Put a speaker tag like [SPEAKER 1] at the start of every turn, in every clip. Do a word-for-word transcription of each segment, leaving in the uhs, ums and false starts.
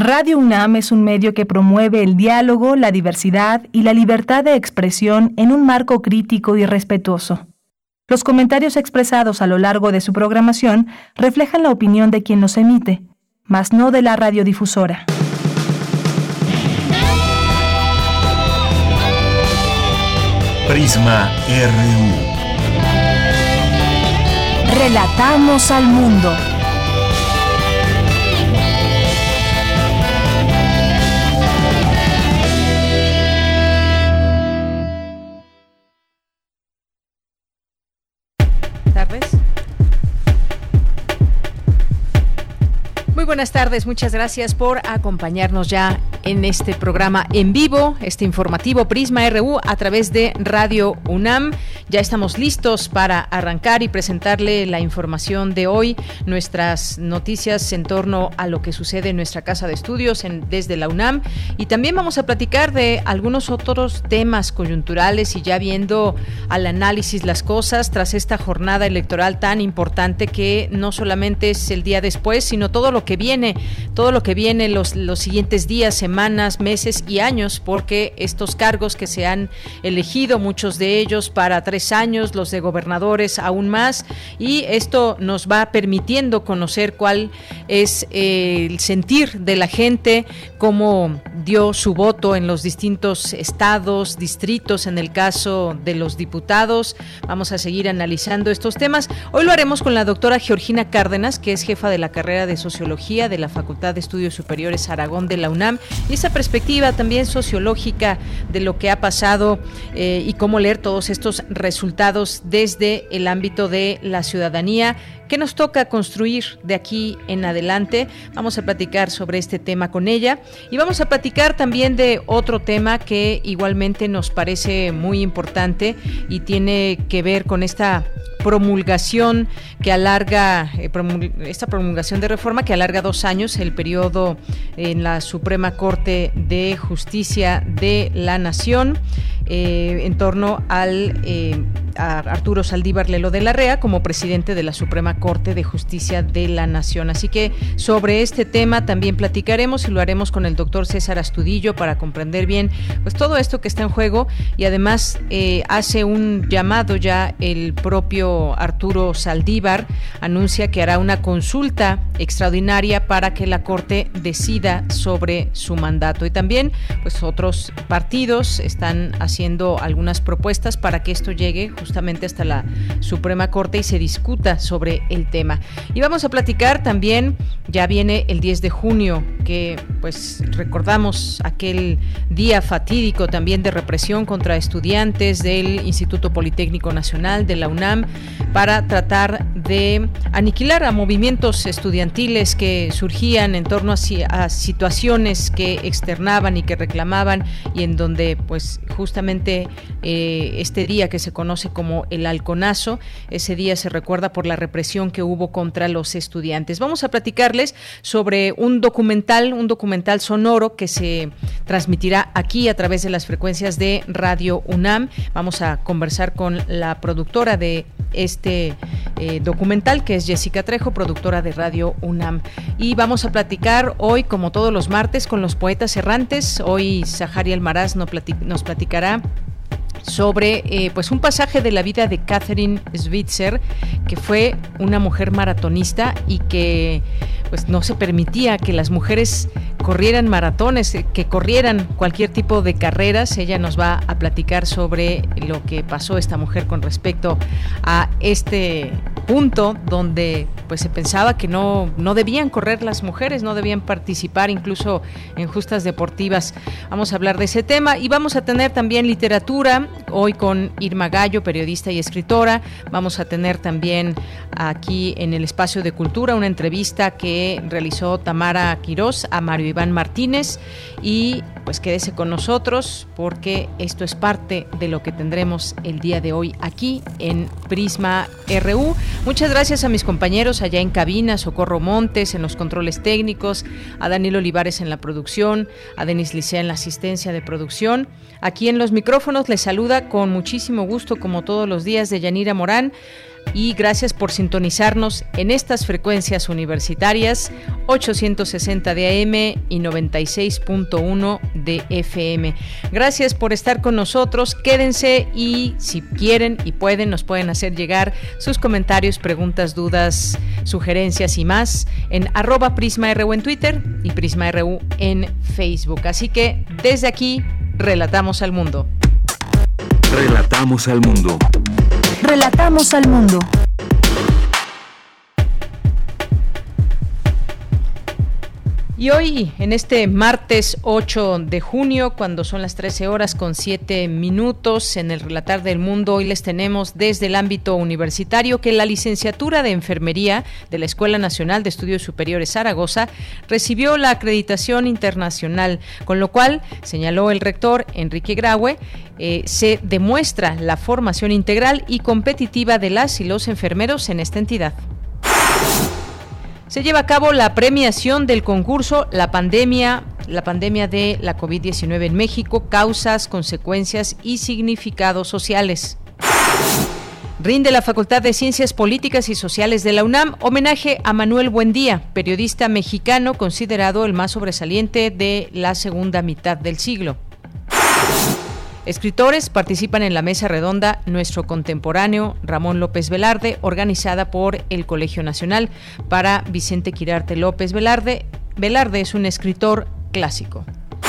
[SPEAKER 1] Radio UNAM es un medio que promueve el diálogo, la diversidad y la libertad de expresión en un marco crítico y respetuoso. Los comentarios expresados a lo largo de su programación reflejan la opinión de quien los emite, mas no de la radiodifusora.
[SPEAKER 2] Prisma R U.
[SPEAKER 1] Relatamos al mundo.
[SPEAKER 3] Muy buenas tardes, muchas gracias por acompañarnos ya en este programa en vivo, este informativo Prisma R U a través de Radio UNAM. Ya estamos listos para arrancar y presentarle la información de hoy, nuestras noticias en torno a lo que sucede en nuestra casa de estudios en, desde la UNAM, y también vamos a platicar de algunos otros temas coyunturales y ya viendo al análisis las cosas tras esta jornada electoral tan importante que no solamente es el día después, sino todo lo que viene, todo lo que viene los, los siguientes días, semanas, meses y años, porque estos cargos que se han elegido, muchos de ellos para tres años, los de gobernadores aún más, y esto nos va permitiendo conocer cuál es eh, el sentir de la gente, cómo dio su voto en los distintos estados, distritos, en el caso de los diputados. Vamos a seguir analizando estos temas. Hoy lo haremos con la doctora Georgina Cárdenas, que es jefa de la carrera de Sociología de la Facultad de Estudios Superiores Aragón de la UNAM, y esa perspectiva también sociológica de lo que ha pasado eh, y cómo leer todos estos resultados desde el ámbito de la ciudadanía. ¿Qué nos toca construir de aquí en adelante? Vamos a platicar sobre este tema con ella y vamos a platicar también de otro tema que igualmente nos parece muy importante y tiene que ver con esta promulgación que alarga, eh, promul- esta promulgación de reforma que alarga dos años el periodo en la Suprema Corte de Justicia de la Nación, eh, en torno al eh, a Arturo Saldívar Lelo de la Rea como presidente de la Suprema Corte de Justicia de la Nación. Así que sobre este tema también platicaremos y lo haremos con el doctor César Astudillo para comprender bien pues todo esto que está en juego, y además eh, hace un llamado ya el propio Arturo Saldívar, anuncia que hará una consulta extraordinaria para que la Corte decida sobre su mandato, y también pues otros partidos están haciendo algunas propuestas para que esto llegue justamente hasta la Suprema Corte y se discuta sobre el tema. Y vamos a platicar también, ya viene el diez de junio, que pues recordamos aquel día fatídico también de represión contra estudiantes del Instituto Politécnico Nacional de la UNAM, para tratar de aniquilar a movimientos estudiantiles que surgían en torno a, a situaciones que externaban y que reclamaban, y en donde pues justamente eh, este día que se conoce como el halconazo, ese día se recuerda por la represión que hubo contra los estudiantes. Vamos a platicarles sobre un documental, un documental sonoro que se transmitirá aquí a través de las frecuencias de Radio UNAM. Vamos a conversar con la productora de este eh, documental, que es Jessica Trejo, productora de Radio UNAM. Y vamos a platicar hoy, como todos los martes, con los poetas errantes. Hoy Sahari Almaraz nos, platic- nos platicará sobre eh, pues un pasaje de la vida de Catherine Switzer, que fue una mujer maratonista y que pues no se permitía que las mujeres corrieran maratones, que corrieran cualquier tipo de carreras. Ella nos va a platicar sobre lo que pasó esta mujer con respecto a este punto donde pues se pensaba que no, no debían correr las mujeres, no debían participar incluso en justas deportivas. Vamos a hablar de ese tema y vamos a tener también literatura, hoy con Irma Gallo, periodista y escritora. Vamos a tener también aquí en el espacio de cultura una entrevista que realizó Tamara Quirós a Mario Iván Martínez, y pues quédese con nosotros porque esto es parte de lo que tendremos el día de hoy aquí en Prisma R U. Muchas gracias a mis compañeros allá en cabina, Socorro Montes en los controles técnicos, a Daniel Olivares en la producción, a Denis Licea en la asistencia de producción. Aquí en los micrófonos les saluda con muchísimo gusto, como todos los días, Deyanira Morán. y gracias por sintonizarnos en estas frecuencias universitarias ochocientos sesenta de A M y noventa y seis punto uno de F M. Gracias por estar con nosotros, quédense y si quieren y pueden nos pueden hacer llegar sus comentarios, preguntas, dudas, sugerencias y más en arroba PrismaRU en Twitter y PrismaRU en Facebook. Así que desde aquí relatamos al mundo.
[SPEAKER 2] Relatamos al mundo.
[SPEAKER 1] Relatamos al mundo.
[SPEAKER 3] Y hoy, en este martes ocho de junio, cuando son las trece horas con siete minutos, en el Relatar del Mundo, hoy les tenemos desde el ámbito universitario que la licenciatura de Enfermería de la Escuela Nacional de Estudios Superiores Zaragoza recibió la acreditación internacional, con lo cual, señaló el rector Enrique Graue, eh, se demuestra la formación integral y competitiva de las y los enfermeros en esta entidad. Se lleva a cabo la premiación del concurso La pandemia, la pandemia de la COVID diecinueve en México, causas, consecuencias y significados sociales. Rinde la Facultad de Ciencias Políticas y Sociales de la UNAM homenaje a Manuel Buendía, periodista mexicano considerado el más sobresaliente de la segunda mitad del siglo. Escritores participan en la mesa redonda Nuestro contemporáneo Ramón López Velarde, organizada por el Colegio Nacional. Para Vicente Quirarte López Velarde, Velarde es un escritor clásico.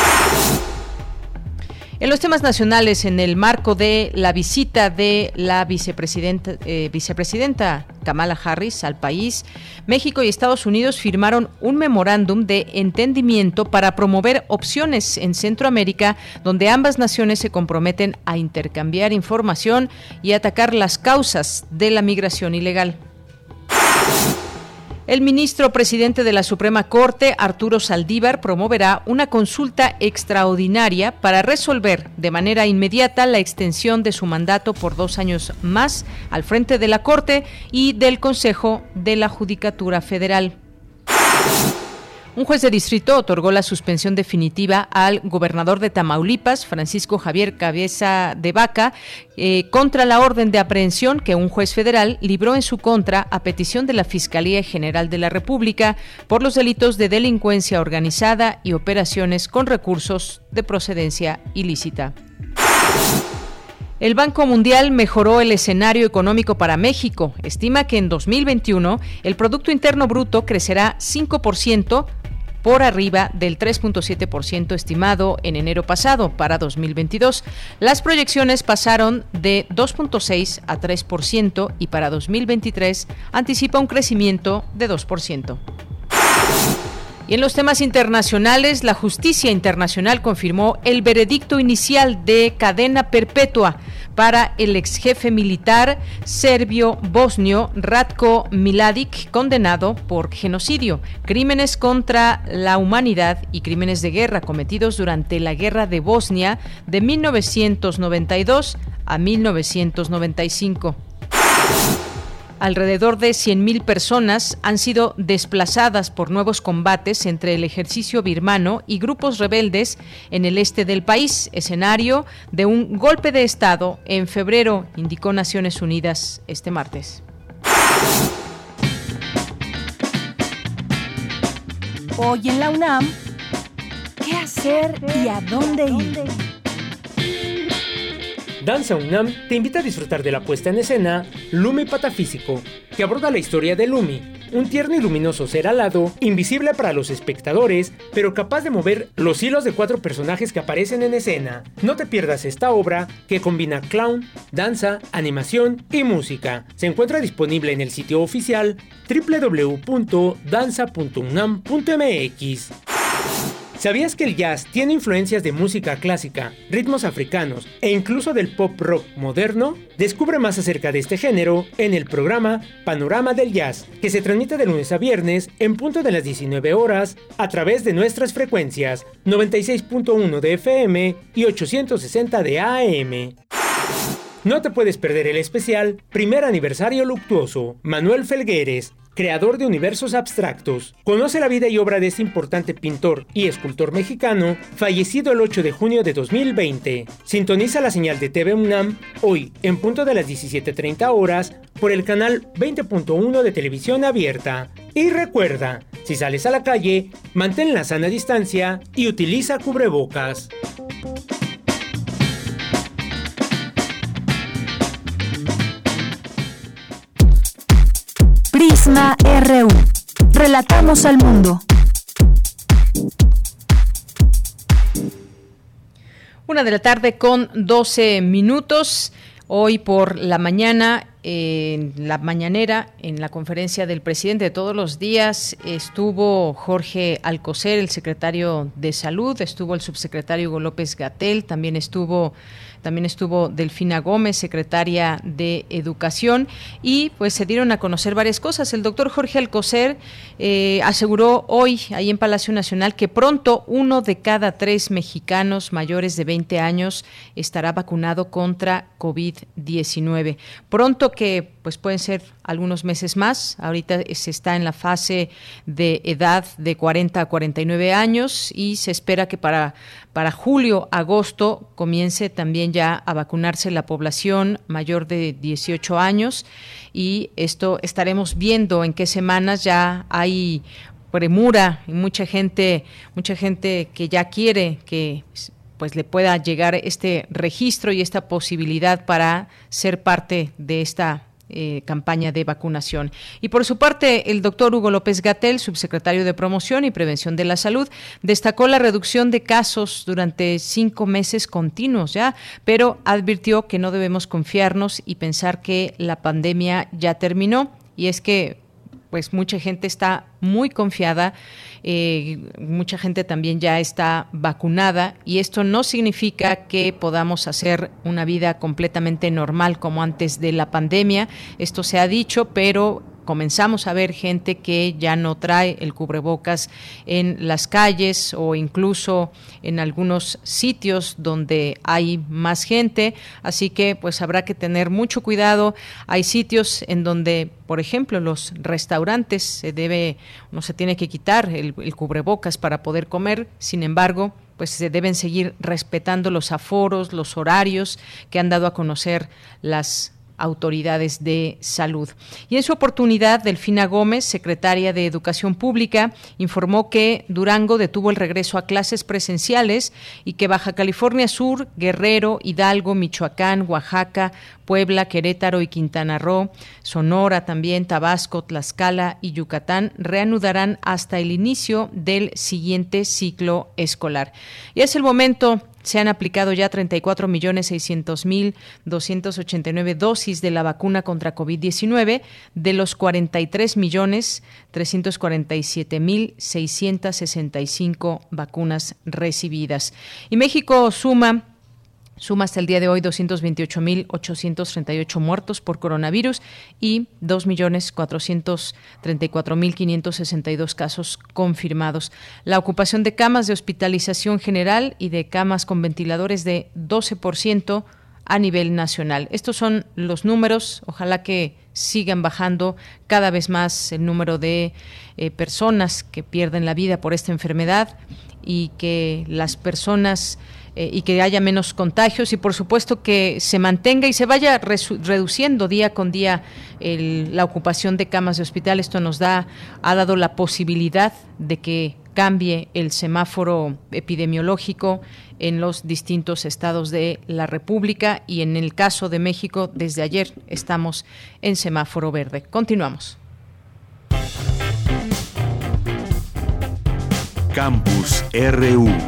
[SPEAKER 3] En los temas nacionales, en el marco de la visita de la vicepresidenta, eh, vicepresidenta Kamala Harris al país, México y Estados Unidos firmaron un memorándum de entendimiento para promover opciones en Centroamérica, donde ambas naciones se comprometen a intercambiar información y atacar las causas de la migración ilegal. El ministro presidente de la Suprema Corte, Arturo Saldívar, promoverá una consulta extraordinaria para resolver de manera inmediata la extensión de su mandato por dos años más al frente de la Corte y del Consejo de la Judicatura Federal. Un juez de distrito otorgó la suspensión definitiva al gobernador de Tamaulipas, Francisco Javier Cabeza de Vaca, eh, contra la orden de aprehensión que un juez federal libró en su contra a petición de la Fiscalía General de la República por los delitos de delincuencia organizada y operaciones con recursos de procedencia ilícita. El Banco Mundial mejoró el escenario económico para México. Estima que en dos mil veintiuno el Producto Interno Bruto crecerá cinco por ciento, por arriba del tres punto siete por ciento estimado en enero pasado para dos mil veintidós. Las proyecciones pasaron de dos punto seis a tres por ciento y para dos mil veintitrés anticipa un crecimiento de dos por ciento. Y en los temas internacionales, la justicia internacional confirmó el veredicto inicial de cadena perpetua para el exjefe militar serbio-bosnio Ratko Mladic, condenado por genocidio, crímenes contra la humanidad y crímenes de guerra cometidos durante la Guerra de Bosnia de mil novecientos noventa y dos a mil novecientos noventa y cinco. Alrededor de cien mil personas han sido desplazadas por nuevos combates entre el ejército birmano y grupos rebeldes en el este del país, escenario de un golpe de Estado en febrero, indicó Naciones Unidas este martes.
[SPEAKER 1] Hoy en la UNAM, ¿qué hacer y a dónde ir?
[SPEAKER 4] Danza UNAM te invita a disfrutar de la puesta en escena Lumi Patafísico, que aborda la historia de Lumi, un tierno y luminoso ser alado, invisible para los espectadores, pero capaz de mover los hilos de cuatro personajes que aparecen en escena. No te pierdas esta obra, que combina clown, danza, animación y música. Se encuentra disponible en el sitio oficial doble u doble u doble u punto danza punto unam punto m x. ¿Sabías que el jazz tiene influencias de música clásica, ritmos africanos e incluso del pop rock moderno? Descubre más acerca de este género en el programa Panorama del Jazz, que se transmite de lunes a viernes en punto de las diecinueve horas a través de nuestras frecuencias noventa y seis punto uno de F M y ochocientos sesenta de A M. No te puedes perder el especial Primer Aniversario Luctuoso. Manuel Felgueres, creador de universos abstractos. Conoce la vida y obra de este importante pintor y escultor mexicano, fallecido el ocho de junio de dos mil veinte. Sintoniza la señal de T V UNAM hoy, en punto de las diecisiete treinta horas, por el canal veinte punto uno de televisión abierta. Y recuerda, si sales a la calle, mantén la sana distancia y utiliza cubrebocas.
[SPEAKER 1] Prisma R U. Relatamos al mundo.
[SPEAKER 3] Una de la tarde con doce minutos. Hoy por la mañana, en la mañanera, en la conferencia del presidente de todos los días, estuvo Jorge Alcocer, el secretario de Salud, estuvo el subsecretario Hugo López-Gatell, también estuvo También estuvo Delfina Gómez, secretaria de Educación, y pues se dieron a conocer varias cosas. El doctor Jorge Alcocer eh, aseguró hoy, ahí en Palacio Nacional, que pronto uno de cada tres mexicanos mayores de veinte años estará vacunado contra covid diecinueve. Pronto, que pues pueden ser algunos meses más. Ahorita se está en la fase de edad de cuarenta a cuarenta y nueve años y se espera que para, para julio, agosto comience también ya a vacunarse la población mayor de dieciocho años, y esto estaremos viendo en qué semanas. Ya hay premura y mucha gente, mucha gente que ya quiere que pues le pueda llegar este registro y esta posibilidad para ser parte de esta Eh, campaña de vacunación. Y por su parte, el doctor Hugo López-Gatell, subsecretario de Promoción y Prevención de la Salud, destacó la reducción de casos durante cinco meses continuos ya, pero advirtió que no debemos confiarnos y pensar que la pandemia ya terminó. Y es que pues mucha gente está muy confiada, eh, mucha gente también ya está vacunada, y esto no significa que podamos hacer una vida completamente normal como antes de la pandemia. Esto se ha dicho, pero comenzamos a ver gente que ya no trae el cubrebocas en las calles o incluso en algunos sitios donde hay más gente, así que pues habrá que tener mucho cuidado. Hay sitios en donde, por ejemplo, los restaurantes se debe, no se tiene que quitar el, el cubrebocas para poder comer. Sin embargo, pues se deben seguir respetando los aforos, los horarios que han dado a conocer las autoridades de salud. Y en su oportunidad, Delfina Gómez, secretaria de Educación Pública, informó que Durango detuvo el regreso a clases presenciales y que Baja California Sur, Guerrero, Hidalgo, Michoacán, Oaxaca, Puebla, Querétaro y Quintana Roo, Sonora también, Tabasco, Tlaxcala y Yucatán reanudarán hasta el inicio del siguiente ciclo escolar. Y es el momento. Se han aplicado ya treinta y cuatro millones seiscientos mil doscientas ochenta y nueve dosis de la vacuna contra covid diecinueve, de los cuarenta y tres millones trescientos cuarenta y siete mil seiscientas sesenta y cinco vacunas recibidas. Y México suma Suma hasta el día de hoy doscientos veintiocho mil ochocientos treinta y ocho muertos por coronavirus y dos millones cuatrocientos treinta y cuatro mil quinientos sesenta y dos casos confirmados. La ocupación de camas de hospitalización general y de camas con ventiladores de doce por ciento a nivel nacional. Estos son los números. Ojalá que sigan bajando cada vez más el número de eh, personas que pierden la vida por esta enfermedad, y que las personas eh, y que haya menos contagios, y por supuesto que se mantenga y se vaya resu- reduciendo día con día el, la ocupación de camas de hospital. Esto nos da, ha dado la posibilidad de que cambie el semáforo epidemiológico en los distintos estados de la República, y en el caso de México, desde ayer estamos en semáforo verde. Continuamos.
[SPEAKER 2] Campus R U.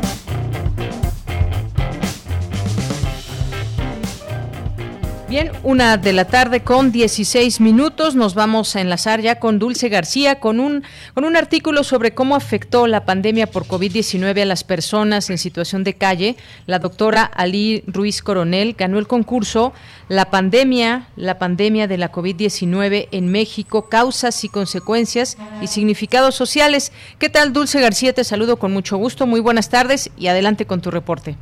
[SPEAKER 3] Bien, una de la tarde con dieciséis minutos. Nos vamos a enlazar ya con Dulce García con un, con un artículo sobre cómo afectó la pandemia por covid diecinueve a las personas en situación de calle. La doctora Alí Ruiz Coronel ganó el concurso La pandemia, la pandemia de la covid diecinueve en México, causas y consecuencias y significados sociales. ¿Qué tal, Dulce García? Te saludo con mucho gusto. Muy buenas tardes y adelante con tu reporte.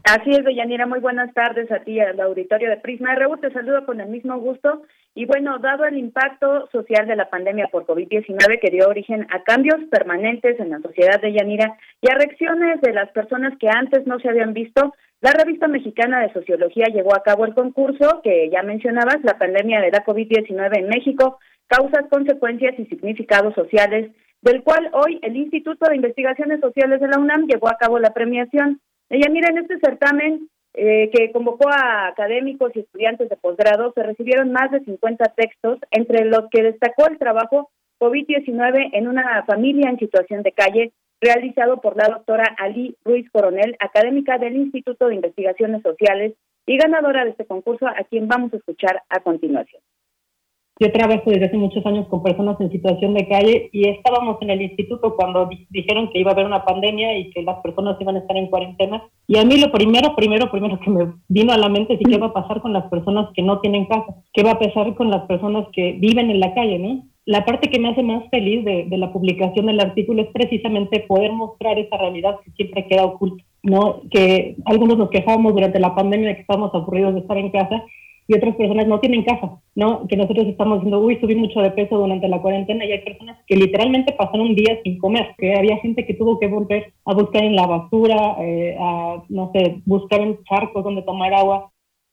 [SPEAKER 5] Así es, Deyanira, muy buenas tardes a ti y al auditorio de Prisma R U, te saludo con el mismo gusto. Y bueno, dado el impacto social de la pandemia por COVID diecinueve que dio origen a cambios permanentes en la sociedad, Deyanira, y a reacciones de las personas que antes no se habían visto, la revista mexicana de Sociología llevó a cabo el concurso que ya mencionabas, la pandemia de la COVID diecinueve en México, causas, consecuencias y significados sociales, del cual hoy el Instituto de Investigaciones Sociales de la UNAM llevó a cabo la premiación. Deyanira, en este certamen eh, que convocó a académicos y estudiantes de posgrado, se recibieron más de cincuenta textos, entre los que destacó el trabajo COVID diecinueve en una familia en situación de calle, realizado por la doctora Ali Ruiz Coronel, académica del Instituto de Investigaciones Sociales y ganadora de este concurso, a quien vamos a escuchar a continuación.
[SPEAKER 6] Yo trabajo desde hace muchos años con personas en situación de calle y estábamos en el instituto cuando di- dijeron que iba a haber una pandemia y que las personas iban a estar en cuarentena. Y a mí lo primero, primero, primero que me vino a la mente es qué va a pasar con las personas que no tienen casa, qué va a pasar con las personas que viven en la calle, ¿no? La parte que me hace más feliz de, de la publicación del artículo es precisamente poder mostrar esa realidad que siempre queda oculta, ¿no? Que algunos nos quejábamos durante la pandemia de que estábamos aburridos de estar en casa, y otras personas no tienen casa, ¿no? Que nosotros estamos diciendo, uy, subí mucho de peso durante la cuarentena, y hay personas que literalmente pasaron días sin comer, que había gente que tuvo que volver a buscar en la basura, eh, a, no sé, buscar en charcos donde tomar agua.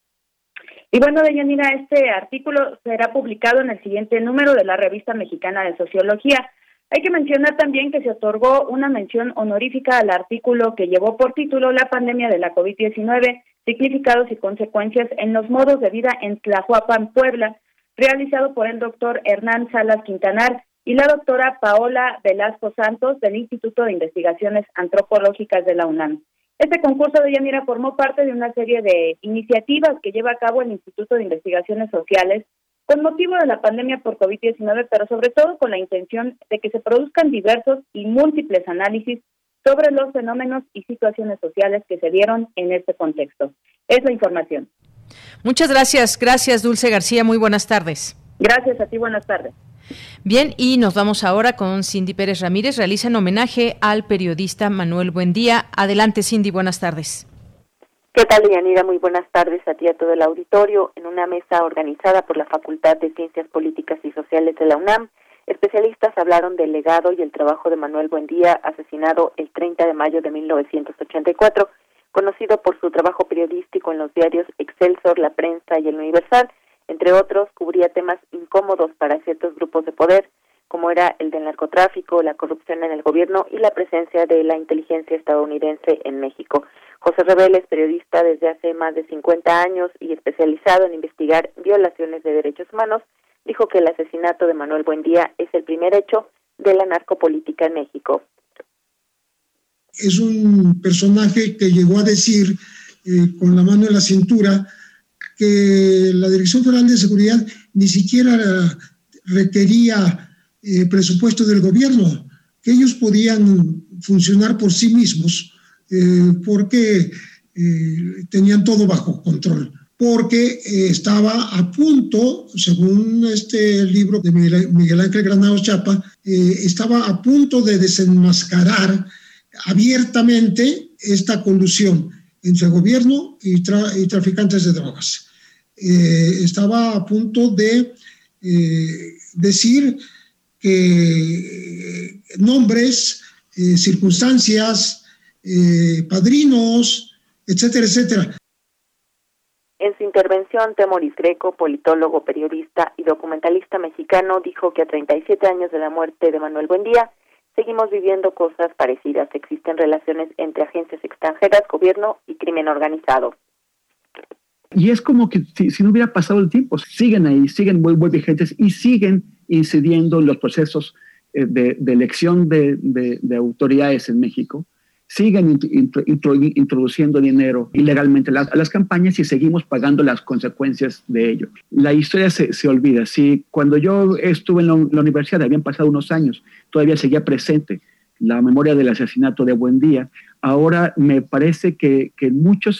[SPEAKER 5] Y bueno, Deyanira, este artículo será publicado en el siguiente número de la Revista Mexicana de Sociología. Hay que mencionar también que se otorgó una mención honorífica al artículo que llevó por título La pandemia de la COVID diecinueve, significados y consecuencias en los modos de vida en Tlahuapan, Puebla, realizado por el doctor Hernán Salas Quintanar y la doctora Paola Velasco Santos del Instituto de Investigaciones Antropológicas de la UNAM. Este concurso, de Yanira, formó parte de una serie de iniciativas que lleva a cabo el Instituto de Investigaciones Sociales con motivo de la pandemia por COVID diecinueve, pero sobre todo con la intención de que se produzcan diversos y múltiples análisis sobre los fenómenos y situaciones sociales que se dieron en este contexto. Es la información.
[SPEAKER 3] Muchas gracias, gracias Dulce García, muy buenas tardes.
[SPEAKER 5] Gracias a ti, buenas tardes.
[SPEAKER 3] Bien, y nos vamos ahora con Cindy Pérez Ramírez, realizan homenaje al periodista Manuel Buendía. Adelante, Cindy, buenas tardes.
[SPEAKER 7] ¿Qué tal, Yanira? Muy buenas tardes a ti y a todo el auditorio. En una mesa organizada por la Facultad de Ciencias Políticas y Sociales de la UNAM, especialistas hablaron del legado y el trabajo de Manuel Buendía, asesinado el treinta de mayo de mil novecientos ochenta y cuatro, conocido por su trabajo periodístico en los diarios Excelsior, La Prensa y El Universal. Entre otros, cubría temas incómodos para ciertos grupos de poder, como era el del narcotráfico, la corrupción en el gobierno y la presencia de la inteligencia estadounidense en México. José Rebel es periodista desde hace más de cincuenta años y especializado en investigar violaciones de derechos humanos. Dijo que el asesinato de Manuel Buendía es el primer hecho de la narcopolítica en México.
[SPEAKER 8] Es un personaje que llegó a decir eh, con la mano en la cintura que la Dirección Federal de Seguridad ni siquiera requería eh, presupuesto del gobierno, que ellos podían funcionar por sí mismos eh, porque eh, tenían todo bajo control, porque eh, estaba a punto, según este libro de Miguel, Miguel Ángel Granados Chapa, eh, estaba a punto de desenmascarar abiertamente esta colusión entre gobierno y, tra- y traficantes de drogas. Eh, estaba a punto de eh, decir que nombres, eh, circunstancias, eh, padrinos, etcétera, etcétera.
[SPEAKER 7] En su intervención, Temoris Greco, politólogo, periodista y documentalista mexicano, dijo que a treinta y siete años de la muerte de Manuel Buendía, seguimos viviendo cosas parecidas. Existen relaciones entre agencias extranjeras, gobierno y crimen organizado.
[SPEAKER 9] Y es como que si, si no hubiera pasado el tiempo, siguen ahí, siguen muy, muy vigentes y siguen incidiendo en los procesos eh, de, de elección de, de, de autoridades en México, siguen intro, intro, introduciendo dinero ilegalmente a las, a las campañas y seguimos pagando las consecuencias de ello. La historia se, se olvida. Si cuando yo estuve en la, la universidad, habían pasado unos años, todavía seguía presente la memoria del asesinato de Buendía, ahora me parece que, que muchos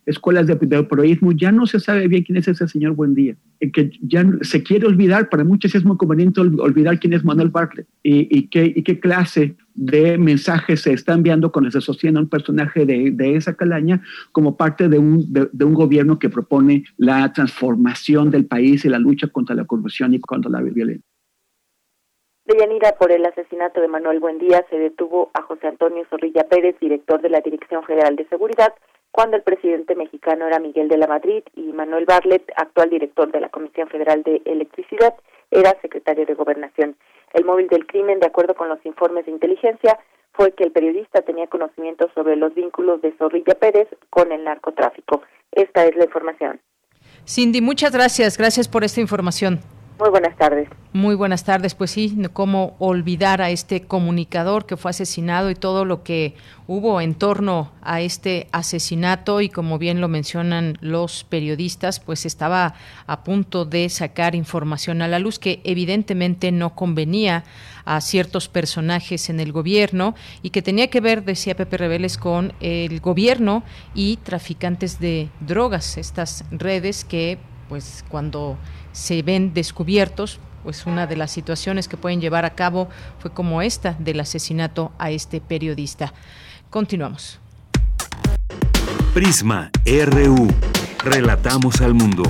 [SPEAKER 9] escuelas de, de periodismo, ya no se sabe bien quién es ese señor Buendía, que ya se quiere olvidar, para muchos es muy conveniente olvidar quién es Manuel Bartlett y, y, qué, y qué clase de mensajes se está enviando cuando se sostiene a un personaje de, de esa calaña como parte de un, de, de un gobierno que propone la transformación del país y la lucha contra la corrupción y contra la violencia.
[SPEAKER 7] Deyanira, por el asesinato de Manuel Buendía se detuvo a José Antonio Zorrilla Pérez, director de la Dirección General de Seguridad, cuando el presidente mexicano era Miguel de la Madrid y Manuel Bartlett, actual director de la Comisión Federal de Electricidad, era secretario de Gobernación. El móvil del crimen, de acuerdo con los informes de inteligencia, fue que el periodista tenía conocimiento sobre los vínculos de Zorrilla Pérez con el narcotráfico. Esta es la información.
[SPEAKER 3] Cindy, muchas gracias. Gracias por esta información.
[SPEAKER 7] Muy buenas tardes.
[SPEAKER 3] Muy buenas tardes. Pues sí, cómo olvidar a este comunicador que fue asesinado y todo lo que hubo en torno a este asesinato, y como bien lo mencionan los periodistas, pues estaba a punto de sacar información a la luz que evidentemente no convenía a ciertos personajes en el gobierno y que tenía que ver, decía Pepe Reveles, con el gobierno y traficantes de drogas, estas redes que pues cuando se ven descubiertos, pues una de las situaciones que pueden llevar a cabo fue como esta del asesinato a este periodista. Continuamos.
[SPEAKER 2] Prisma R U. Relatamos al mundo.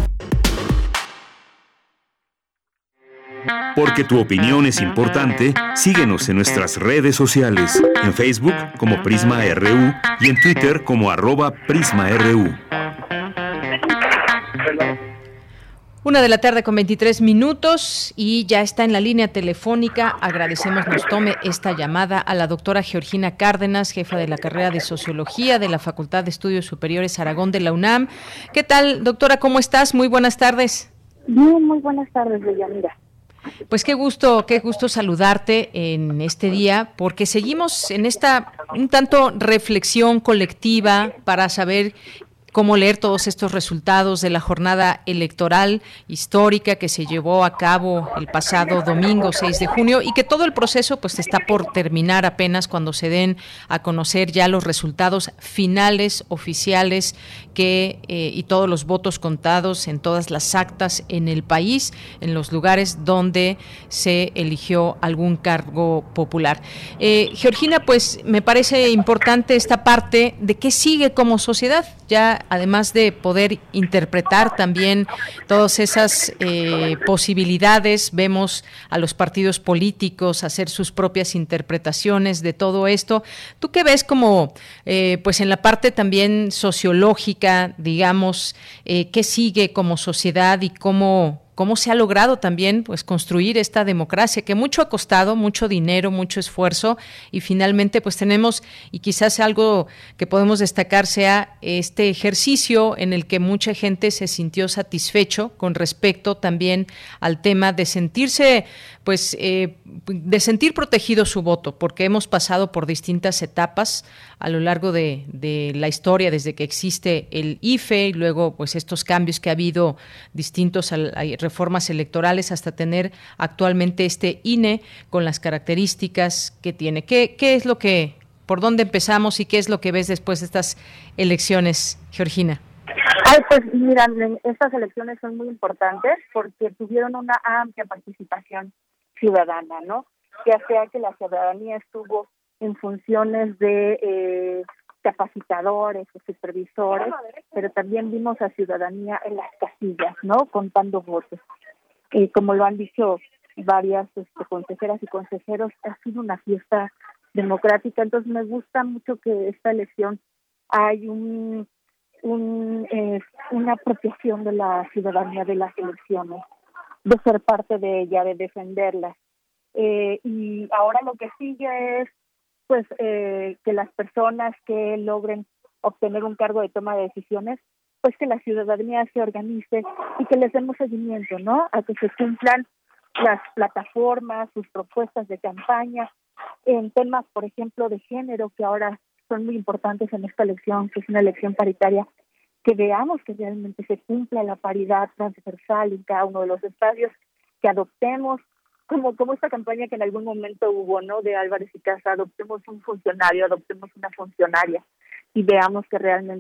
[SPEAKER 2] Porque tu opinión es importante, síguenos en nuestras redes sociales, en Facebook como Prisma R U y en Twitter como arroba Prisma R U.
[SPEAKER 3] Una de la tarde con veintitrés minutos y ya está en la línea telefónica. Agradecemos nos tome esta llamada a la doctora Georgina Cárdenas, jefa de la carrera de Sociología de la Facultad de Estudios Superiores Aragón de la UNAM. ¿Qué tal, doctora? ¿Cómo estás? Muy buenas tardes.
[SPEAKER 10] Bien, muy buenas tardes, Deyanira.
[SPEAKER 3] Pues qué gusto, qué gusto saludarte en este día, porque seguimos en esta un tanto reflexión colectiva para saber cómo leer todos estos resultados de la jornada electoral histórica que se llevó a cabo el pasado domingo seis de junio y que todo el proceso pues está por terminar apenas cuando se den a conocer ya los resultados finales oficiales que eh, y todos los votos contados en todas las actas en el país, en los lugares donde se eligió algún cargo popular. Eh, Georgina, pues me parece importante esta parte de qué sigue como sociedad, ya además de poder interpretar también todas esas eh, posibilidades, vemos a los partidos políticos hacer sus propias interpretaciones de todo esto. ¿Tú qué ves como, eh, pues en la parte también sociológica, digamos, eh, qué sigue como sociedad y cómo cómo se ha logrado también pues construir esta democracia que mucho ha costado, mucho dinero, mucho esfuerzo y finalmente pues tenemos, y quizás algo que podemos destacar sea este ejercicio en el que mucha gente se sintió satisfecho con respecto también al tema de sentirse pues eh, de sentir protegido su voto, porque hemos pasado por distintas etapas a lo largo de, de la historia desde que existe el I F E y luego pues estos cambios que ha habido distintos al, a reformas electorales hasta tener actualmente este I N E con las características que tiene. ¿Qué, qué es lo que, por dónde empezamos y qué es lo que ves después de estas elecciones, Georgina?
[SPEAKER 10] Ay, pues mira, estas elecciones son muy importantes porque tuvieron una amplia participación ciudadana, ¿no? Ya sea que la ciudadanía estuvo en funciones de eh, capacitadores o supervisores, pero también vimos a ciudadanía en las casillas, ¿no? Contando votos. Y como lo han dicho varias este, consejeras y consejeros, ha sido una fiesta democrática. Entonces me gusta mucho que esta elección hay un, un eh, una apropiación de la ciudadanía de las elecciones, de ser parte de ella, de defenderlas. Eh, y ahora lo que sigue es pues eh, que las personas que logren obtener un cargo de toma de decisiones, pues que la ciudadanía se organice y que les demos seguimiento, ¿no? A que se cumplan las plataformas, sus propuestas de campaña, en temas, por ejemplo, de género, que ahora son muy importantes en esta elección, que es una elección paritaria, que veamos que realmente se cumpla la paridad transversal en cada uno de los espacios, que adoptemos, como como esta campaña que en algún momento hubo, ¿no?, de Álvarez y Casa, adoptemos un funcionario, adoptemos una funcionaria, y veamos que realmente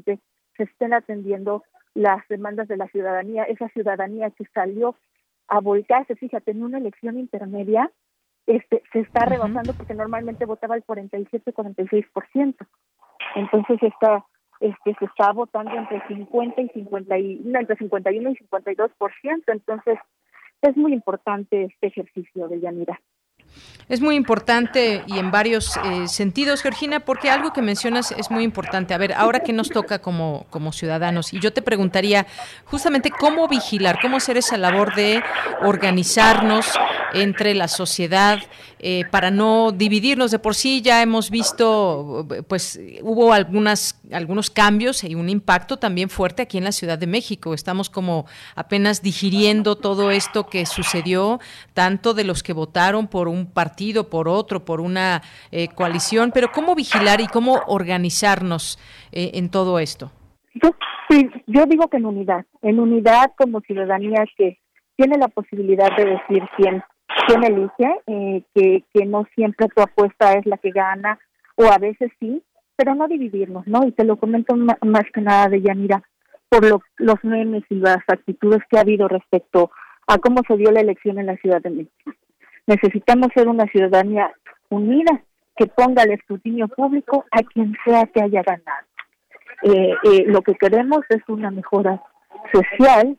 [SPEAKER 10] se estén atendiendo las demandas de la ciudadanía, esa ciudadanía que salió a volcarse, fíjate, en una elección intermedia, este se está rebasando, uh-huh, porque normalmente votaba el cuarenta y siete, cuarenta y seis por ciento. Entonces está este se está votando entre cincuenta y cincuenta y no, entre cincuenta y uno y cincuenta y dos por ciento. Entonces es muy importante este ejercicio de Yanira.
[SPEAKER 3] Es muy importante y en varios eh, sentidos, Georgina, porque algo que mencionas es muy importante. A ver, ahora que nos toca como, como ciudadanos, y yo te preguntaría justamente cómo vigilar, cómo hacer esa labor de organizarnos entre la sociedad eh, para no dividirnos. De por sí ya hemos visto, pues hubo algunas algunos cambios y un impacto también fuerte aquí en la Ciudad de México. Estamos como apenas digiriendo todo esto que sucedió, tanto de los que votaron por un partido, por otro, por una eh, coalición, pero ¿cómo vigilar y cómo organizarnos eh, en todo esto?
[SPEAKER 10] Yo, sí, yo digo que en unidad, en unidad como ciudadanía que tiene la posibilidad de decir quién, quién elige, eh, que, que no siempre tu apuesta es la que gana, o a veces sí, pero no dividirnos, ¿no? Y te lo comento más, más que nada de Yanira, por lo, los memes y las actitudes que ha habido respecto a cómo se dio la elección en la Ciudad de México. Necesitamos ser una ciudadanía unida, que ponga al escrutinio público a quien sea que haya ganado. Eh, eh, lo que queremos es una mejora social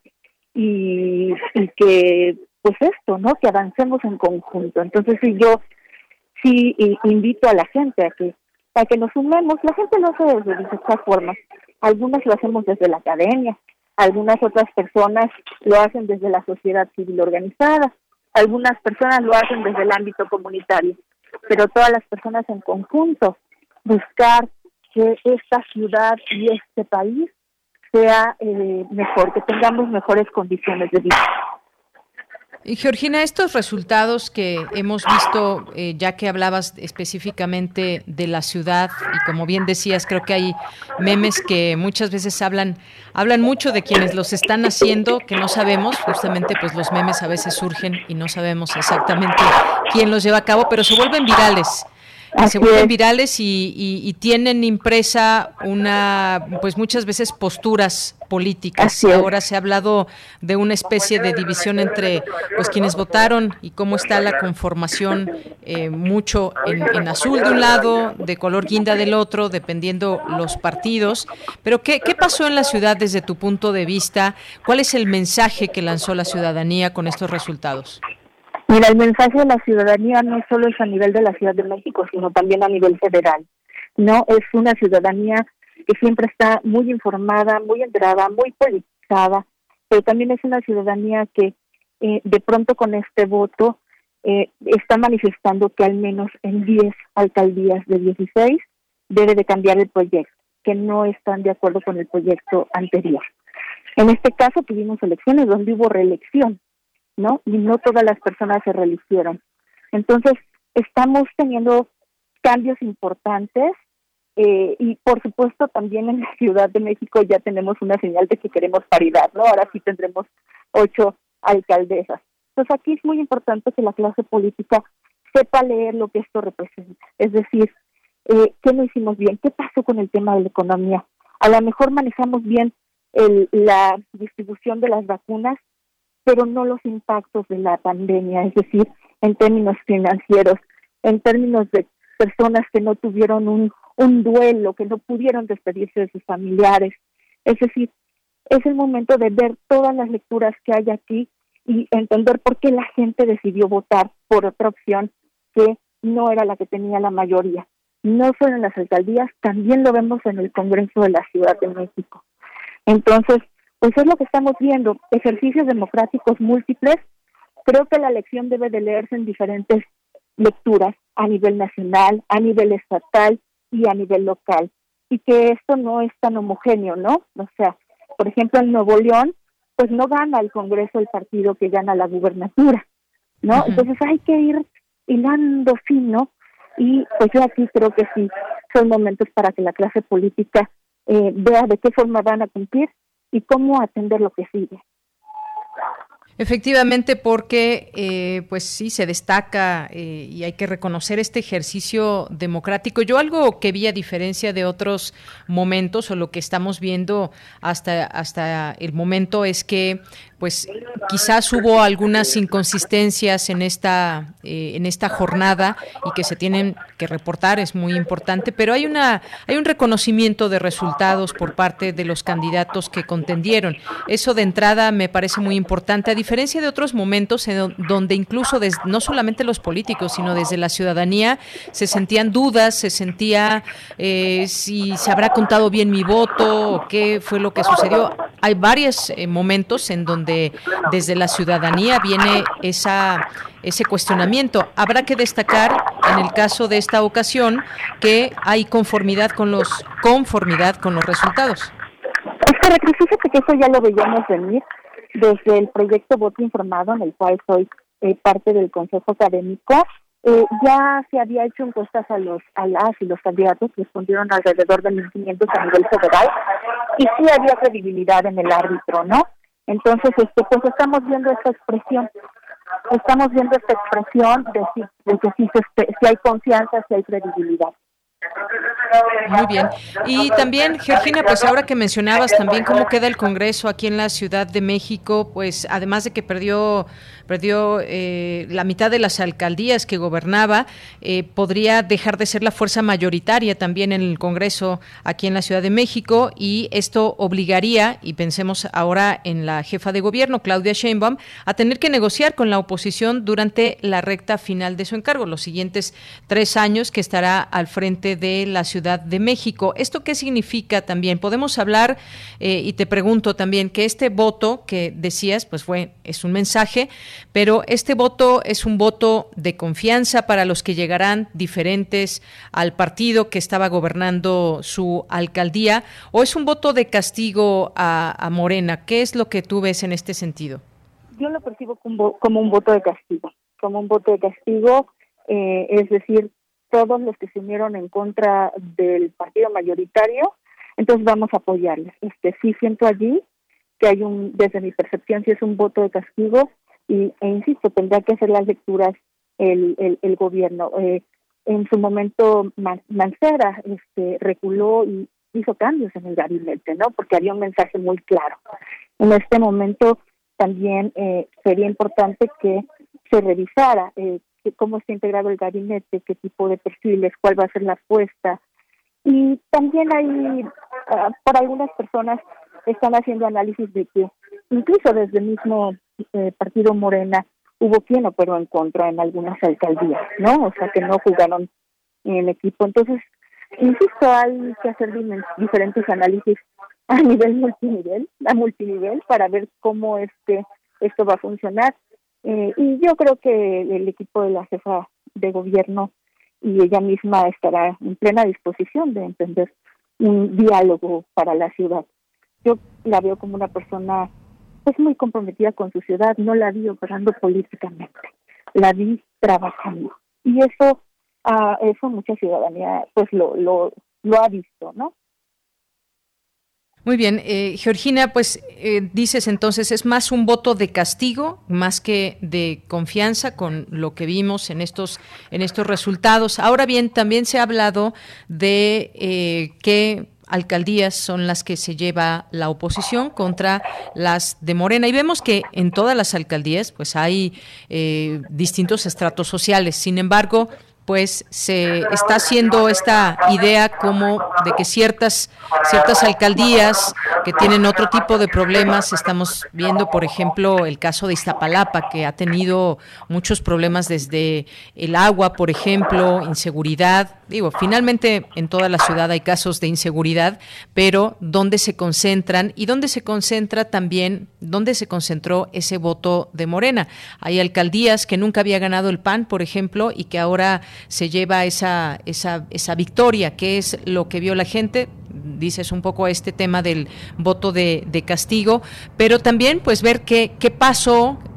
[SPEAKER 10] y, y que, pues esto, ¿no? Que avancemos en conjunto. Entonces, sí, yo sí invito a la gente a que a que nos sumemos. La gente lo hace desde diversas formas. Algunas lo hacemos desde la academia, algunas otras personas lo hacen desde la sociedad civil organizada, algunas personas lo hacen desde el ámbito comunitario, pero todas las personas en conjunto buscar que esta ciudad y este país sea eh, mejor, que tengamos mejores condiciones de vida.
[SPEAKER 3] Y Georgina, estos resultados que hemos visto, eh, ya que hablabas específicamente de la ciudad, y como bien decías, creo que hay memes que muchas veces hablan hablan mucho de quienes los están haciendo, que no sabemos, justamente pues los memes a veces surgen y no sabemos exactamente quién los lleva a cabo, pero se vuelven virales. Se vuelven virales y, y, y tienen impresa una, pues muchas veces posturas políticas. Ahora se ha hablado de una especie de división entre pues quienes votaron y cómo está la conformación, eh, mucho en, en azul de un lado, de color guinda del otro, dependiendo los partidos. Pero ¿qué, qué pasó en la ciudad desde tu punto de vista? ¿Cuál es el mensaje que lanzó la ciudadanía con estos resultados?
[SPEAKER 10] Mira, el mensaje de la ciudadanía no solo es a nivel de la Ciudad de México, sino también a nivel federal. No es una ciudadanía que siempre está muy informada, muy enterada, muy politizada, pero también es una ciudadanía que eh, de pronto con este voto eh, está manifestando que al menos en diez alcaldías de dieciséis debe de cambiar el proyecto, que no están de acuerdo con el proyecto anterior. En este caso tuvimos elecciones donde hubo reelección, ¿no? Y no todas las personas se reeligieron. Entonces, estamos teniendo cambios importantes eh, y, por supuesto, también en la Ciudad de México ya tenemos una señal de que queremos paridad, ¿no? Ahora sí tendremos ocho alcaldesas. Entonces, aquí es muy importante que la clase política sepa leer lo que esto representa. Es decir, eh, ¿qué no hicimos bien? ¿Qué pasó con el tema de la economía? A lo mejor manejamos bien el, la distribución de las vacunas, pero no los impactos de la pandemia, es decir, en términos financieros, en términos de personas que no tuvieron un, un duelo, que no pudieron despedirse de sus familiares. Es decir, es el momento de ver todas las lecturas que hay aquí y entender por qué la gente decidió votar por otra opción que no era la que tenía la mayoría. No solo en las alcaldías, también lo vemos en el Congreso de la Ciudad de México. Entonces, pues es lo que estamos viendo, ejercicios democráticos múltiples. Creo que la elección debe de leerse en diferentes lecturas, a nivel nacional, a nivel estatal y a nivel local, y que esto no es tan homogéneo, ¿no? O sea, por ejemplo, en Nuevo León, pues no gana el Congreso el partido que gana la gubernatura, ¿no? Uh-huh. Entonces hay que ir hilando fino, y pues yo aquí creo que sí, son momentos para que la clase política eh, vea de qué forma van a cumplir y cómo atender lo que sigue.
[SPEAKER 3] Efectivamente, porque eh, pues sí se destaca eh, y hay que reconocer este ejercicio democrático. Yo algo que vi a diferencia de otros momentos o lo que estamos viendo hasta hasta el momento es que pues quizás hubo algunas inconsistencias en esta eh, en esta jornada y que se tienen que reportar, es muy importante, pero hay una hay un reconocimiento de resultados por parte de los candidatos que contendieron. Eso de entrada me parece muy importante, a diferencia de otros momentos en donde incluso des, no solamente los políticos, sino desde la ciudadanía se sentían dudas, se sentía eh, si se habrá contado bien mi voto o qué fue lo que sucedió. Hay varios eh, momentos en donde desde la ciudadanía viene esa ese cuestionamiento. Habrá que destacar en el caso de esta ocasión que hay conformidad con los conformidad con los resultados.
[SPEAKER 10] Es correcto, fíjate que eso ya lo veíamos venir desde el proyecto Voto Informado, en el cual soy eh, parte del Consejo Académico. Eh, ya se había hecho encuestas a los a las y los candidatos, respondieron alrededor de mil quinientos a nivel federal, y sí había credibilidad en el árbitro, ¿no? Entonces, este, pues estamos viendo esta expresión, estamos viendo esta expresión de, si, de que sí, si, si hay confianza, si hay credibilidad.
[SPEAKER 3] Muy bien. Y también, Georgina, pues ahora que mencionabas también cómo queda el Congreso aquí en la Ciudad de México, pues además de que perdió perdió eh, la mitad de las alcaldías que gobernaba, eh, podría dejar de ser la fuerza mayoritaria también en el Congreso aquí en la Ciudad de México, y esto obligaría, y pensemos ahora en la jefa de gobierno, Claudia Sheinbaum, a tener que negociar con la oposición durante la recta final de su encargo, los siguientes tres años que estará al frente de la Ciudad de México. ¿Esto qué significa también? Podemos hablar, eh, y te pregunto también, que este voto que decías, pues fue, es un mensaje, pero este voto es un voto de confianza para los que llegarán diferentes al partido que estaba gobernando su alcaldía, o es un voto de castigo a, a Morena. ¿Qué es lo que tú ves en este sentido?
[SPEAKER 10] Yo lo percibo como, como un voto de castigo, como un voto de castigo, eh, es decir, todos los que se unieron en contra del partido mayoritario, entonces vamos a apoyarles. Este, sí siento allí que hay un, desde mi percepción, sí es un voto de castigo, y, e insisto, tendrá que hacer las lecturas el, el, el gobierno. Eh, en su momento, Mancera este, reculó y hizo cambios en el gabinete, ¿no? Porque había un mensaje muy claro. En este momento también eh, sería importante que se revisara eh, que cómo está integrado el gabinete, qué tipo de perfiles, cuál va a ser la apuesta. Y también hay, uh, por algunas personas están haciendo análisis de que incluso desde el mismo eh, partido Morena hubo quien operó en contra en algunas alcaldías, ¿no? O sea, que no jugaron en equipo. Entonces, insisto, hay que hacer diferentes análisis a nivel multinivel, a multinivel, para ver cómo este esto va a funcionar. Eh, y yo creo que el equipo de la jefa de gobierno y ella misma estará en plena disposición de emprender un diálogo para la ciudad. Yo la veo como una persona pues muy comprometida con su ciudad, no la vi operando políticamente, la vi trabajando. Y eso, uh, eso mucha ciudadanía pues lo, lo, lo ha visto, ¿no?
[SPEAKER 3] Muy bien, eh, Georgina, pues eh, dices entonces es más un voto de castigo más que de confianza con lo que vimos en estos en estos resultados. Ahora bien, también se ha hablado de eh, qué alcaldías son las que se lleva la oposición contra las de Morena, y vemos que en todas las alcaldías pues hay eh, distintos estratos sociales. Sin embargo, pues se está haciendo esta idea como de que ciertas ciertas alcaldías que tienen otro tipo de problemas, estamos viendo por ejemplo el caso de Iztapalapa, que ha tenido muchos problemas desde el agua, por ejemplo, inseguridad. Digo, finalmente en toda la ciudad hay casos de inseguridad, pero ¿dónde se concentran y dónde se concentra también, dónde se concentró ese voto de Morena? Hay alcaldías que nunca había ganado el P A N, por ejemplo, y que ahora se lleva esa esa esa victoria. ¿Qué es lo que vio la gente? Dices un poco este tema del voto de, de castigo, pero también pues ver qué qué pasó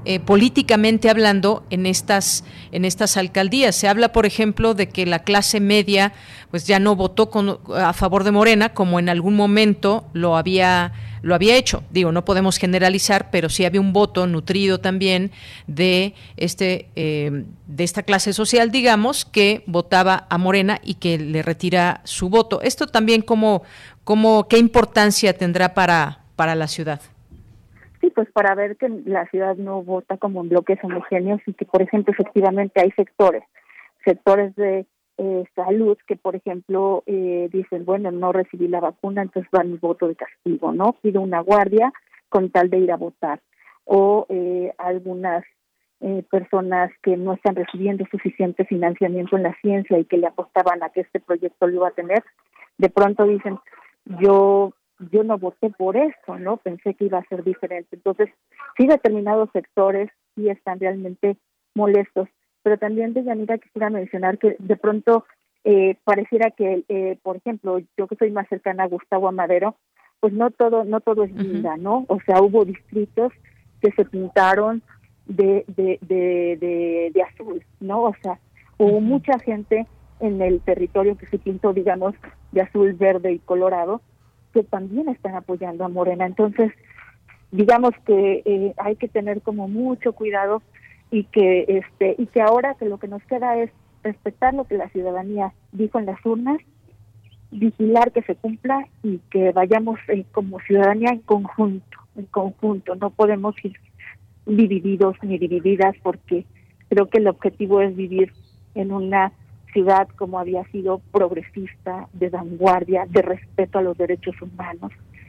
[SPEAKER 3] eh, políticamente hablando en estas en estas alcaldías. Se habla, por ejemplo, de que la clase media pues ya no votó con, a favor de Morena, como en algún momento lo había lo había hecho. Digo, no podemos generalizar, pero sí había un voto nutrido también de este eh, de esta clase social, digamos, que votaba a Morena y que le retira su voto. Esto también, como como qué importancia tendrá para para la ciudad.
[SPEAKER 10] Sí, pues para ver que la ciudad no vota como en bloques homogéneos y que, por ejemplo, efectivamente hay sectores, sectores de eh, salud que, por ejemplo, eh, dicen, bueno, no recibí la vacuna, entonces va mi voto de castigo, ¿no? Pido una guardia con tal de ir a votar. O eh, algunas eh, personas que no están recibiendo suficiente financiamiento en la ciencia y que le apostaban a que este proyecto lo iba a tener, de pronto dicen, yo... yo no voté por esto, ¿no? Pensé que iba a ser diferente. Entonces, sí, determinados sectores sí están realmente molestos, pero también, Deyanira, quisiera mencionar que de pronto eh, pareciera que, eh, por ejemplo, yo que soy más cercana a Gustavo Amadero, pues no todo no todo es linda, uh-huh. ¿no? O sea, hubo distritos que se pintaron de de, de, de, de azul, ¿no? O sea, hubo uh-huh. mucha gente en el territorio que se pintó, digamos, de azul, verde y colorado, que también están apoyando a Morena. Entonces, digamos que eh, hay que tener como mucho cuidado y que este y que ahora que lo que nos queda es respetar lo que la ciudadanía dijo en las urnas, vigilar que se cumpla y que vayamos eh, como ciudadanía en conjunto, en conjunto. No podemos ir divididos ni divididas, porque creo que el objetivo es vivir en una ciudad como había sido progresista, de vanguardia, de respeto a los derechos humanos,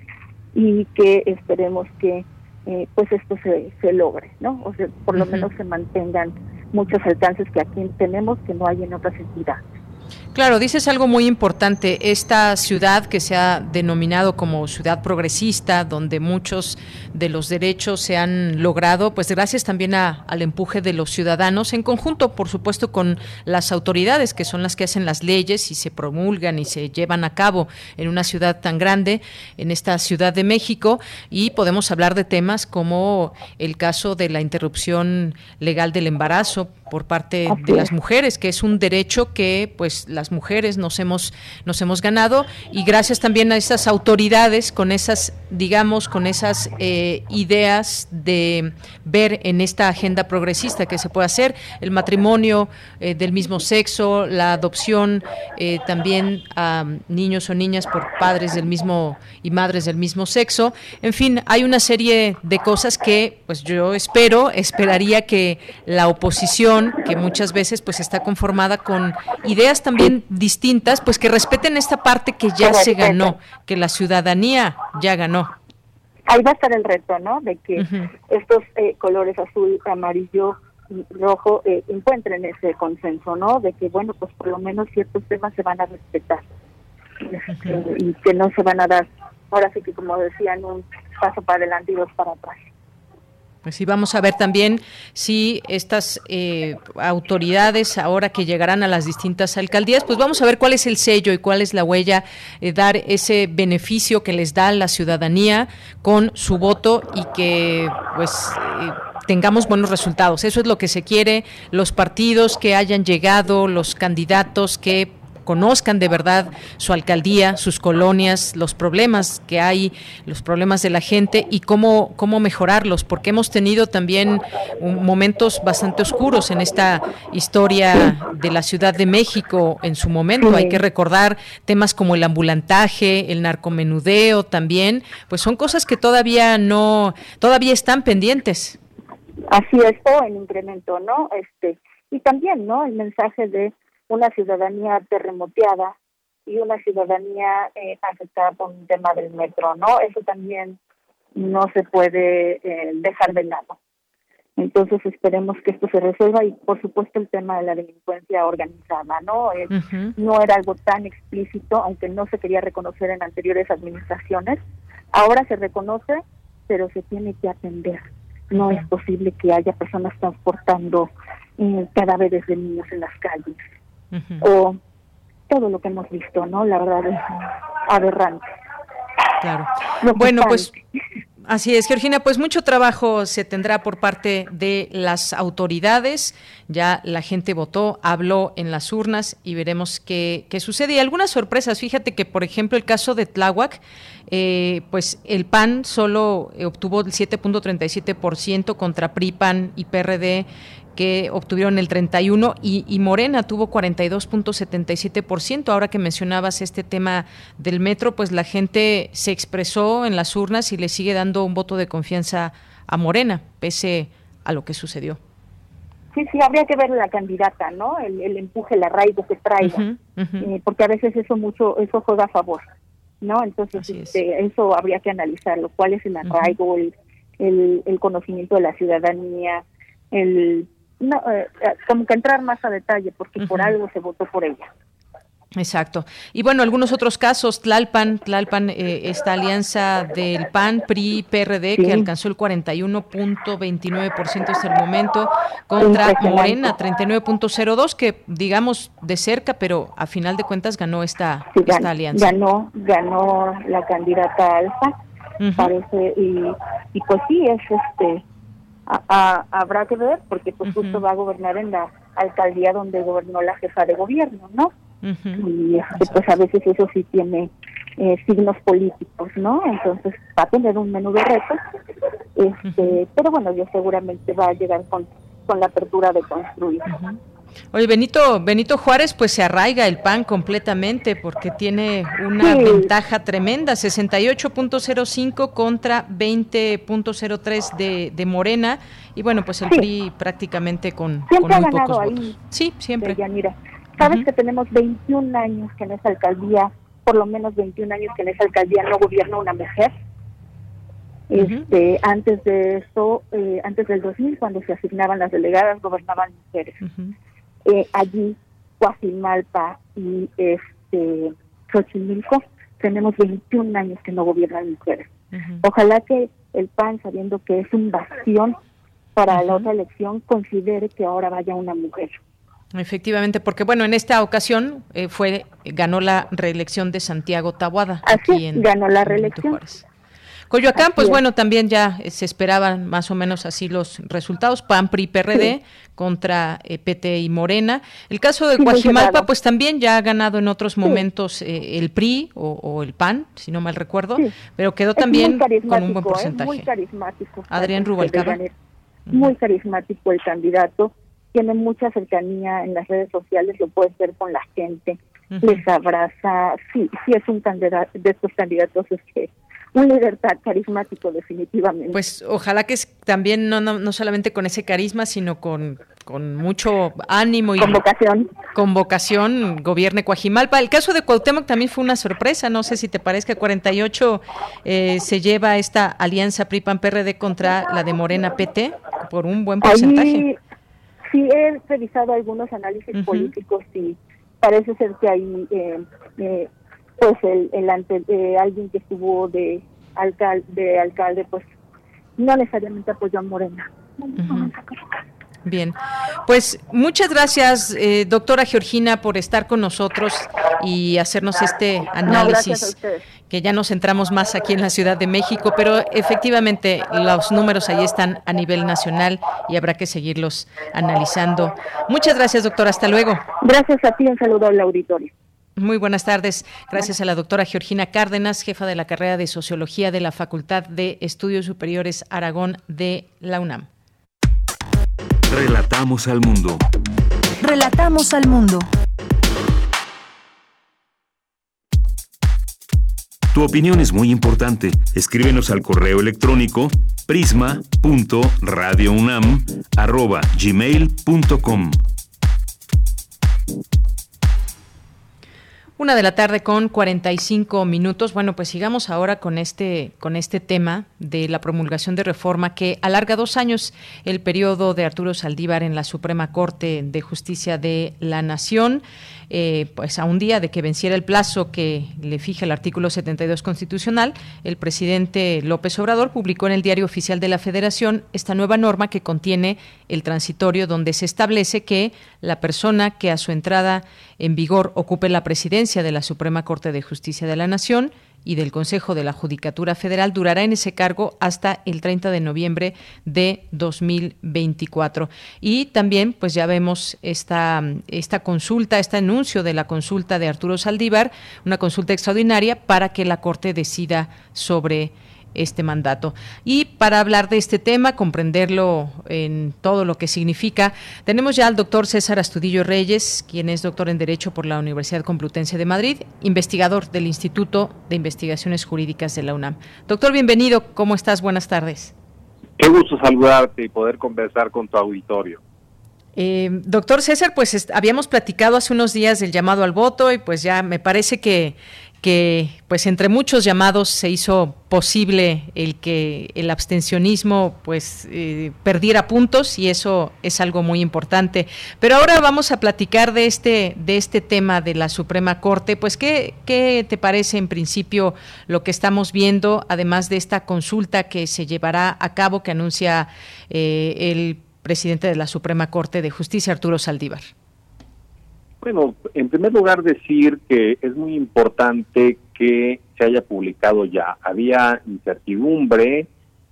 [SPEAKER 10] y que esperemos que eh, pues esto se, se logre, ¿no? O sea, por lo uh-huh. menos se mantengan muchos alcances que aquí tenemos que no hay en otras entidades.
[SPEAKER 3] Claro, dices algo muy importante, esta ciudad que se ha denominado como ciudad progresista, donde muchos de los derechos se han logrado, pues gracias también a, al empuje de los ciudadanos, en conjunto, por supuesto, con las autoridades, que son las que hacen las leyes y se promulgan y se llevan a cabo en una ciudad tan grande, en esta Ciudad de México, y podemos hablar de temas como el caso de la interrupción legal del embarazo por parte de las mujeres, que es un derecho que pues las mujeres nos hemos nos hemos ganado, y gracias también a esas autoridades con esas, digamos, con esas eh, ideas de ver en esta agenda progresista que se puede hacer el matrimonio eh, del mismo sexo, la adopción eh, también a niños o niñas por padres del mismo y madres del mismo sexo. En fin, hay una serie de cosas que pues yo espero, esperaría que la oposición, que muchas veces pues está conformada con ideas también distintas, pues que respeten esta parte que ya se ganó, que la ciudadanía ya ganó.
[SPEAKER 10] Ahí va a estar el reto, ¿no? De que uh-huh. estos eh, colores azul, amarillo y rojo eh, encuentren ese consenso, ¿no? De que, bueno, pues por lo menos ciertos temas se van a respetar uh-huh. eh, y que no se van a dar, ahora sí que como decían, un paso para adelante y dos para atrás.
[SPEAKER 3] Pues sí, vamos a ver también si estas eh, autoridades, ahora que llegarán a las distintas alcaldías, pues vamos a ver cuál es el sello y cuál es la huella, eh, dar ese beneficio que les da la ciudadanía con su voto y que pues eh, tengamos buenos resultados. Eso es lo que se quiere, los partidos que hayan llegado, los candidatos que conozcan de verdad su alcaldía, sus colonias, los problemas que hay, los problemas de la gente y cómo cómo mejorarlos, porque hemos tenido también un, momentos bastante oscuros en esta historia de la Ciudad de México en su momento. Hay que recordar temas como el ambulantaje, el narcomenudeo también, pues son cosas que todavía no, todavía están pendientes.
[SPEAKER 10] Así es, o en incremento, ¿no? Este, y también, ¿no? El mensaje de una ciudadanía terremoteada y una ciudadanía eh, afectada por un tema del metro, ¿no? Eso también no se puede eh, dejar de lado. Entonces esperemos que esto se resuelva y, por supuesto, el tema de la delincuencia organizada, ¿no? Es, uh-huh. No era algo tan explícito, aunque no se quería reconocer en anteriores administraciones. Ahora se reconoce, pero se tiene que atender. No uh-huh. es posible que haya personas transportando eh, cadáveres de niños en las calles. Uh-huh. O todo lo que hemos visto, ¿no? La verdad es aberrante.
[SPEAKER 3] Claro. Bueno, pues Así es, Georgina, pues mucho trabajo se tendrá por parte de las autoridades. Ya la gente votó, habló en las urnas y veremos qué, qué sucede. Y algunas sorpresas, fíjate que, por ejemplo, el caso de Tláhuac, eh, pues el P A N solo obtuvo el siete punto treinta y siete por ciento contra P R I, P A N y P R D, que obtuvieron el treinta y uno por ciento, y, y Morena tuvo cuarenta y dos punto setenta y siete por ciento. Ahora que mencionabas este tema del metro, pues la gente se expresó en las urnas y le sigue dando un voto de confianza a Morena, pese a lo que sucedió.
[SPEAKER 10] Sí, sí, habría que ver la candidata, ¿no? El, el empuje, el arraigo que traiga, uh-huh, uh-huh. Eh, porque a veces eso mucho, eso juega a favor, ¿no? Entonces, este, eso habría que analizarlo. ¿Cuál es el arraigo, uh-huh. el, el, el conocimiento de la ciudadanía, el No, eh, como que entrar más a detalle, porque uh-huh. por algo se votó por ella.
[SPEAKER 3] Exacto. Y bueno, algunos otros casos, Tlalpan, Tlalpan, eh, esta alianza del P A N, P R I, P R D, sí. que alcanzó el cuarenta y uno punto veintinueve por ciento hasta el momento, contra Morena, treinta y nueve punto cero dos, que digamos de cerca, pero a final de cuentas ganó esta,
[SPEAKER 10] sí,
[SPEAKER 3] esta
[SPEAKER 10] gan-
[SPEAKER 3] alianza.
[SPEAKER 10] Ganó, ganó la candidata Alfa, uh-huh. parece, y, y pues sí, es este... A, a, habrá que ver, porque pues uh-huh. justo va a gobernar en la alcaldía donde gobernó la jefa de gobierno, ¿no? Uh-huh. Y este, pues a veces eso sí tiene eh, signos políticos, ¿no? Entonces va a tener un menú de retos, este, uh-huh. pero bueno, yo seguramente va a llegar con, con la apertura de construir.
[SPEAKER 3] Uh-huh. Oye, Benito Benito Juárez pues se arraiga el P A N completamente porque tiene una sí. ventaja tremenda, sesenta y ocho punto cero cinco contra veinte punto cero tres de, de Morena, y bueno, pues el sí. P R I prácticamente con,
[SPEAKER 10] siempre
[SPEAKER 3] con muy
[SPEAKER 10] ha ganado
[SPEAKER 3] pocos
[SPEAKER 10] ahí,
[SPEAKER 3] votos. Sí, siempre.
[SPEAKER 10] Yanira. Sabes uh-huh. que tenemos veintiún años que en esa alcaldía, por lo menos veintiún años que en esa alcaldía no gobierna una mujer. Este, uh-huh. antes de eso, eh, antes del dos mil, cuando se asignaban las delegadas, gobernaban mujeres. Uh-huh. Eh, allí, Coajimalpa y este Xochimilco, tenemos veintiún años que no gobiernan mujeres. Uh-huh. Ojalá que el P A N, sabiendo que es un bastión para uh-huh. la otra elección, considere que ahora vaya una mujer.
[SPEAKER 3] Efectivamente, porque bueno, en esta ocasión eh, fue ganó la reelección de Santiago Taboada.
[SPEAKER 10] Así
[SPEAKER 3] aquí en,
[SPEAKER 10] ganó la reelección.
[SPEAKER 3] Coyoacán,
[SPEAKER 10] así
[SPEAKER 3] pues
[SPEAKER 10] es.
[SPEAKER 3] Bueno, también ya se esperaban más o menos así los resultados, P A N, P R I, P R D, sí. contra eh, P T y Morena. El caso de sí, Coajimalpa, pues también ya ha ganado en otros momentos sí. eh, el P R I o, o el P A N, si no mal recuerdo, sí. pero quedó es también con un buen porcentaje.
[SPEAKER 10] Es muy carismático.
[SPEAKER 3] Adrián Rubalcaba.
[SPEAKER 10] Muy uh-huh. carismático el candidato, tiene mucha cercanía en las redes sociales, lo puedes ver con la gente, uh-huh. les abraza, sí, sí es un candidato de estos candidatos, es que un líder carismático definitivamente.
[SPEAKER 3] Pues ojalá que es, también no, no no solamente con ese carisma, sino con, con mucho ánimo y
[SPEAKER 10] convocación.
[SPEAKER 3] Convocación gobierne Coajimalpa. El caso de Cuauhtémoc también fue una sorpresa, no sé si te parece que cuarenta y ocho eh, se lleva esta alianza P R I, P A N, P R D contra la de Morena P T por un buen porcentaje.
[SPEAKER 10] Ahí, sí, he revisado algunos análisis uh-huh. políticos y parece ser que ahí eh, eh, pues el, el ante, eh, alguien que estuvo de alcalde, de alcalde pues no necesariamente apoyó a Morena.
[SPEAKER 3] Uh-huh. Bien, pues muchas gracias, eh, doctora Georgina, por estar con nosotros y hacernos este análisis, no, que ya nos centramos más aquí en la Ciudad de México, pero efectivamente los números ahí están a nivel nacional y habrá que seguirlos analizando. Muchas gracias, doctora, hasta luego.
[SPEAKER 10] Gracias a ti, un saludo al auditorio.
[SPEAKER 3] Muy buenas tardes. Gracias a la doctora Georgina Cárdenas, jefa de la carrera de Sociología de la Facultad de Estudios Superiores Aragón de la UNAM.
[SPEAKER 2] Relatamos al mundo.
[SPEAKER 1] Relatamos al mundo.
[SPEAKER 2] Tu opinión es muy importante. Escríbenos al correo electrónico prisma punto radio unam arroba gmail punto com.
[SPEAKER 3] Una de la tarde con cuarenta y cinco minutos. Bueno, pues sigamos ahora con este con este tema de la promulgación de reforma que alarga dos años el periodo de Arturo Saldívar en la Suprema Corte de Justicia de la Nación. Eh, pues a un día de que venciera el plazo que le fija el artículo setenta y dos constitucional, el presidente López Obrador publicó en el Diario Oficial de la Federación esta nueva norma que contiene el transitorio, donde se establece que la persona que a su entrada en vigor ocupe la presidencia de la Suprema Corte de Justicia de la Nación y del Consejo de la Judicatura Federal durará en ese cargo hasta el treinta de noviembre de dos mil veinticuatro. Y también, pues ya vemos esta, esta consulta, este anuncio de la consulta de Arturo Saldívar, una consulta extraordinaria para que la Corte decida sobre este mandato. Y para hablar de este tema, comprenderlo en todo lo que significa, tenemos ya al doctor César Astudillo Reyes, quien es doctor en Derecho por la Universidad Complutense de Madrid, investigador del Instituto de Investigaciones Jurídicas de la UNAM. Doctor, bienvenido. ¿Cómo estás? Buenas tardes.
[SPEAKER 11] Qué gusto saludarte y poder conversar con tu auditorio.
[SPEAKER 3] Eh, doctor César, pues est- habíamos platicado hace unos días del llamado al voto y pues ya me parece que que pues entre muchos llamados se hizo posible el que el abstencionismo pues eh, perdiera puntos, y eso es algo muy importante. Pero ahora vamos a platicar de este de este tema de la Suprema Corte. Pues qué qué te parece en principio lo que estamos viendo, además de esta consulta que se llevará a cabo, que anuncia eh, el presidente de la Suprema Corte de Justicia, Arturo Saldívar.
[SPEAKER 11] Bueno, en primer lugar decir que es muy importante que se haya publicado ya. Había incertidumbre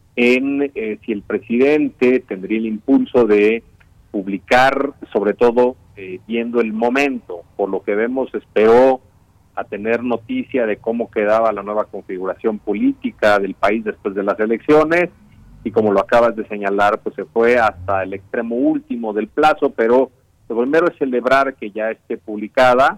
[SPEAKER 11] en eh, si el presidente tendría el impulso de publicar, sobre todo eh, viendo el momento. Por lo que vemos, esperó a tener noticia de cómo quedaba la nueva configuración política del país después de las elecciones, y como lo acabas de señalar, pues se fue hasta el extremo último del plazo, pero lo primero es celebrar que ya esté publicada,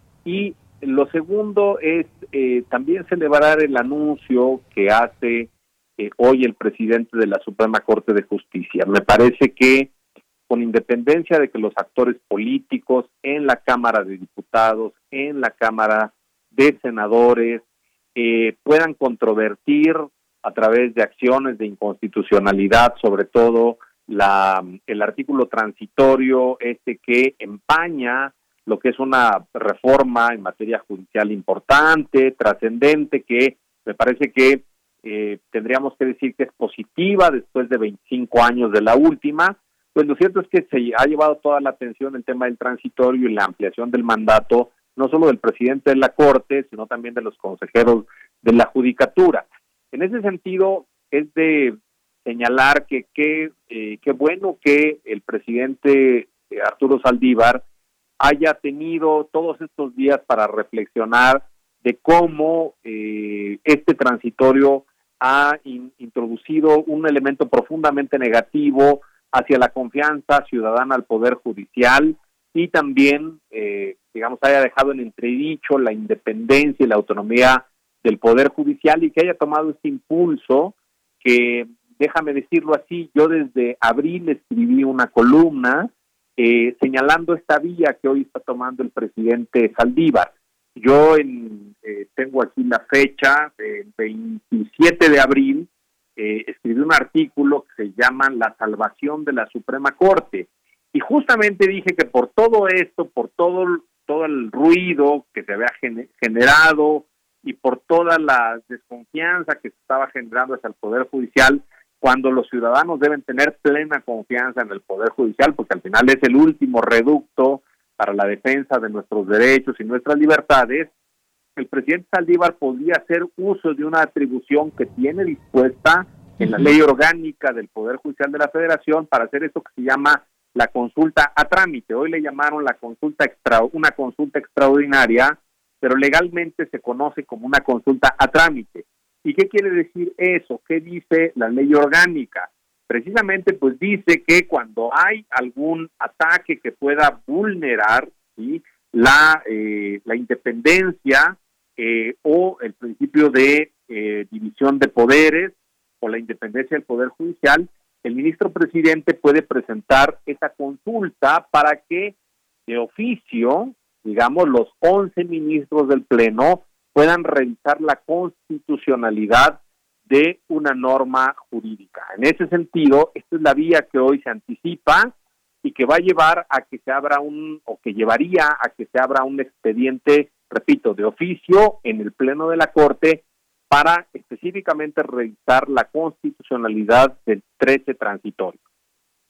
[SPEAKER 11] y lo segundo es eh, también celebrar el anuncio que hace eh, hoy el presidente de la Suprema Corte de Justicia. Me parece que, con independencia de que los actores políticos en la Cámara de Diputados, en la Cámara de Senadores, eh, puedan controvertir a través de acciones de inconstitucionalidad, sobre todo La, el artículo transitorio este que empaña lo que es una reforma en materia judicial importante, trascendente, que me parece que eh, tendríamos que decir que es positiva después de veinticinco años de la última. Pues lo cierto es que se ha llevado toda la atención el tema del transitorio y la ampliación del mandato, no solo del presidente de la Corte, sino también de los consejeros de la Judicatura. En ese sentido, es de señalar que qué eh, qué bueno que el presidente eh, Arturo Saldívar haya tenido todos estos días para reflexionar de cómo eh, este transitorio ha in, introducido un elemento profundamente negativo hacia la confianza ciudadana al Poder Judicial, y también, eh, digamos, haya dejado en entredicho la independencia y la autonomía del Poder Judicial, y que haya tomado este impulso que, déjame decirlo así, yo desde abril escribí una columna eh, señalando esta vía que hoy está tomando el presidente Saldívar. Yo en, eh, tengo aquí la fecha, el veintisiete de abril, eh, escribí un artículo que se llama La salvación de la Suprema Corte, y justamente dije que por todo esto, por todo, todo el ruido que se había gener- generado y por toda la desconfianza que se estaba generando hacia el Poder Judicial, cuando los ciudadanos deben tener plena confianza en el Poder Judicial, porque al final es el último reducto para la defensa de nuestros derechos y nuestras libertades, el presidente Saldívar podía hacer uso de una atribución que tiene dispuesta en la Ley Orgánica del Poder Judicial de la Federación para hacer eso que se llama la consulta a trámite. Hoy le llamaron la consulta extra, una consulta extraordinaria, pero legalmente se conoce como una consulta a trámite. ¿Y qué quiere decir eso? ¿Qué dice la ley orgánica? Precisamente, pues dice que cuando hay algún ataque que pueda vulnerar, ¿sí?, la eh, la independencia eh, o el principio de eh, división de poderes o la independencia del Poder Judicial, el ministro presidente puede presentar esa consulta para que de oficio, digamos, los once ministros del Pleno puedan revisar la constitucionalidad de una norma jurídica. En ese sentido, esta es la vía que hoy se anticipa y que va a llevar a que se abra un, o que llevaría a que se abra un expediente, repito, de oficio en el Pleno de la Corte para específicamente revisar la constitucionalidad del trece transitorio.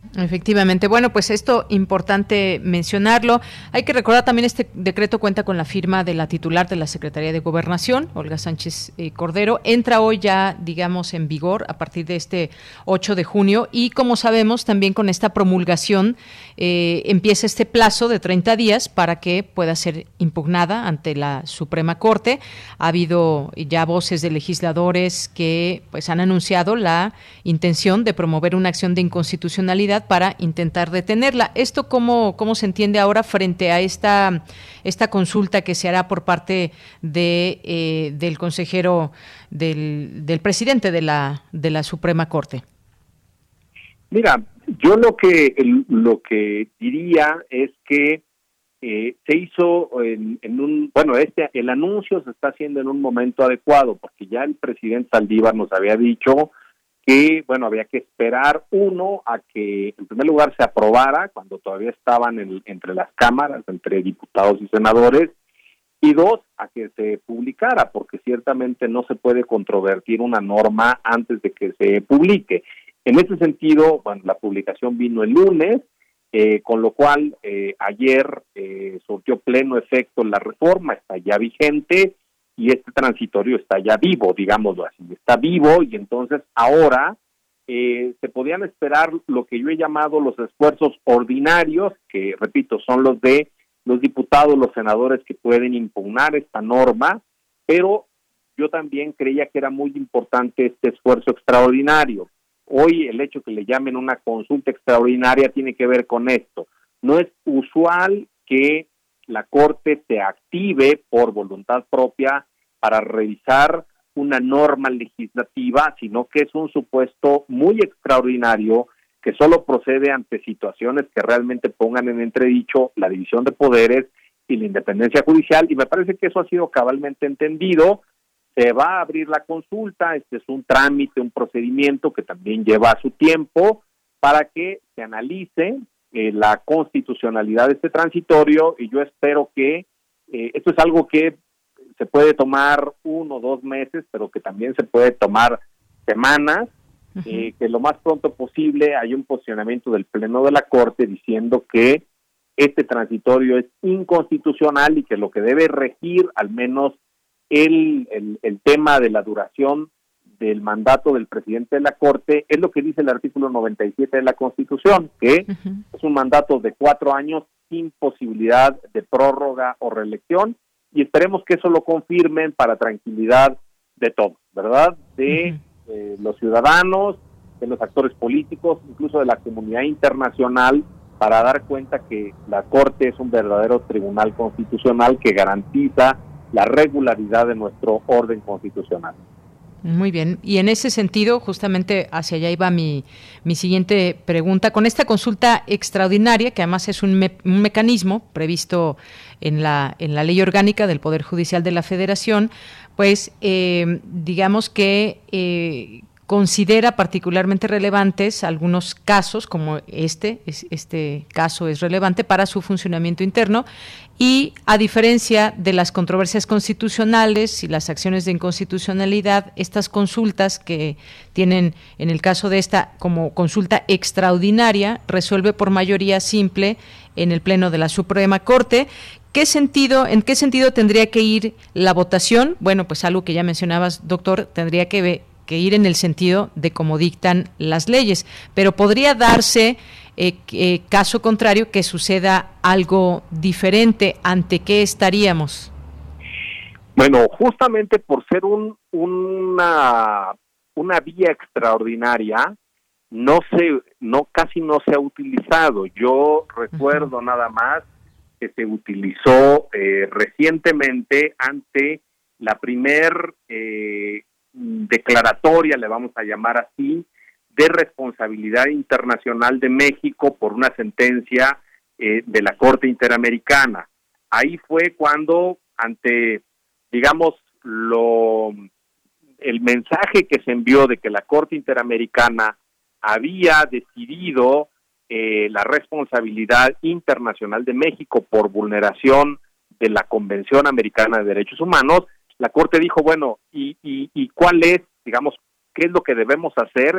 [SPEAKER 3] Efectivamente. Bueno, pues esto importante mencionarlo. Hay que recordar también este decreto cuenta con la firma de la titular de la Secretaría de Gobernación, Olga Sánchez eh, Cordero. Entra hoy ya, digamos, en vigor a partir de este ocho de junio y, como sabemos, también con esta promulgación eh, empieza este plazo de treinta días para que pueda ser impugnada ante la Suprema Corte. Ha habido ya voces de legisladores que pues han anunciado la intención de promover una acción de inconstitucionalidad para intentar detenerla. ¿Esto cómo, cómo se entiende ahora frente a esta, esta consulta que se hará por parte de eh, del consejero, del, del presidente de la, de la Suprema Corte?
[SPEAKER 11] Mira, yo lo que lo que diría es que eh, se hizo en, en un, bueno, este el anuncio se está haciendo en un momento adecuado, porque ya el presidente Saldívar nos había dicho que, bueno, había que esperar, uno, a que en primer lugar se aprobara, cuando todavía estaban en, entre las cámaras, entre diputados y senadores, y dos, a que se publicara, porque ciertamente no se puede controvertir una norma antes de que se publique. En ese sentido, bueno, la publicación vino el lunes, eh, con lo cual eh, ayer eh, surtió pleno efecto la reforma, está ya vigente, y este transitorio está ya vivo, digámoslo así, está vivo, y entonces ahora eh, se podían esperar lo que yo he llamado los esfuerzos ordinarios, que repito, son los de los diputados, los senadores que pueden impugnar esta norma, pero yo también creía que era muy importante este esfuerzo extraordinario. Hoy el hecho que le llamen una consulta extraordinaria tiene que ver con esto. No es usual que la Corte se active por voluntad propia para revisar una norma legislativa, sino que es un supuesto muy extraordinario que solo procede ante situaciones que realmente pongan en entredicho la división de poderes y la independencia judicial, y me parece que eso ha sido cabalmente entendido. Se va a abrir la consulta, este es un trámite, un procedimiento que también lleva su tiempo para que se analice Eh, la constitucionalidad de este transitorio, y yo espero que eh, esto es algo que se puede tomar uno o dos meses, pero que también se puede tomar semanas, uh-huh. eh, que lo más pronto posible hay un posicionamiento del Pleno de la Corte diciendo que este transitorio es inconstitucional y que lo que debe regir al menos el, el, el tema de la duración del mandato del presidente de la Corte es lo que dice el artículo noventa y siete de la Constitución, que uh-huh. es un mandato de cuatro años sin posibilidad de prórroga o reelección, y esperemos que eso lo confirmen para tranquilidad de todos, ¿verdad? De uh-huh. eh, los ciudadanos, de los actores políticos, incluso de la comunidad internacional, para dar cuenta que la Corte es un verdadero tribunal constitucional que garantiza la regularidad de nuestro orden constitucional.
[SPEAKER 3] Muy bien, y en ese sentido, justamente hacia allá iba mi, mi siguiente pregunta. Con esta consulta extraordinaria, que además es un, me, un mecanismo previsto en la, en la Ley Orgánica del Poder Judicial de la Federación, pues eh, digamos que eh, considera particularmente relevantes algunos casos, como este, este caso es relevante para su funcionamiento interno, y a diferencia de las controversias constitucionales y las acciones de inconstitucionalidad, estas consultas que tienen, en el caso de esta, como consulta extraordinaria, resuelve por mayoría simple en el Pleno de la Suprema Corte. ¿Qué sentido, en qué sentido tendría que ir la votación? Bueno, pues algo que ya mencionabas, doctor, tendría que ver que ir en el sentido de cómo dictan las leyes, pero podría darse, eh, eh, caso contrario, que suceda algo diferente. ¿Ante qué estaríamos?
[SPEAKER 11] Bueno, justamente por ser un una una vía extraordinaria, no se no casi no se ha utilizado. Yo recuerdo uh-huh. nada más que se utilizó eh, recientemente ante la primer eh, declaratoria, le vamos a llamar así, de responsabilidad internacional de México por una sentencia eh, de la Corte Interamericana. Ahí fue cuando, ante, digamos, lo el mensaje que se envió de que la Corte Interamericana había decidido eh, la responsabilidad internacional de México por vulneración de la Convención Americana de Derechos Humanos, la Corte dijo, bueno, ¿y, y, y cuál es, digamos, qué es lo que debemos hacer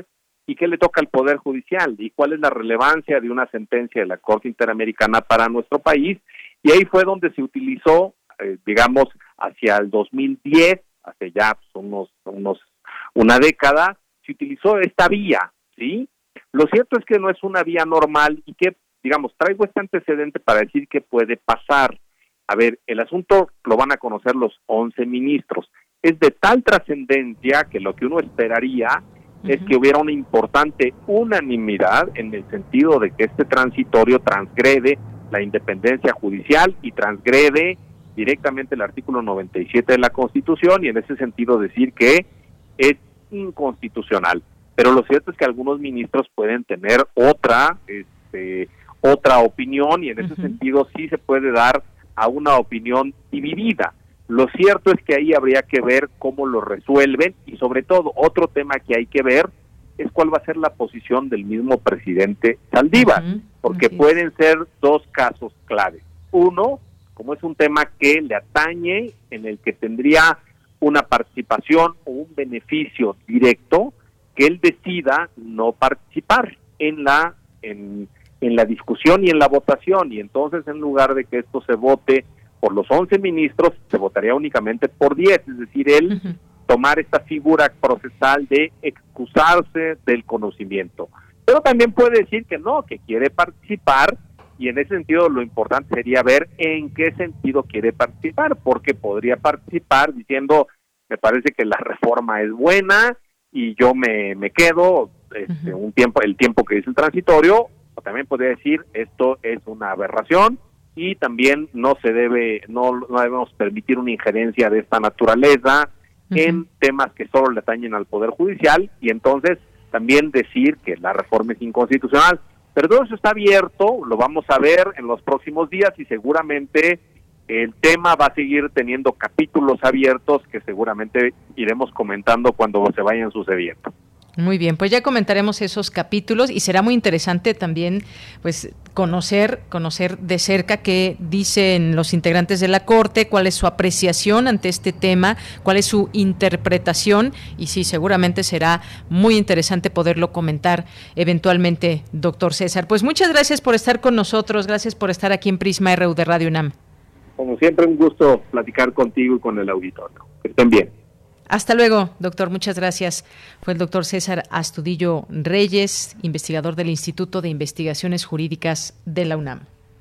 [SPEAKER 11] ¿Y qué le toca al Poder Judicial? ¿Y cuál es la relevancia de una sentencia de la Corte Interamericana para nuestro país? Y ahí fue donde se utilizó, eh, digamos, hacia el dos mil diez, hace ya pues, unos, unos, una década, se utilizó esta vía, ¿sí? Lo cierto es que no es una vía normal y que, digamos, traigo este antecedente para decir que puede pasar. A ver, el asunto lo van a conocer los once ministros. Es de tal trascendencia que lo que uno esperaría uh-huh. es que hubiera una importante unanimidad en el sentido de que este transitorio transgrede la independencia judicial y transgrede directamente el artículo noventa y siete de la Constitución, y en ese sentido decir que es inconstitucional. Pero lo cierto es que algunos ministros pueden tener otra este, otra opinión, y en ese uh-huh. sentido sí se puede dar a una opinión dividida. Lo cierto es que ahí habría que ver cómo lo resuelven, y sobre todo otro tema que hay que ver es cuál va a ser la posición del mismo presidente Saldívar, uh-huh. porque okay. pueden ser dos casos claves. Uno, como es un tema que le atañe, en el que tendría una participación o un beneficio directo, que él decida no participar en la en, en la discusión y en la votación, y entonces en lugar de que esto se vote por los once ministros, se votaría únicamente por diez, es decir, él uh-huh. tomar esta figura procesal de excusarse del conocimiento. Pero también puede decir que no, que quiere participar, y en ese sentido lo importante sería ver en qué sentido quiere participar, porque podría participar diciendo, me parece que la reforma es buena y yo me, me quedo este, uh-huh. un tiempo, el tiempo que dice el transitorio, o también podría decir, esto es una aberración y también no se debe, no, no debemos permitir una injerencia de esta naturaleza uh-huh. en temas que solo le atañen al Poder Judicial, y entonces también decir que la reforma es inconstitucional. Pero todo eso está abierto, lo vamos a ver en los próximos días, y seguramente el tema va a seguir teniendo capítulos abiertos que seguramente iremos comentando cuando se vayan sucediendo.
[SPEAKER 3] Muy bien, pues ya comentaremos esos capítulos, y será muy interesante también pues conocer conocer de cerca qué dicen los integrantes de la Corte, cuál es su apreciación ante este tema, cuál es su interpretación, y sí, seguramente será muy interesante poderlo comentar eventualmente, doctor César. Pues muchas gracias por estar con nosotros, gracias por estar aquí en Prisma R U de Radio UNAM.
[SPEAKER 11] Como siempre, un gusto platicar contigo y con el auditorio. Que estén bien.
[SPEAKER 3] Hasta luego, doctor. Muchas gracias. Fue el doctor César Astudillo Reyes, investigador del Instituto de Investigaciones Jurídicas de la UNAM.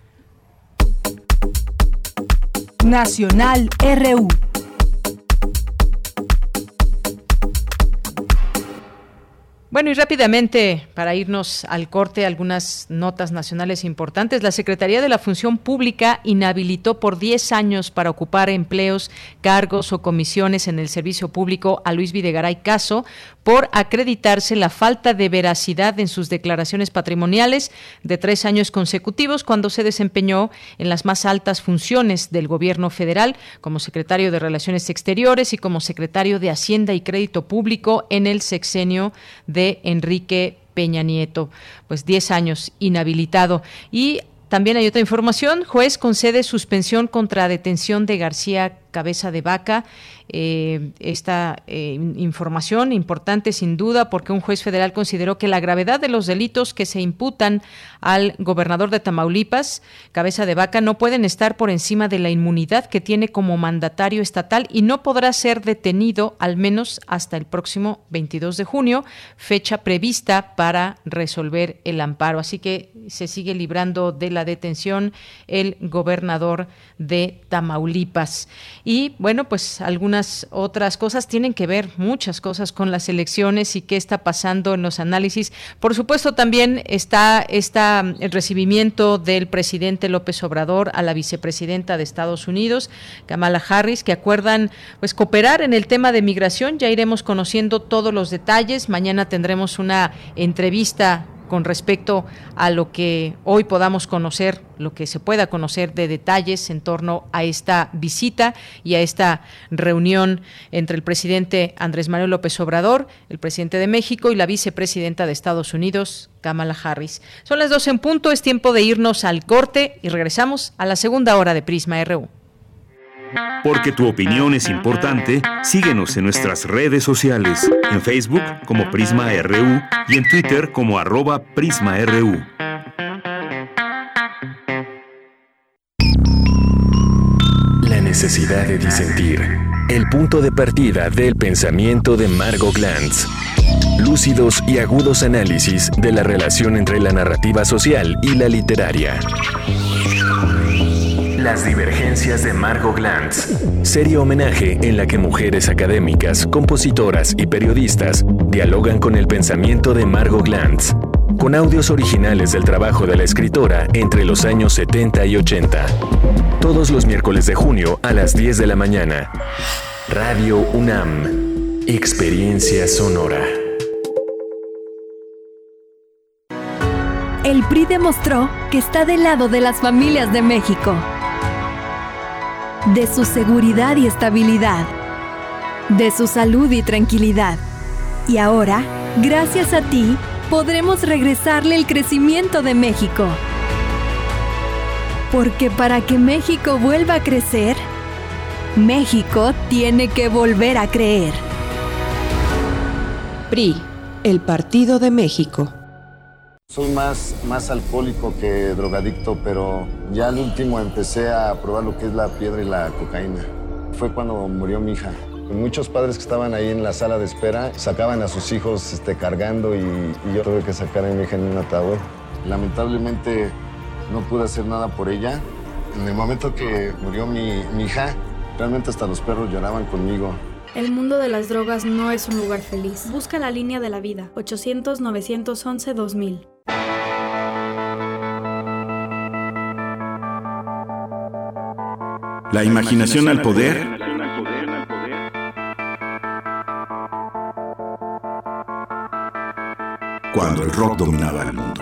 [SPEAKER 1] Nacional R U.
[SPEAKER 3] Bueno, y rápidamente, para irnos al corte, algunas notas nacionales importantes. La Secretaría de la Función Pública inhabilitó por diez años para ocupar empleos, cargos o comisiones en el servicio público a Luis Videgaray Caso por acreditarse la falta de veracidad en sus declaraciones patrimoniales de tres años consecutivos cuando se desempeñó en las más altas funciones del gobierno federal, como secretario de Relaciones Exteriores y como secretario de Hacienda y Crédito Público en el sexenio de Enrique Peña Nieto. Pues diez años inhabilitado. Y también hay otra información: juez concede suspensión contra detención de García Cabeza de Vaca. Eh, esta eh, información importante sin duda, porque un juez federal consideró que la gravedad de los delitos que se imputan al gobernador de Tamaulipas, Cabeza de Vaca, no pueden estar por encima de la inmunidad que tiene como mandatario estatal y no podrá ser detenido al menos hasta el próximo veintidós de junio, fecha prevista para resolver el amparo. Así que se sigue librando de la detención el gobernador de Tamaulipas. Y bueno, pues algunas otras cosas tienen que ver, muchas cosas, con las elecciones y qué está pasando en los análisis. Por supuesto, también está, está el recibimiento del presidente López Obrador a la vicepresidenta de Estados Unidos, Kamala Harris, que acuerdan pues cooperar en el tema de migración. Ya iremos conociendo todos los detalles. Mañana tendremos una entrevista con respecto a lo que hoy podamos conocer, lo que se pueda conocer de detalles en torno a esta visita y a esta reunión entre el presidente Andrés Manuel López Obrador, el presidente de México, y la vicepresidenta de Estados Unidos, Kamala Harris. Son las doce en punto, es tiempo de irnos al corte y regresamos a la segunda hora de Prisma R U.
[SPEAKER 2] Porque tu opinión es importante, síguenos en nuestras redes sociales, en Facebook como Prisma R U y en Twitter como arroba Prisma R U.
[SPEAKER 12] La necesidad de disentir. El punto de partida del pensamiento de Margot Glantz. Lúcidos y agudos análisis de la relación entre la narrativa social y la literaria. Las divergencias de Margot Glantz. Serie homenaje en la que mujeres académicas, compositoras y periodistas dialogan con el pensamiento de Margot Glantz, con audios originales del trabajo de la escritora entre los años setenta y ochenta. Todos los miércoles de junio a las diez de la mañana. Radio UNAM. Experiencia sonora.
[SPEAKER 13] El P R I demostró que está del lado de las familias de México, de su seguridad y estabilidad, de su salud y tranquilidad. Y ahora, gracias a ti, podremos regresarle el crecimiento de México. Porque para que México vuelva a crecer, México tiene que volver a creer.
[SPEAKER 14] P R I, el Partido de México.
[SPEAKER 15] Soy más, más alcohólico que drogadicto, pero ya al último empecé a probar lo que es la piedra y la cocaína. Fue cuando murió mi hija. Muchos padres que estaban ahí en la sala de espera sacaban a sus hijos este, cargando y, y yo tuve que sacar a mi hija en un ataúd. Lamentablemente no pude hacer nada por ella. En el momento que murió mi, mi hija, realmente hasta los perros lloraban conmigo.
[SPEAKER 16] El mundo de las drogas no es un lugar feliz. Busca la línea de la vida, ochocientos, novecientos once, dos mil.
[SPEAKER 17] La imaginación al poder. Cuando el rock dominaba el mundo.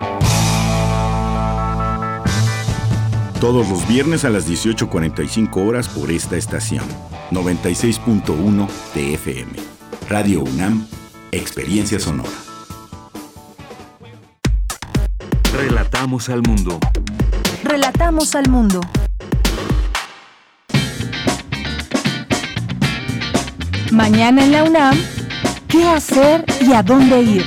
[SPEAKER 17] Todos los viernes a las dieciocho cuarenta y cinco horas por esta estación. noventa y seis punto uno de F M. Radio UNAM, Experiencia Sonora.
[SPEAKER 2] Relatamos al mundo.
[SPEAKER 1] Relatamos al mundo. Mañana en la UNAM, ¿qué hacer y a dónde ir?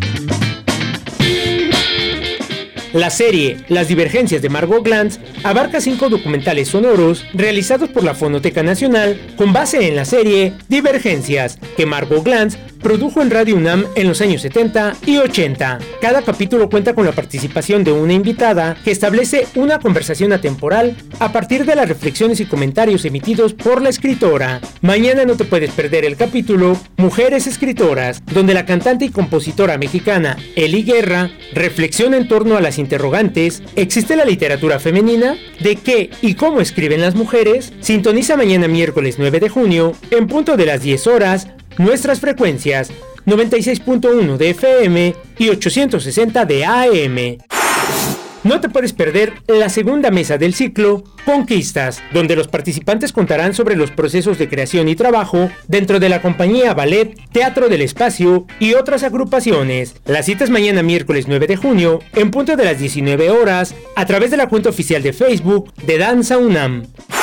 [SPEAKER 4] La serie Las divergencias de Margot Glantz abarca cinco documentales sonoros realizados por la Fonoteca Nacional con base en la serie Divergencias, que Margot Glantz produjo en Radio UNAM en los años setenta y ochenta. Cada capítulo cuenta con la participación de una invitada que establece una conversación atemporal a partir de las reflexiones y comentarios emitidos por la escritora. Mañana no te puedes perder el capítulo Mujeres Escritoras, donde la cantante y compositora mexicana Eli Guerra reflexiona en torno a las interrogantes: ¿existe la literatura femenina? ¿De qué y cómo escriben las mujeres? Sintoniza mañana miércoles nueve de junio, en punto de las diez horas, nuestras frecuencias noventa y seis punto uno de F M y ochocientos sesenta de A M. No te puedes perder la segunda mesa del ciclo Conquistas, donde los participantes contarán sobre los procesos de creación y trabajo dentro de la compañía Ballet, Teatro del Espacio y otras agrupaciones. La cita es mañana miércoles nueve de junio, en punto de las diecinueve horas, a través de la cuenta oficial de Facebook de Danza UNAM.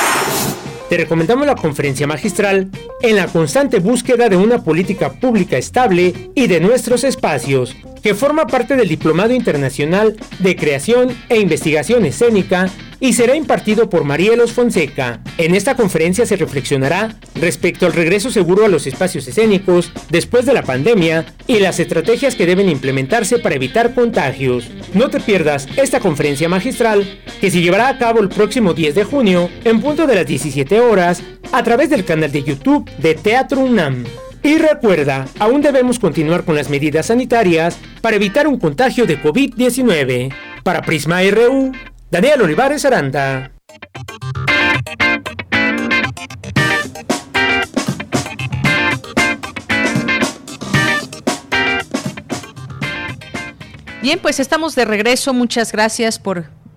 [SPEAKER 4] Te recomendamos la conferencia magistral En la constante búsqueda de una política pública estable y de nuestros espacios, que forma parte del Diplomado Internacional de Creación e Investigación Escénica y será impartido por Marielos Fonseca. En esta conferencia se reflexionará respecto al regreso seguro a los espacios escénicos después de la pandemia y las estrategias que deben implementarse para evitar contagios. No te pierdas esta conferencia magistral, que se llevará a cabo el próximo diez de junio en punto de las diecisiete horas a través del canal de YouTube de Teatro UNAM. Y recuerda, aún debemos continuar con las medidas sanitarias para evitar un contagio de COVID diecinueve. Para Prisma R U, Daniel Olivares Aranda.
[SPEAKER 3] Bien, pues estamos de regreso. Muchas gracias por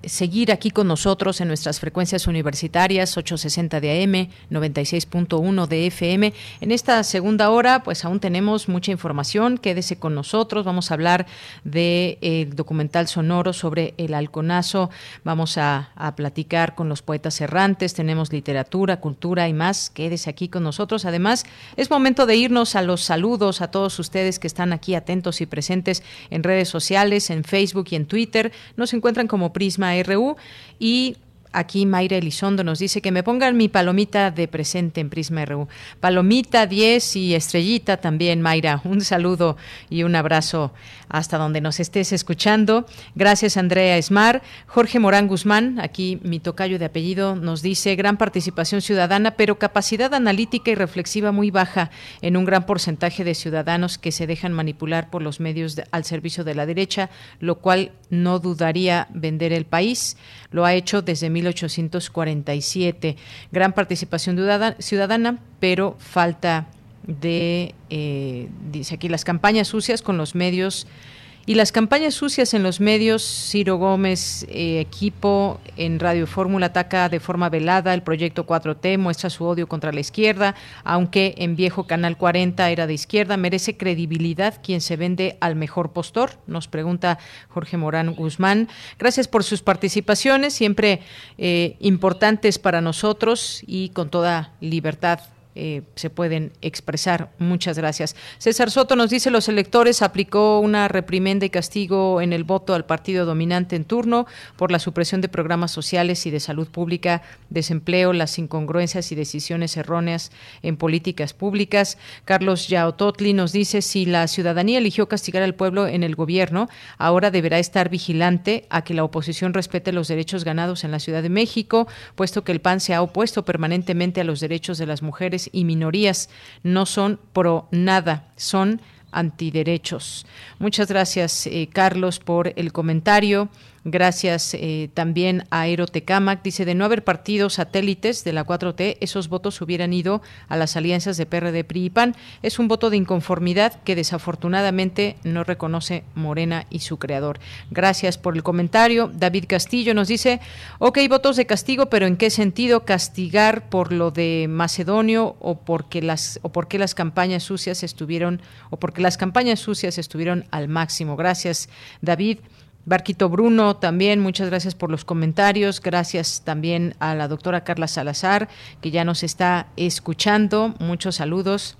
[SPEAKER 3] seguir aquí con nosotros en nuestras frecuencias universitarias ochocientos sesenta de A M, noventa y seis punto uno de F M. En esta segunda hora, pues aún tenemos mucha información. Quédese con nosotros. Vamos a hablar del de documental sonoro sobre el halconazo. Vamos a, a platicar con los poetas errantes. Tenemos literatura, cultura y más. Quédese aquí con nosotros. Además, es momento de irnos a los saludos a todos ustedes que están aquí atentos y presentes en redes sociales, en Facebook y en Twitter. Nos encuentran como Prisma R U y aquí Mayra Elizondo nos dice que me pongan mi palomita de presente en Prisma R U. Palomita, diez y estrellita también, Mayra. Un saludo y un abrazo hasta donde nos estés escuchando. Gracias, Andrea Esmar. Jorge Morán Guzmán, aquí mi tocayo de apellido, nos dice gran participación ciudadana, pero capacidad analítica y reflexiva muy baja en un gran porcentaje de ciudadanos que se dejan manipular por los medios de, al servicio de la derecha, lo cual no dudaría vender el país. Lo ha hecho desde mil ochocientos cuarenta y siete. Gran participación ciudadana, pero falta de, eh, dice aquí, las campañas sucias con los medios y las campañas sucias en los medios. Ciro Gómez, eh, equipo en Radio Fórmula, ataca de forma velada el proyecto cuatro T, muestra su odio contra la izquierda, aunque en viejo Canal cuarenta era de izquierda. ¿Merece credibilidad quien se vende al mejor postor?, nos pregunta Jorge Morán Guzmán. Gracias por sus participaciones, siempre eh, importantes para nosotros y con toda libertad Eh, se pueden expresar. Muchas gracias. César Soto nos dice, los electores aplicó una reprimenda y castigo en el voto al partido dominante en turno por la supresión de programas sociales y de salud pública, desempleo, las incongruencias y decisiones erróneas en políticas públicas. Carlos Yaototli nos dice, si la ciudadanía eligió castigar al pueblo en el gobierno, ahora deberá estar vigilante a que la oposición respete los derechos ganados en la Ciudad de México, puesto que el P A N se ha opuesto permanentemente a los derechos de las mujeres y minorías. No son pro nada, son antiderechos. Muchas gracias, eh, Carlos, por el comentario. Gracias eh, también a Aerotecamac. Dice, de no haber partidos satélites de la cuatro T, esos votos hubieran ido a las alianzas de P R D, P R I y P A N. Es un voto de inconformidad que desafortunadamente no reconoce Morena y su creador. Gracias por el comentario. David Castillo nos dice, ok, votos de castigo, pero ¿en qué sentido? ¿Castigar por lo de Macedonio o porque las o porque las campañas sucias estuvieron o porque las campañas sucias estuvieron al máximo? Gracias, David. Barquito Bruno, también muchas gracias por los comentarios. Gracias también a la doctora Carla Salazar, que ya nos está escuchando. Muchos saludos.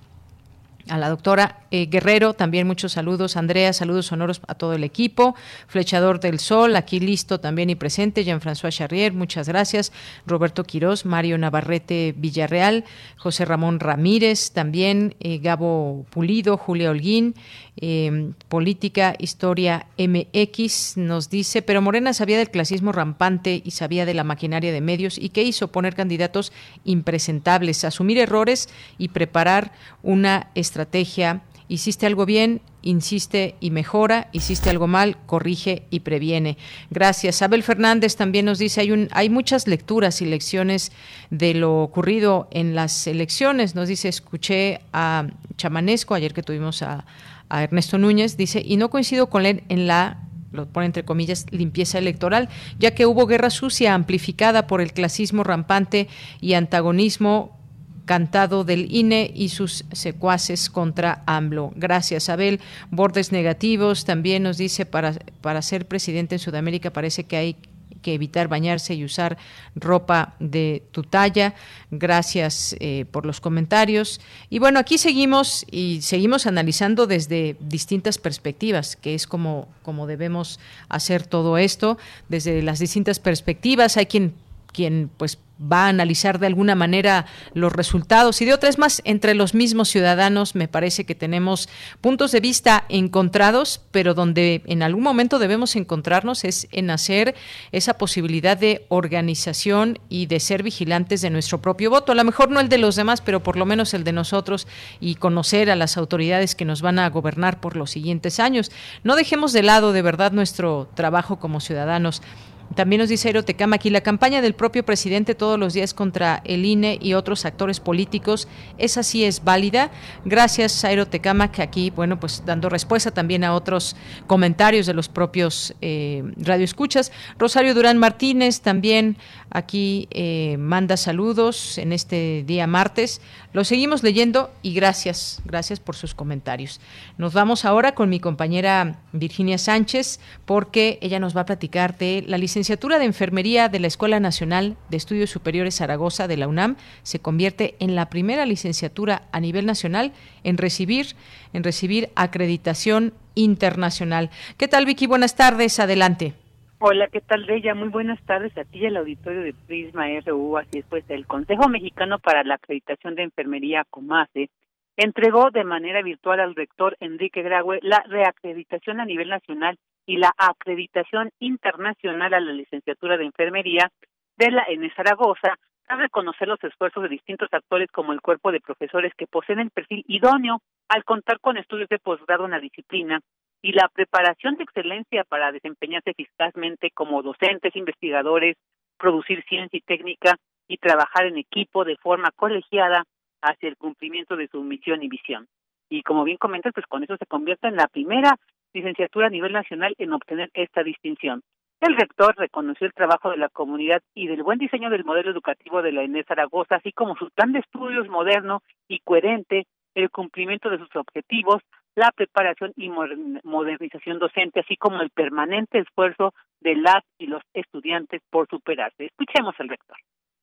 [SPEAKER 3] A la doctora eh, Guerrero, también muchos saludos. Andrea, saludos sonoros a todo el equipo. Flechador del Sol, aquí listo también y presente. Jean-François Charrier, muchas gracias. Roberto Quirós, Mario Navarrete Villarreal, José Ramón Ramírez, también eh, Gabo Pulido, Julia Holguín. Eh, Política, Historia M X nos dice, pero Morena sabía del clasismo rampante y sabía de la maquinaria de medios. ¿Y qué hizo? Poner candidatos impresentables, asumir errores y preparar una estrategia. Hiciste algo bien, insiste y mejora. Hiciste algo mal, corrige y previene. Gracias. Abel Fernández también nos dice, hay, un, hay muchas lecturas y lecciones de lo ocurrido en las elecciones. Nos dice, escuché a Chamanesco ayer que tuvimos a a Ernesto Núñez, dice, y no coincido con él en la, lo pone entre comillas, limpieza electoral, ya que hubo guerra sucia amplificada por el clasismo rampante y antagonismo cantado del I N E y sus secuaces contra AMLO. Gracias, Abel. Bordes negativos también nos dice, para, para ser presidente en Sudamérica parece que hay que evitar bañarse y usar ropa de tu talla. Gracias eh, por los comentarios. Y bueno, aquí seguimos y seguimos analizando desde distintas perspectivas, que es como, como debemos hacer todo esto, desde las distintas perspectivas. Hay quien, quien pues va a analizar de alguna manera los resultados y de otras más. Entre los mismos ciudadanos me parece que tenemos puntos de vista encontrados, pero donde en algún momento debemos encontrarnos es en hacer esa posibilidad de organización y de ser vigilantes de nuestro propio voto, a lo mejor no el de los demás, pero por lo menos el de nosotros, y conocer a las autoridades que nos van a gobernar por los siguientes años. No dejemos de lado de verdad nuestro trabajo como ciudadanos. También nos dice Airo Tecama aquí, la campaña del propio presidente todos los días contra el I N E y otros actores políticos, esa sí es válida. Gracias, Airo Tecama, que aquí, bueno, pues dando respuesta también a otros comentarios de los propios eh, radioescuchas. Rosario Durán Martínez también aquí eh, manda saludos en este día martes. Lo seguimos leyendo y gracias, gracias por sus comentarios. Nos vamos ahora con mi compañera Virginia Sánchez, porque ella nos va a platicar de la licenciatura de Enfermería de la Escuela Nacional de Estudios Superiores Zaragoza de la UNAM. Se convierte en la primera licenciatura a nivel nacional en recibir, en recibir acreditación internacional. ¿Qué tal, Vicky? Buenas tardes, adelante.
[SPEAKER 18] Hola, ¿qué tal, Bella? Muy buenas tardes a ti y al auditorio de Prisma R U. Así es, pues el Consejo Mexicano para la Acreditación de Enfermería, COMACE, entregó de manera virtual al rector Enrique Graue la reacreditación a nivel nacional y la acreditación internacional a la licenciatura de Enfermería de la E N E Zaragoza, a reconocer los esfuerzos de distintos actores como el cuerpo de profesores que poseen el perfil idóneo al contar con estudios de posgrado en la disciplina y la preparación de excelencia para desempeñarse eficazmente como docentes, investigadores, producir ciencia y técnica y trabajar en equipo de forma colegiada hacia el cumplimiento de su misión y visión. Y como bien comentas, pues con eso se convierte en la primera licenciatura a nivel nacional en obtener esta distinción. El rector reconoció el trabajo de la comunidad y del buen diseño del modelo educativo de la E N E Zaragoza, así como su plan de estudios moderno y coherente, el cumplimiento de sus objetivos, la preparación y modernización docente, así como el permanente esfuerzo de las y los estudiantes por superarse. Escuchemos al rector.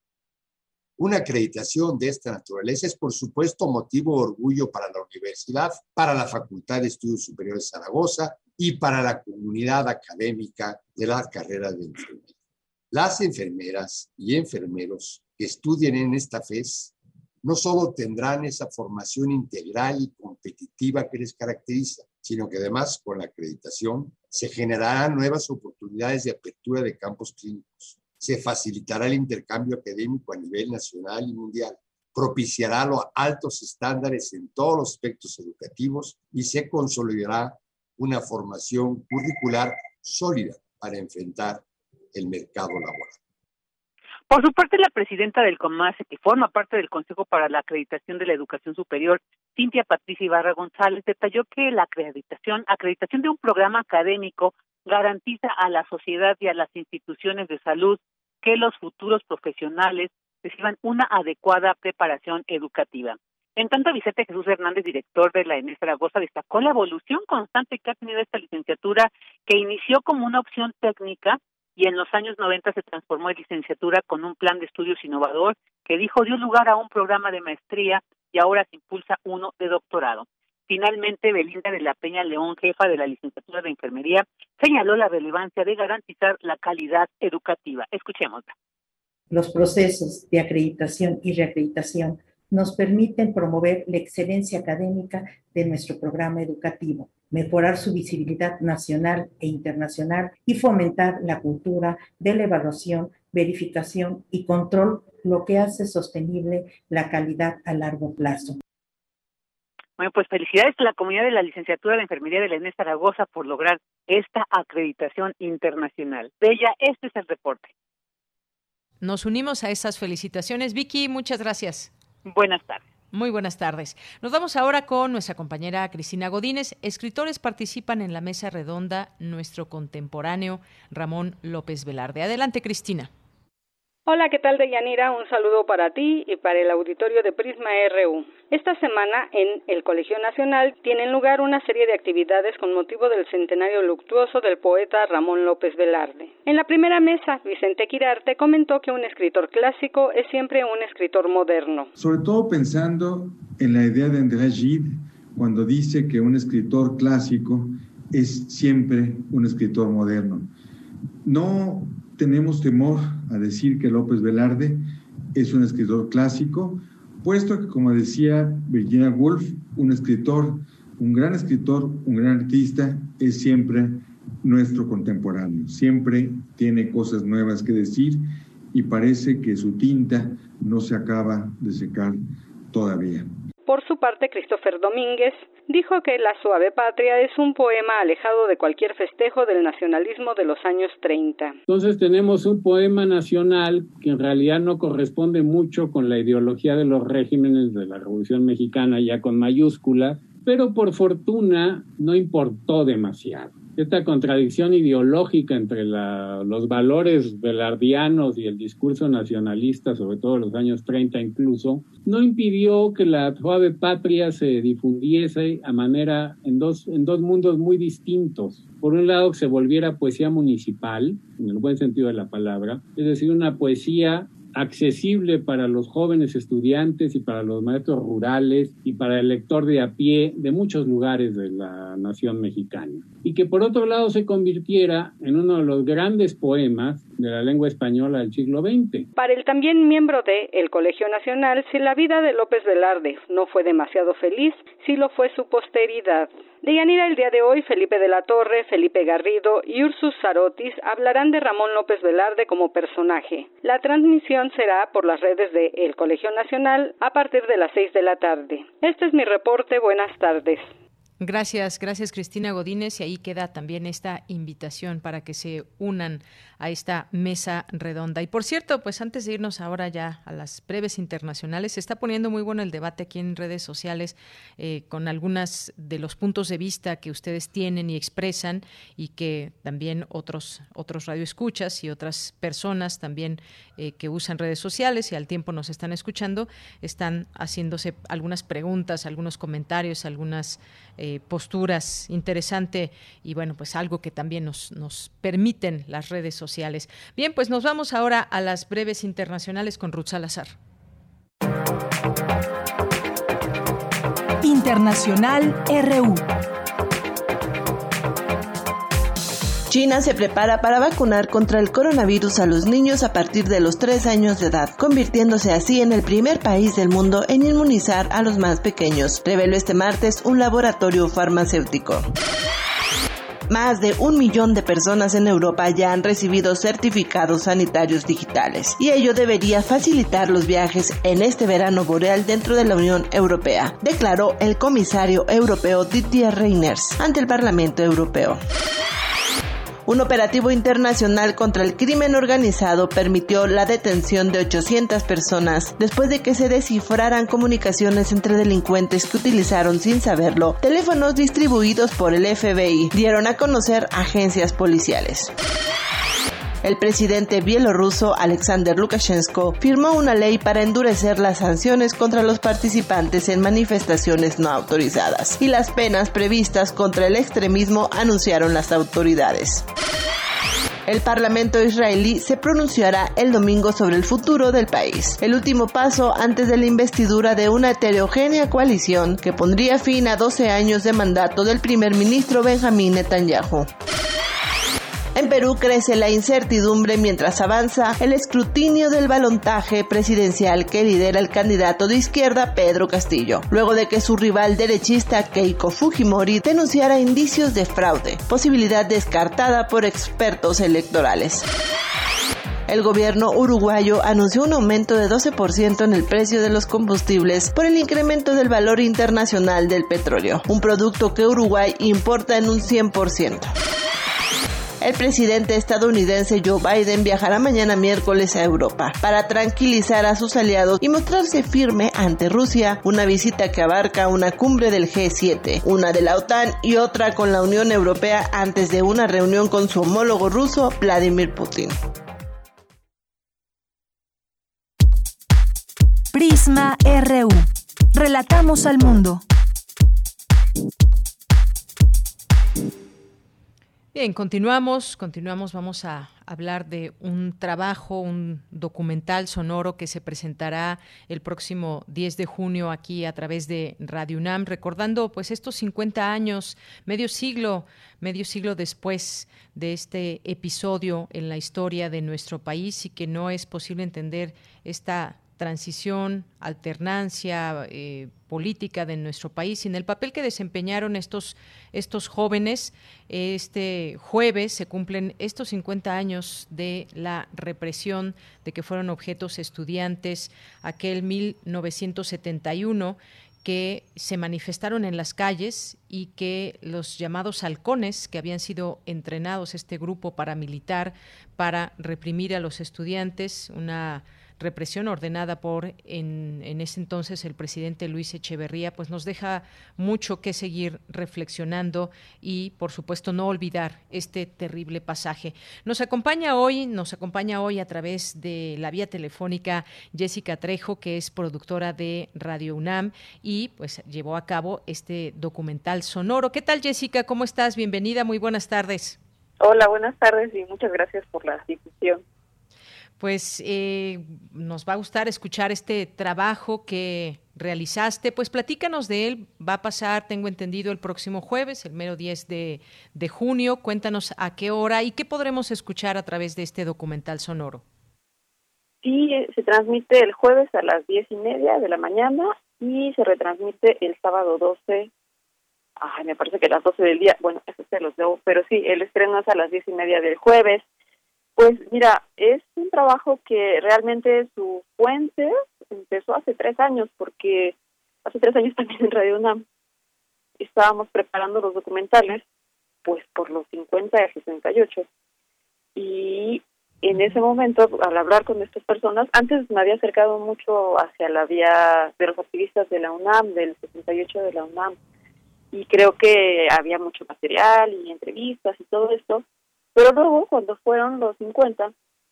[SPEAKER 19] Una acreditación de esta naturaleza es, por supuesto, motivo de orgullo para la universidad, para la Facultad de Estudios Superiores de Zaragoza y para la comunidad académica de las carreras de enfermería. Las enfermeras y enfermeros que estudien en esta F E S no solo tendrán esa formación integral y competitiva que les caracteriza, sino que además con la acreditación se generarán nuevas oportunidades de apertura de campos clínicos, se facilitará el intercambio académico a nivel nacional y mundial, propiciará los altos estándares en todos los aspectos educativos y se consolidará una formación curricular sólida para enfrentar el mercado laboral.
[SPEAKER 18] Por su parte, la presidenta del COMACE, que forma parte del Consejo para la Acreditación de la Educación Superior, Cintia Patricia Ibarra González, detalló que la acreditación, acreditación de un programa académico garantiza a la sociedad y a las instituciones de salud que los futuros profesionales reciban una adecuada preparación educativa. En tanto, Vicente Jesús Hernández, director de la E N E Zaragoza, destacó la evolución constante que ha tenido esta licenciatura, que inició como una opción técnica y en los años noventa se transformó en licenciatura con un plan de estudios innovador que dijo dio lugar a un programa de maestría y ahora se impulsa uno de doctorado. Finalmente, Belinda de la Peña León, jefa de la licenciatura de Enfermería, señaló la relevancia de garantizar la calidad educativa. Escuchémosla.
[SPEAKER 20] Los procesos de acreditación y reacreditación nos permiten promover la excelencia académica de nuestro programa educativo, mejorar su visibilidad nacional e internacional y fomentar la cultura de la evaluación, verificación y control, lo que hace sostenible la calidad a largo plazo.
[SPEAKER 18] Bueno, pues felicidades a la comunidad de la licenciatura de Enfermería de la E N E Zaragoza por lograr esta acreditación internacional. Bella, este es el reporte.
[SPEAKER 3] Nos unimos a esas felicitaciones. Vicky, muchas gracias.
[SPEAKER 18] Buenas tardes.
[SPEAKER 3] Muy buenas tardes. Nos vamos ahora con nuestra compañera Cristina Godínez. Escritores participan en la mesa redonda nuestro contemporáneo Ramón López Velarde. Adelante, Cristina.
[SPEAKER 21] Hola, ¿qué tal, Deyanira? Un saludo para ti y para el auditorio de Prisma R U. Esta semana en el Colegio Nacional tienen lugar una serie de actividades con motivo del centenario luctuoso del poeta Ramón López Velarde. En la primera mesa, Vicente Quirarte comentó que un escritor clásico es siempre un escritor moderno.
[SPEAKER 22] Sobre todo pensando en la idea de Andrés Gide, cuando dice que un escritor clásico es siempre un escritor moderno. No tenemos temor a decir que López Velarde es un escritor clásico, puesto que, como decía Virginia Woolf, un escritor, un gran escritor, un gran artista, es siempre nuestro contemporáneo. Siempre tiene cosas nuevas que decir y parece que su tinta no se acaba de secar todavía.
[SPEAKER 21] Por su parte, Christopher Domínguez dijo que La Suave Patria es un poema alejado de cualquier festejo del nacionalismo de los años treinta.
[SPEAKER 5] Entonces tenemos un poema nacional que en realidad no corresponde mucho con la ideología de los regímenes de la Revolución Mexicana, ya con mayúscula, pero por fortuna no importó demasiado. Esta contradicción ideológica entre la, los valores velardianos y el discurso nacionalista, sobre todo en los años treinta incluso, no impidió que La Suave Patria se difundiese a manera en dos, en dos mundos muy distintos. Por un lado, que se volviera poesía municipal, en el buen sentido de la palabra, es decir, una poesía accesible para los jóvenes estudiantes y para los maestros rurales y para el lector de a pie de muchos lugares de la nación mexicana. Y que por otro lado se convirtiera en uno de los grandes poemas de la lengua española del siglo veinte.
[SPEAKER 21] Para el también miembro de el Colegio Nacional, si la vida de López Velarde no fue demasiado feliz, sí lo fue su posteridad. Deyanira, el día de hoy, Felipe de la Torre, Felipe Garrido y Ursus Sarotis hablarán de Ramón López Velarde como personaje. La transmisión será por las redes de El Colegio Nacional a partir de las seis de la tarde. Este es mi reporte. Buenas tardes.
[SPEAKER 3] Gracias, gracias Cristina Godínez, y ahí queda también esta invitación para que se unan a esta mesa redonda. Y por cierto, pues antes de irnos ahora ya a las breves internacionales, se está poniendo muy bueno el debate aquí en redes sociales eh, con algunas de los puntos de vista que ustedes tienen y expresan, y que también otros, otros radioescuchas y otras personas también eh, que usan redes sociales y al tiempo nos están escuchando, están haciéndose algunas preguntas, algunos comentarios, algunas eh, posturas. Interesante, y bueno, pues algo que también nos, nos permiten las redes sociales. Bien, pues nos vamos ahora a las breves internacionales con Ruth Salazar.
[SPEAKER 1] Internacional R U.
[SPEAKER 6] China se prepara para vacunar contra el coronavirus a los niños a partir de los tres años de edad, convirtiéndose así en el primer país del mundo en inmunizar a los más pequeños, reveló este martes un laboratorio farmacéutico. Más de un millón de personas en Europa ya han recibido certificados sanitarios digitales, y ello debería facilitar los viajes en este verano boreal dentro de la Unión Europea, declaró el comisario europeo Didier Reynders ante el Parlamento Europeo. Un operativo internacional contra el crimen organizado permitió la detención de ochocientas personas después de que se descifraran comunicaciones entre delincuentes que utilizaron sin saberlo teléfonos distribuidos por el F B I, dieron a conocer agencias policiales. El presidente bielorruso Alexander Lukashenko firmó una ley para endurecer las sanciones contra los participantes en manifestaciones no autorizadas y las penas previstas contra el extremismo, anunciaron las autoridades. El Parlamento israelí se pronunciará el domingo sobre el futuro del país, el último paso antes de la investidura de una heterogénea coalición que pondría fin a doce años de mandato del primer ministro Benjamín Netanyahu. En Perú crece la incertidumbre mientras avanza el escrutinio del balotaje presidencial que lidera el candidato de izquierda Pedro Castillo, luego de que su rival derechista Keiko Fujimori denunciara indicios de fraude, posibilidad descartada por expertos electorales. El gobierno uruguayo anunció un aumento de doce por ciento en el precio de los combustibles por el incremento del valor internacional del petróleo, un producto que Uruguay importa en un cien por ciento. El presidente estadounidense Joe Biden viajará mañana miércoles a Europa para tranquilizar a sus aliados y mostrarse firme ante Rusia, una visita que abarca una cumbre del G siete, una de la OTAN y otra con la Unión Europea antes de una reunión con su homólogo ruso, Vladimir Putin.
[SPEAKER 1] Prisma R U. Relatamos al mundo.
[SPEAKER 3] Bien, continuamos, continuamos, vamos a hablar de un trabajo, un documental sonoro que se presentará el próximo diez de junio aquí a través de Radio UNAM, recordando pues estos cincuenta años, medio siglo, medio siglo después de este episodio en la historia de nuestro país, y que no es posible entender esta transición, alternancia eh, política de nuestro país, sin el papel que desempeñaron estos, estos jóvenes. Este jueves se cumplen estos cincuenta años de la represión de que fueron objetos estudiantes aquel mil novecientos setenta y uno, que se manifestaron en las calles y que los llamados halcones, que habían sido entrenados, este grupo paramilitar, para reprimir a los estudiantes, una represión ordenada por en, en ese entonces el presidente Luis Echeverría, pues nos deja mucho que seguir reflexionando y por supuesto no olvidar este terrible pasaje. Nos acompaña hoy, nos acompaña hoy a través de la vía telefónica Jessica Trejo, que es productora de Radio UNAM y pues llevó a cabo este documental sonoro. ¿Qué tal, Jessica? ¿Cómo estás? Bienvenida, muy buenas tardes.
[SPEAKER 8] Hola, buenas tardes y muchas gracias por la difusión.
[SPEAKER 3] Pues eh, nos va a gustar escuchar este trabajo que realizaste. Pues platícanos de él. Va a pasar, tengo entendido, el próximo jueves, el mero diez de, de junio. Cuéntanos a qué hora y qué podremos escuchar a través de este documental sonoro.
[SPEAKER 8] Sí, se transmite el jueves a las diez y media de la mañana y se retransmite el sábado doce. Ay, me parece que a las doce del día. Bueno, eso se los debo, pero sí, el estreno es a las diez y media del jueves. Pues mira, es un trabajo que realmente su fuente empezó hace tres años, porque hace tres años también en Radio UNAM estábamos preparando los documentales, pues por los cincuenta y sesenta y ocho. Y en ese momento, al hablar con estas personas, antes me había acercado mucho hacia la vía de los activistas de la UNAM, del sesenta y ocho de la UNAM, y creo que había mucho material y entrevistas y todo esto. Pero luego, cuando fueron los cincuenta,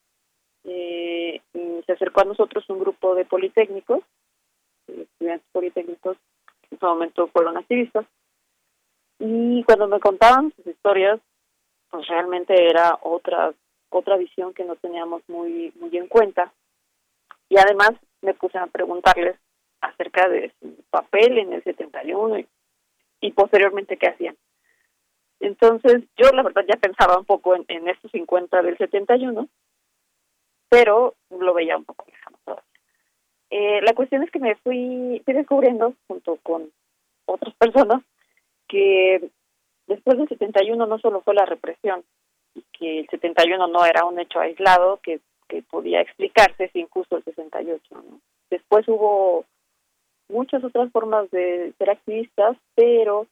[SPEAKER 8] eh, se acercó a nosotros un grupo de politécnicos, estudiantes politécnicos, que en ese momento fueron activistas, y cuando me contaban sus historias, pues realmente era otra otra visión que no teníamos muy muy en cuenta. Y además me puse a preguntarles acerca de su papel en el setenta y uno y, y posteriormente qué hacían. Entonces, yo la verdad ya pensaba un poco en, en estos cincuenta del setenta y uno, pero lo veía un poco lejano todavía. Eh, la cuestión es que me fui, fui descubriendo, junto con otras personas, que después del setenta y uno no solo fue la represión, y que el setenta y uno no era un hecho aislado que, que podía explicarse sin justo el sesenta y ocho, ¿no? Después hubo muchas otras formas de ser activistas, pero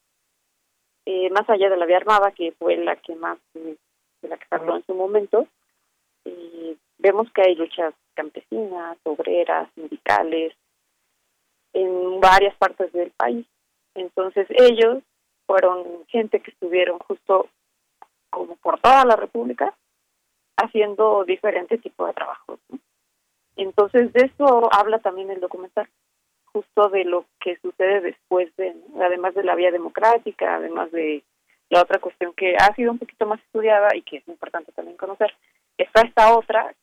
[SPEAKER 8] Eh, más allá de la vía armada, que fue la que más, eh, de la que habló en su momento, eh, vemos que hay luchas campesinas, obreras, sindicales, en varias partes del país. Entonces ellos fueron gente que estuvieron justo como por toda la República, haciendo diferentes tipos de trabajos, ¿no? Entonces de eso habla también el documental, justo de lo que sucede después de, ¿no? Además de la vía democrática, además de la otra cuestión que ha sido un poquito más estudiada y que es importante también conocer, está esta otra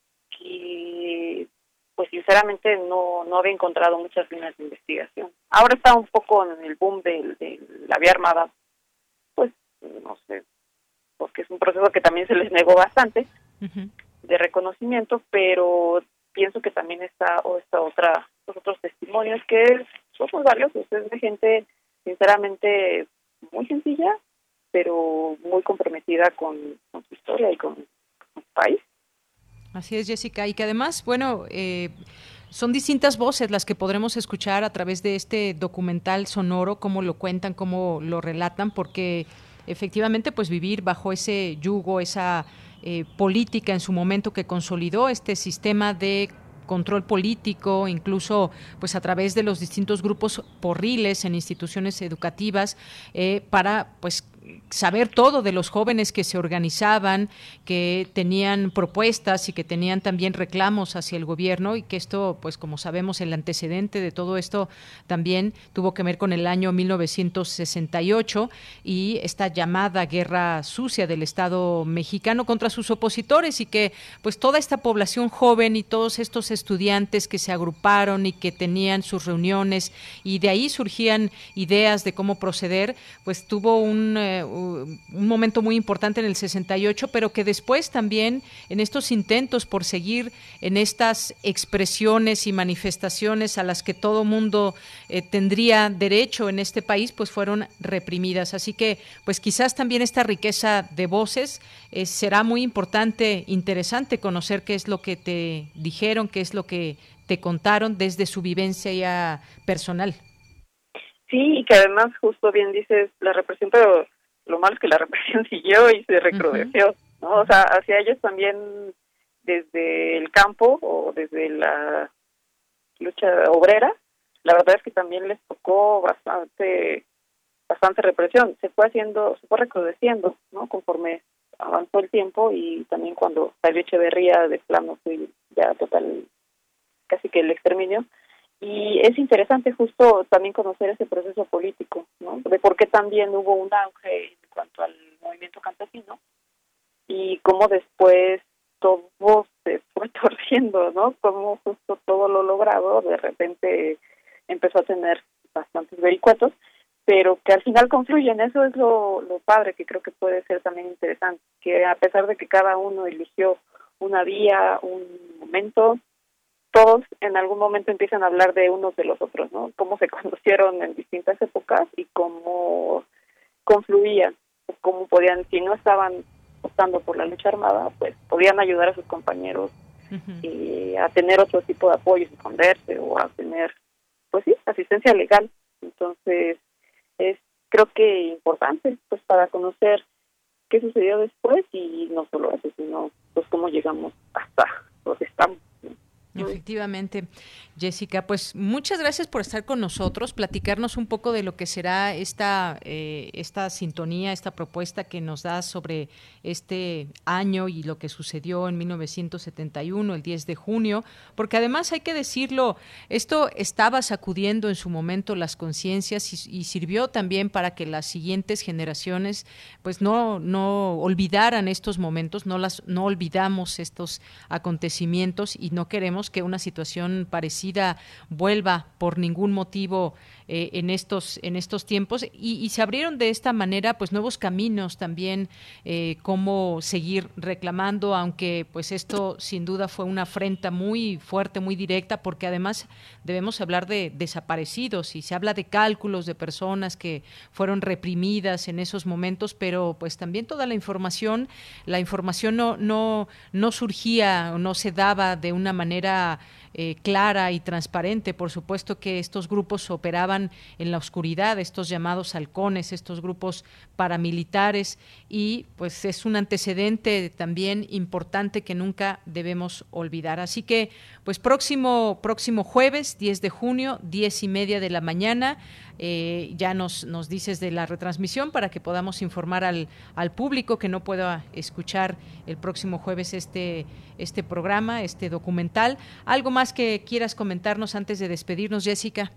[SPEAKER 8] que, pues sinceramente no no había encontrado muchas líneas de investigación. Ahora está un poco en el boom de, de la vía armada, pues no sé, porque es un proceso que también se les negó bastante, uh-huh, de reconocimiento, pero pienso que también está o esta otra los otros testimonios que son muy valiosos, es de gente sinceramente muy sencilla, pero muy comprometida con, con su historia y con, con su país.
[SPEAKER 3] Así es, Jessica, y que además, bueno, eh, son distintas voces las que podremos escuchar a través de este documental sonoro, cómo lo cuentan, cómo lo relatan, porque efectivamente, pues vivir bajo ese yugo, esa eh, política en su momento que consolidó este sistema de control político, incluso pues a través de los distintos grupos porriles en instituciones educativas, eh, para pues saber todo de los jóvenes que se organizaban, que tenían propuestas y que tenían también reclamos hacia el gobierno, y que esto, pues como sabemos, el antecedente de todo esto también tuvo que ver con el año mil novecientos sesenta y ocho y esta llamada guerra sucia del Estado mexicano contra sus opositores, y que pues toda esta población joven y todos estos estudiantes que se agruparon y que tenían sus reuniones y de ahí surgían ideas de cómo proceder, pues tuvo un eh, un momento muy importante en el sesenta y ocho, pero que después también en estos intentos por seguir en estas expresiones y manifestaciones a las que todo mundo eh, tendría derecho en este país, pues fueron reprimidas. Así que pues quizás también esta riqueza de voces eh, será muy importante, interesante conocer qué es lo que te dijeron, qué es lo que te contaron desde su vivencia ya personal.
[SPEAKER 8] Sí, y que además, justo bien dices, la represión, pero lo malo es que la represión siguió y se recrudeció, uh-huh. ¿no? O sea, hacia ellos también desde el campo o desde la lucha obrera, la verdad es que también les tocó bastante bastante represión. Se fue haciendo, se fue recrudeciendo, ¿no? Conforme avanzó el tiempo, y también cuando salió Echeverría, de plano fue ya total, casi que el exterminio. Y es interesante justo también conocer ese proceso político, ¿no? De por qué también hubo un auge en cuanto al movimiento campesino y cómo después todo se fue torciendo, ¿no? Cómo justo todo lo logrado de repente empezó a tener bastantes vericuetos, pero que al final confluyen. Eso es lo, lo padre, que creo que puede ser también interesante, que a pesar de que cada uno eligió una vía, un momento, todos en algún momento empiezan a hablar de unos de los otros, ¿no? Cómo se conocieron en distintas épocas y cómo confluían, cómo podían, si no estaban optando por la lucha armada, pues podían ayudar a sus compañeros uh-huh. eh, a tener otro tipo de apoyo, esconderse o a tener, pues sí, asistencia legal. Entonces, es creo que importante, pues, para conocer qué sucedió después, y no solo eso, sino pues cómo llegamos hasta donde estamos.
[SPEAKER 3] Efectivamente, Jessica, pues muchas gracias por estar con nosotros, platicarnos un poco de lo que será esta eh, esta sintonía, esta propuesta que nos da sobre este año y lo que sucedió en mil novecientos setenta y uno, el diez de junio, porque además hay que decirlo, esto estaba sacudiendo en su momento las conciencias y, y sirvió también para que las siguientes generaciones pues no no olvidaran estos momentos, no las no olvidamos estos acontecimientos y no queremos que una situación parecida vuelva por ningún motivo eh, en estos en estos tiempos, y, y se abrieron de esta manera pues nuevos caminos también, eh, cómo seguir reclamando, aunque pues esto sin duda fue una afrenta muy fuerte, muy directa, porque además debemos hablar de desaparecidos y se habla de cálculos de personas que fueron reprimidas en esos momentos, pero pues también toda la información, la información no no no surgía o no se daba de una manera Eh, clara y transparente. Por supuesto que estos grupos operaban en la oscuridad, estos llamados halcones, estos grupos paramilitares, y pues es un antecedente también importante que nunca debemos olvidar. Así que pues próximo próximo jueves diez de junio, diez y media de la mañana, eh, ya nos nos dices de la retransmisión para que podamos informar al al público que no pueda escuchar el próximo jueves este este programa, este documental. ¿Algo más que quieras comentarnos antes de despedirnos, Jessica?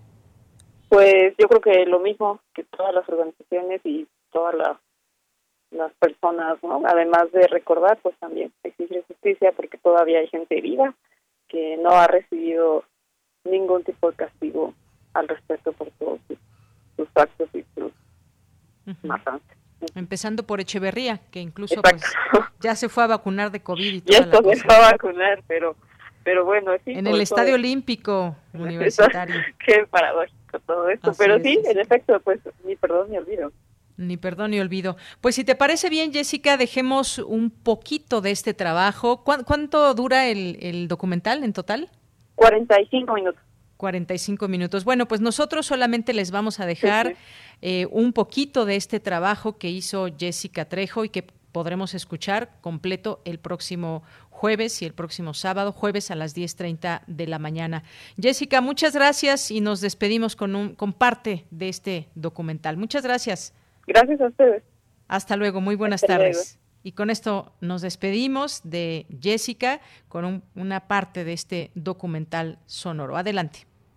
[SPEAKER 8] Pues yo creo que lo mismo que todas las organizaciones y todas las, las personas, ¿no? Además de recordar, pues también exigir justicia, porque todavía hay gente viva que no ha recibido ningún tipo de castigo al respecto por todos sus, sus actos y sus uh-huh. matanzas.
[SPEAKER 3] Empezando por Echeverría, que incluso pues, ya se fue a vacunar de COVID y toda
[SPEAKER 8] ya
[SPEAKER 3] la cosa.
[SPEAKER 8] Ya se fue a vacunar, pero pero bueno, sí.
[SPEAKER 3] En el Estadio todo. Olímpico Universitario.
[SPEAKER 8] Qué paradójico todo esto, Así pero es, sí, sí, en efecto, pues ni perdón ni olvido.
[SPEAKER 3] Ni perdón ni olvido. Pues si te parece bien, Jessica, dejemos un poquito de este trabajo. ¿Cu- ¿Cuánto dura el, el documental en total?
[SPEAKER 8] cuarenta y cinco minutos.
[SPEAKER 3] cuarenta y cinco minutos. Bueno, pues nosotros solamente les vamos a dejar sí, sí. Eh, un poquito de este trabajo que hizo Jessica Trejo y que podremos escuchar completo el próximo jueves y el próximo sábado, jueves a las diez treinta de la mañana. Jessica, muchas gracias y nos despedimos con, un, con parte de este documental. Muchas gracias.
[SPEAKER 8] Gracias a ustedes.
[SPEAKER 3] Hasta luego, muy buenas Hasta tardes. Luego. Y con esto nos despedimos de Jessica con un, una parte de este documental sonoro. Adelante.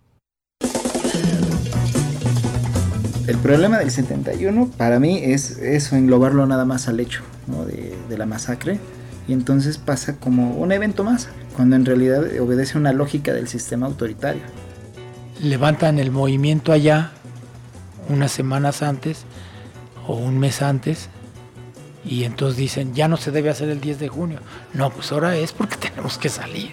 [SPEAKER 7] El problema del setenta y uno para mí es eso, englobarlo nada más al hecho, ¿no? de, de la masacre, y entonces pasa como un evento más, cuando en realidad obedece a una lógica del sistema autoritario.
[SPEAKER 9] Levantan el movimiento allá unas semanas antes o un mes antes, y entonces dicen, ya no se debe hacer el diez de junio. No, pues ahora es porque tenemos que salir.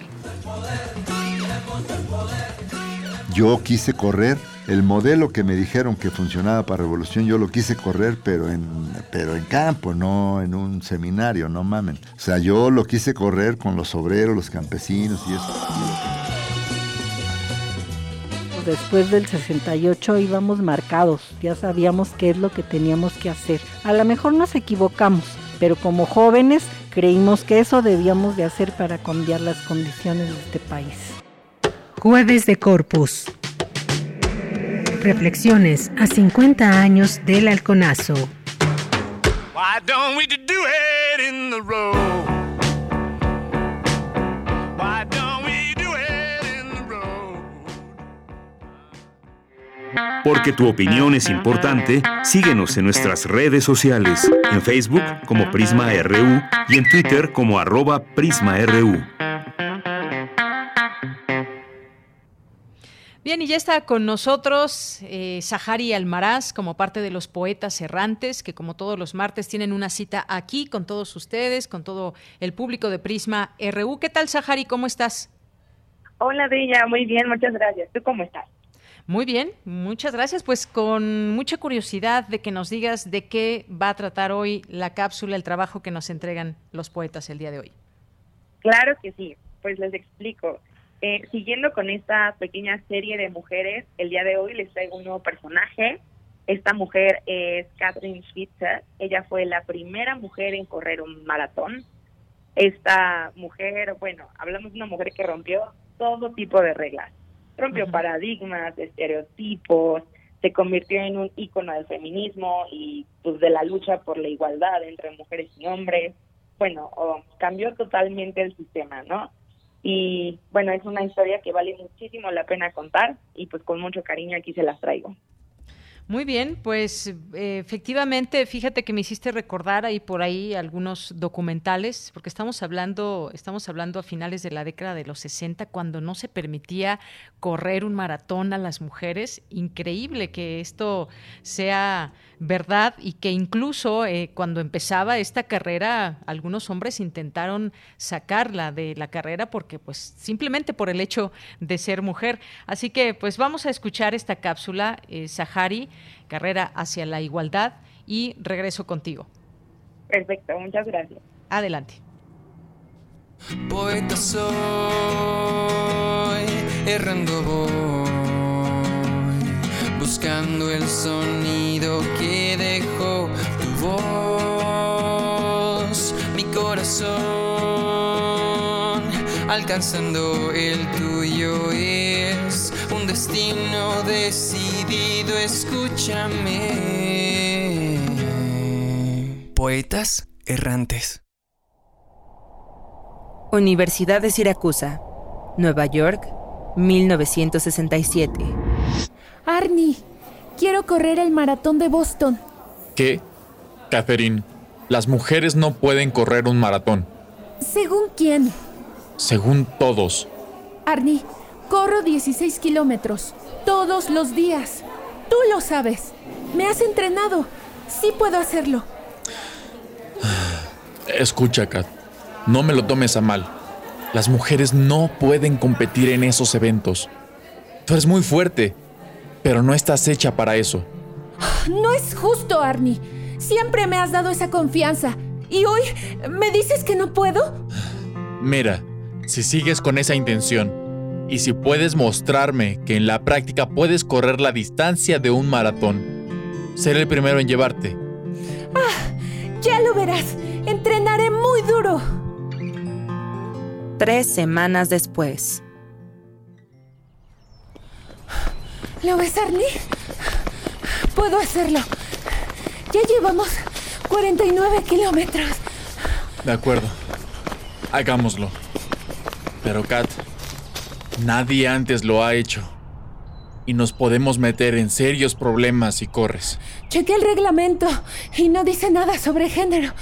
[SPEAKER 23] Yo quise correr, el modelo que me dijeron que funcionaba para Revolución, yo lo quise correr, pero en, pero en campo, no en un seminario, no mamen. O sea, yo lo quise correr con los obreros, los campesinos y eso.
[SPEAKER 10] después del sesenta y ocho íbamos marcados, ya sabíamos qué es lo que teníamos que hacer. A lo mejor nos equivocamos, pero como jóvenes creímos que eso debíamos de hacer para cambiar las condiciones de este país.
[SPEAKER 11] Jueves de Corpus. Reflexiones a cincuenta años del halconazo.
[SPEAKER 12] Why don't we do it in the road? Why don't we do it in the road?
[SPEAKER 2] Porque tu opinión es importante, síguenos en nuestras redes sociales, en Facebook como Prisma R U y en Twitter como arroba Prisma R U.
[SPEAKER 3] Bien, y ya está con nosotros eh, Sahari Almaraz como parte de los Poetas Errantes, que como todos los martes tienen una cita aquí con todos ustedes, con todo el público de Prisma R U. ¿Qué tal, Sahari? ¿Cómo estás?
[SPEAKER 24] Hola, Bella. Muy bien, muchas gracias. ¿Tú cómo estás?
[SPEAKER 3] Muy bien, muchas gracias. Pues con mucha curiosidad de que nos digas de qué va a tratar hoy la cápsula, el trabajo que nos entregan los poetas el día de hoy.
[SPEAKER 24] Claro que sí. Pues les explico. Eh, siguiendo con esta pequeña serie de mujeres, el día de hoy les traigo un nuevo personaje. Esta mujer es Katrin Schwitzer. Ella fue la primera mujer en correr un maratón. Esta mujer, bueno, hablamos de una mujer que rompió todo tipo de reglas. Rompió uh-huh. paradigmas, estereotipos, se convirtió en un ícono del feminismo y pues de la lucha por la igualdad entre mujeres y hombres. Bueno, oh, cambió totalmente el sistema, ¿no? Y bueno, es una historia que vale muchísimo la pena contar y pues con mucho cariño aquí se las traigo.
[SPEAKER 3] Muy bien, pues eh, efectivamente, fíjate que me hiciste recordar ahí por ahí algunos documentales, porque estamos hablando, estamos hablando a finales de la década de los sesenta, cuando no se permitía correr un maratón a las mujeres. Increíble que esto sea verdad y que incluso eh, cuando empezaba esta carrera, algunos hombres intentaron sacarla de la carrera porque pues simplemente por el hecho de ser mujer. Así que pues vamos a escuchar esta cápsula, eh, Sahari, Carrera hacia la Igualdad, y regreso contigo.
[SPEAKER 24] Perfecto, muchas gracias.
[SPEAKER 3] Adelante.
[SPEAKER 12] Poeta soy, errando voy, buscando el sonido que dejó tu voz, mi corazón, alcanzando el tuyo es un destino decidido, escúchame. Poetas errantes.
[SPEAKER 25] Universidad de Siracusa, Nueva York, mil novecientos sesenta y siete.
[SPEAKER 26] Arnie, quiero correr el maratón de Boston.
[SPEAKER 27] ¿Qué? Catherine, las mujeres no pueden correr un maratón.
[SPEAKER 26] ¿Según quién?
[SPEAKER 27] Según todos.
[SPEAKER 26] Arnie, corro dieciséis kilómetros, todos los días. Tú lo sabes. Me has entrenado. Sí puedo hacerlo.
[SPEAKER 27] Escucha, Kat. No me lo tomes a mal. Las mujeres no pueden competir en esos eventos. Tú eres muy fuerte, pero no estás hecha para eso.
[SPEAKER 26] No es justo, Arnie. Siempre me has dado esa confianza. ¿Y hoy me dices que no puedo?
[SPEAKER 27] Mira, si sigues con esa intención y si puedes mostrarme que en la práctica puedes correr la distancia de un maratón, seré el primero en llevarte.
[SPEAKER 26] Ah, ya lo verás. Entrenaré muy duro.
[SPEAKER 25] Tres semanas después.
[SPEAKER 26] ¿Lo ves, Arnie? Puedo hacerlo. Ya llevamos cuarenta y nueve kilómetros.
[SPEAKER 27] De acuerdo. Hagámoslo. Pero, Kat, nadie antes lo ha hecho. Y nos podemos meter en serios problemas si corres.
[SPEAKER 26] Chequé el reglamento y no dice nada sobre género.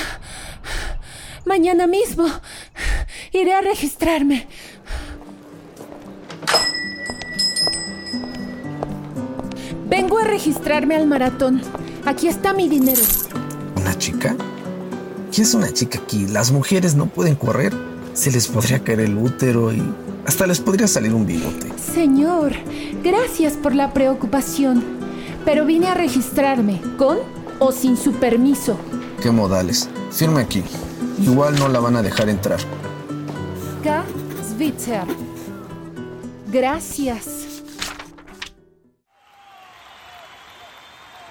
[SPEAKER 26] Mañana mismo iré a registrarme. Vengo a registrarme al maratón. Aquí está mi dinero.
[SPEAKER 28] ¿Una chica? ¿Qué es una chica aquí? Las mujeres no pueden correr. Se les podría caer el útero y hasta les podría salir un bigote.
[SPEAKER 26] Señor, gracias por la preocupación. Pero vine a registrarme, con o sin su permiso.
[SPEAKER 28] ¿Qué modales? Firme aquí. Igual no la van a dejar entrar.
[SPEAKER 26] K. Switzer. Gracias.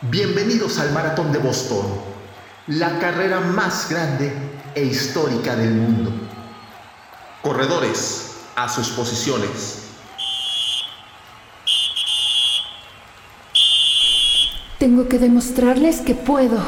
[SPEAKER 4] Bienvenidos al Maratón de Boston, la carrera más grande e histórica del mundo. Corredores, a sus posiciones.
[SPEAKER 26] Tengo que demostrarles que puedo.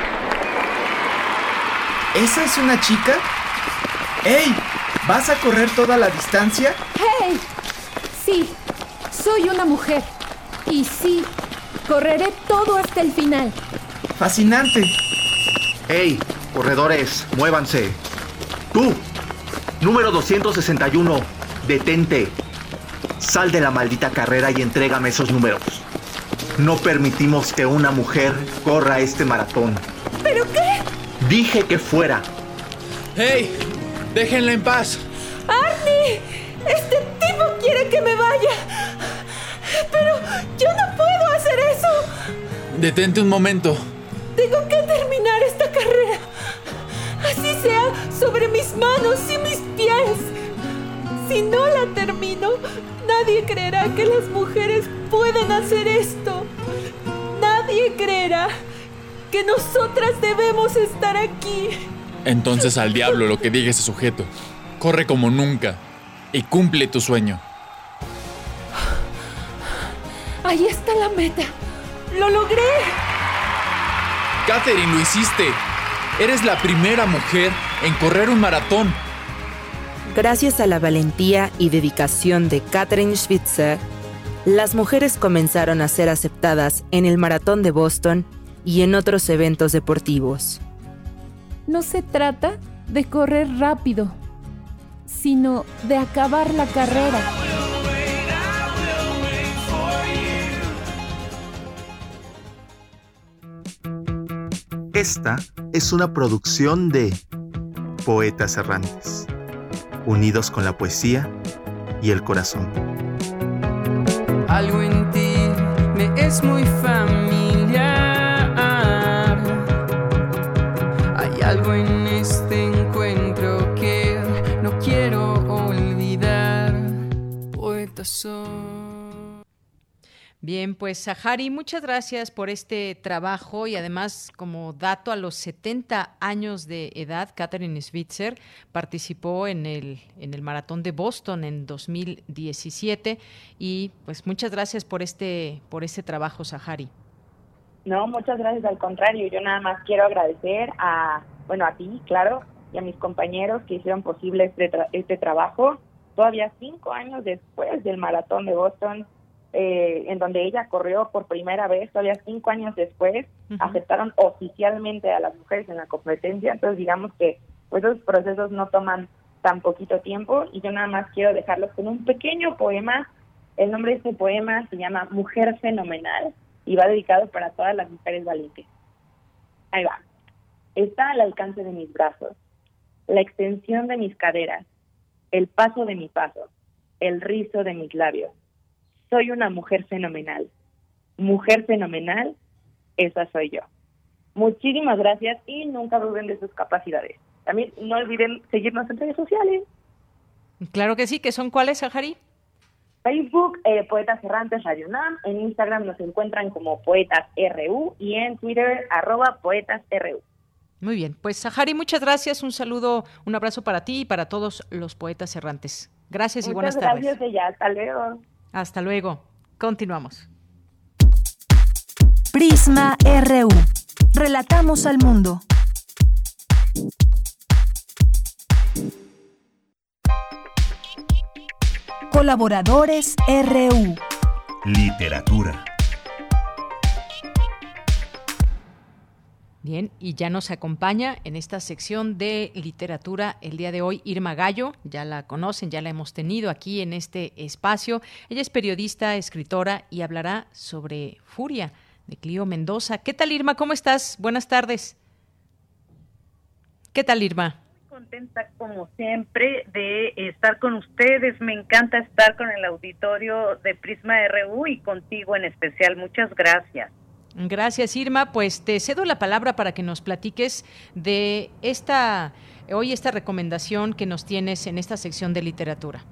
[SPEAKER 13] ¿Esa es una chica? ¡Ey! ¿Vas a correr toda la distancia?
[SPEAKER 26] ¡Hey! Sí, soy una mujer. Y sí, correré todo hasta el final.
[SPEAKER 13] ¡Fascinante!
[SPEAKER 4] ¡Ey! Corredores, muévanse. Tú, número doscientos sesenta y uno, detente. Sal de la maldita carrera y entrégame esos números. No permitimos que una mujer corra este maratón.
[SPEAKER 26] ¿Pero qué?
[SPEAKER 4] Dije que fuera.
[SPEAKER 27] ¡Hey! ¡Déjenla en paz!
[SPEAKER 26] ¡Arnie! ¡Este tipo quiere que me vaya! ¡Pero yo no puedo hacer eso!
[SPEAKER 27] Detente un momento.
[SPEAKER 26] Tengo que terminar esta carrera. Así sea sobre mis manos y mis pies. Si no la termino, nadie creerá que las mujeres pueden hacer esto. Nadie creerá que nosotras debemos estar aquí.
[SPEAKER 27] Entonces al diablo lo que diga ese sujeto. Corre como nunca y cumple tu sueño.
[SPEAKER 26] Ahí está la meta. ¡Lo logré!
[SPEAKER 27] Catherine, lo hiciste. Eres la primera mujer en correr un maratón.
[SPEAKER 25] Gracias a la valentía y dedicación de Catherine Schwitzer, las mujeres comenzaron a ser aceptadas en el Maratón de Boston y en otros eventos deportivos.
[SPEAKER 26] No se trata de correr rápido, sino de acabar la carrera.
[SPEAKER 4] Esta es una producción de Poetas Errantes, unidos con la poesía y el corazón.
[SPEAKER 14] Algo en ti me es muy familiar. Hay algo en este encuentro que no quiero olvidar. Poeta soy.
[SPEAKER 3] Bien, pues Sahari, muchas gracias por este trabajo y además como dato a los setenta años de edad, Catherine Schwitzer participó en el, en el Maratón de Boston en dos mil diecisiete y pues muchas gracias por este, por este trabajo, Sahari.
[SPEAKER 24] No, muchas gracias, al contrario, yo nada más quiero agradecer a, bueno, a ti, claro, y a mis compañeros que hicieron posible este, tra- este trabajo, todavía cinco años después del Maratón de Boston, Eh, en donde ella corrió por primera vez, todavía cinco años después, uh-huh. aceptaron oficialmente a las mujeres en la competencia, entonces digamos que pues, esos procesos no toman tan poquito tiempo, y yo nada más quiero dejarlos con un pequeño poema. El nombre de este poema se llama Mujer Fenomenal, y va dedicado para todas las mujeres valientes. Ahí va. Está al alcance de mis brazos, la extensión de mis caderas, el paso de mi paso, el rizo de mis labios. Soy una mujer fenomenal. Mujer fenomenal, esa soy yo. Muchísimas gracias y nunca duden de sus capacidades. También no olviden seguirnos en redes sociales.
[SPEAKER 3] Claro que sí, ¿que son cuáles, Sahari?
[SPEAKER 24] Facebook, eh, Poetas Errantes Radio UNAM. En Instagram nos encuentran como Poetas R U y en Twitter, arroba Poetas R U.
[SPEAKER 3] Muy bien, pues Sahari, muchas gracias. Un saludo, un abrazo para ti y para todos los poetas errantes. Gracias y buenas tardes.
[SPEAKER 24] Muchas gracias, ella. Hasta luego.
[SPEAKER 3] Hasta luego. Continuamos.
[SPEAKER 1] Prisma R U. Relatamos al mundo. Colaboradores R U.
[SPEAKER 2] Literatura.
[SPEAKER 3] Bien, y ya nos acompaña en esta sección de literatura el día de hoy Irma Gallo. Ya la conocen, ya la hemos tenido aquí en este espacio. Ella es periodista, escritora y hablará sobre Furia, de Clío Mendoza. ¿Qué tal, Irma? ¿Cómo estás? Buenas tardes. ¿Qué tal, Irma?
[SPEAKER 15] Muy contenta, como siempre, de estar con ustedes. Me encanta estar con el auditorio de Prisma R U y contigo en especial. Muchas gracias.
[SPEAKER 3] Gracias, Irma. Pues te cedo la palabra para que nos platiques de esta, hoy esta recomendación que nos tienes en esta sección de literatura.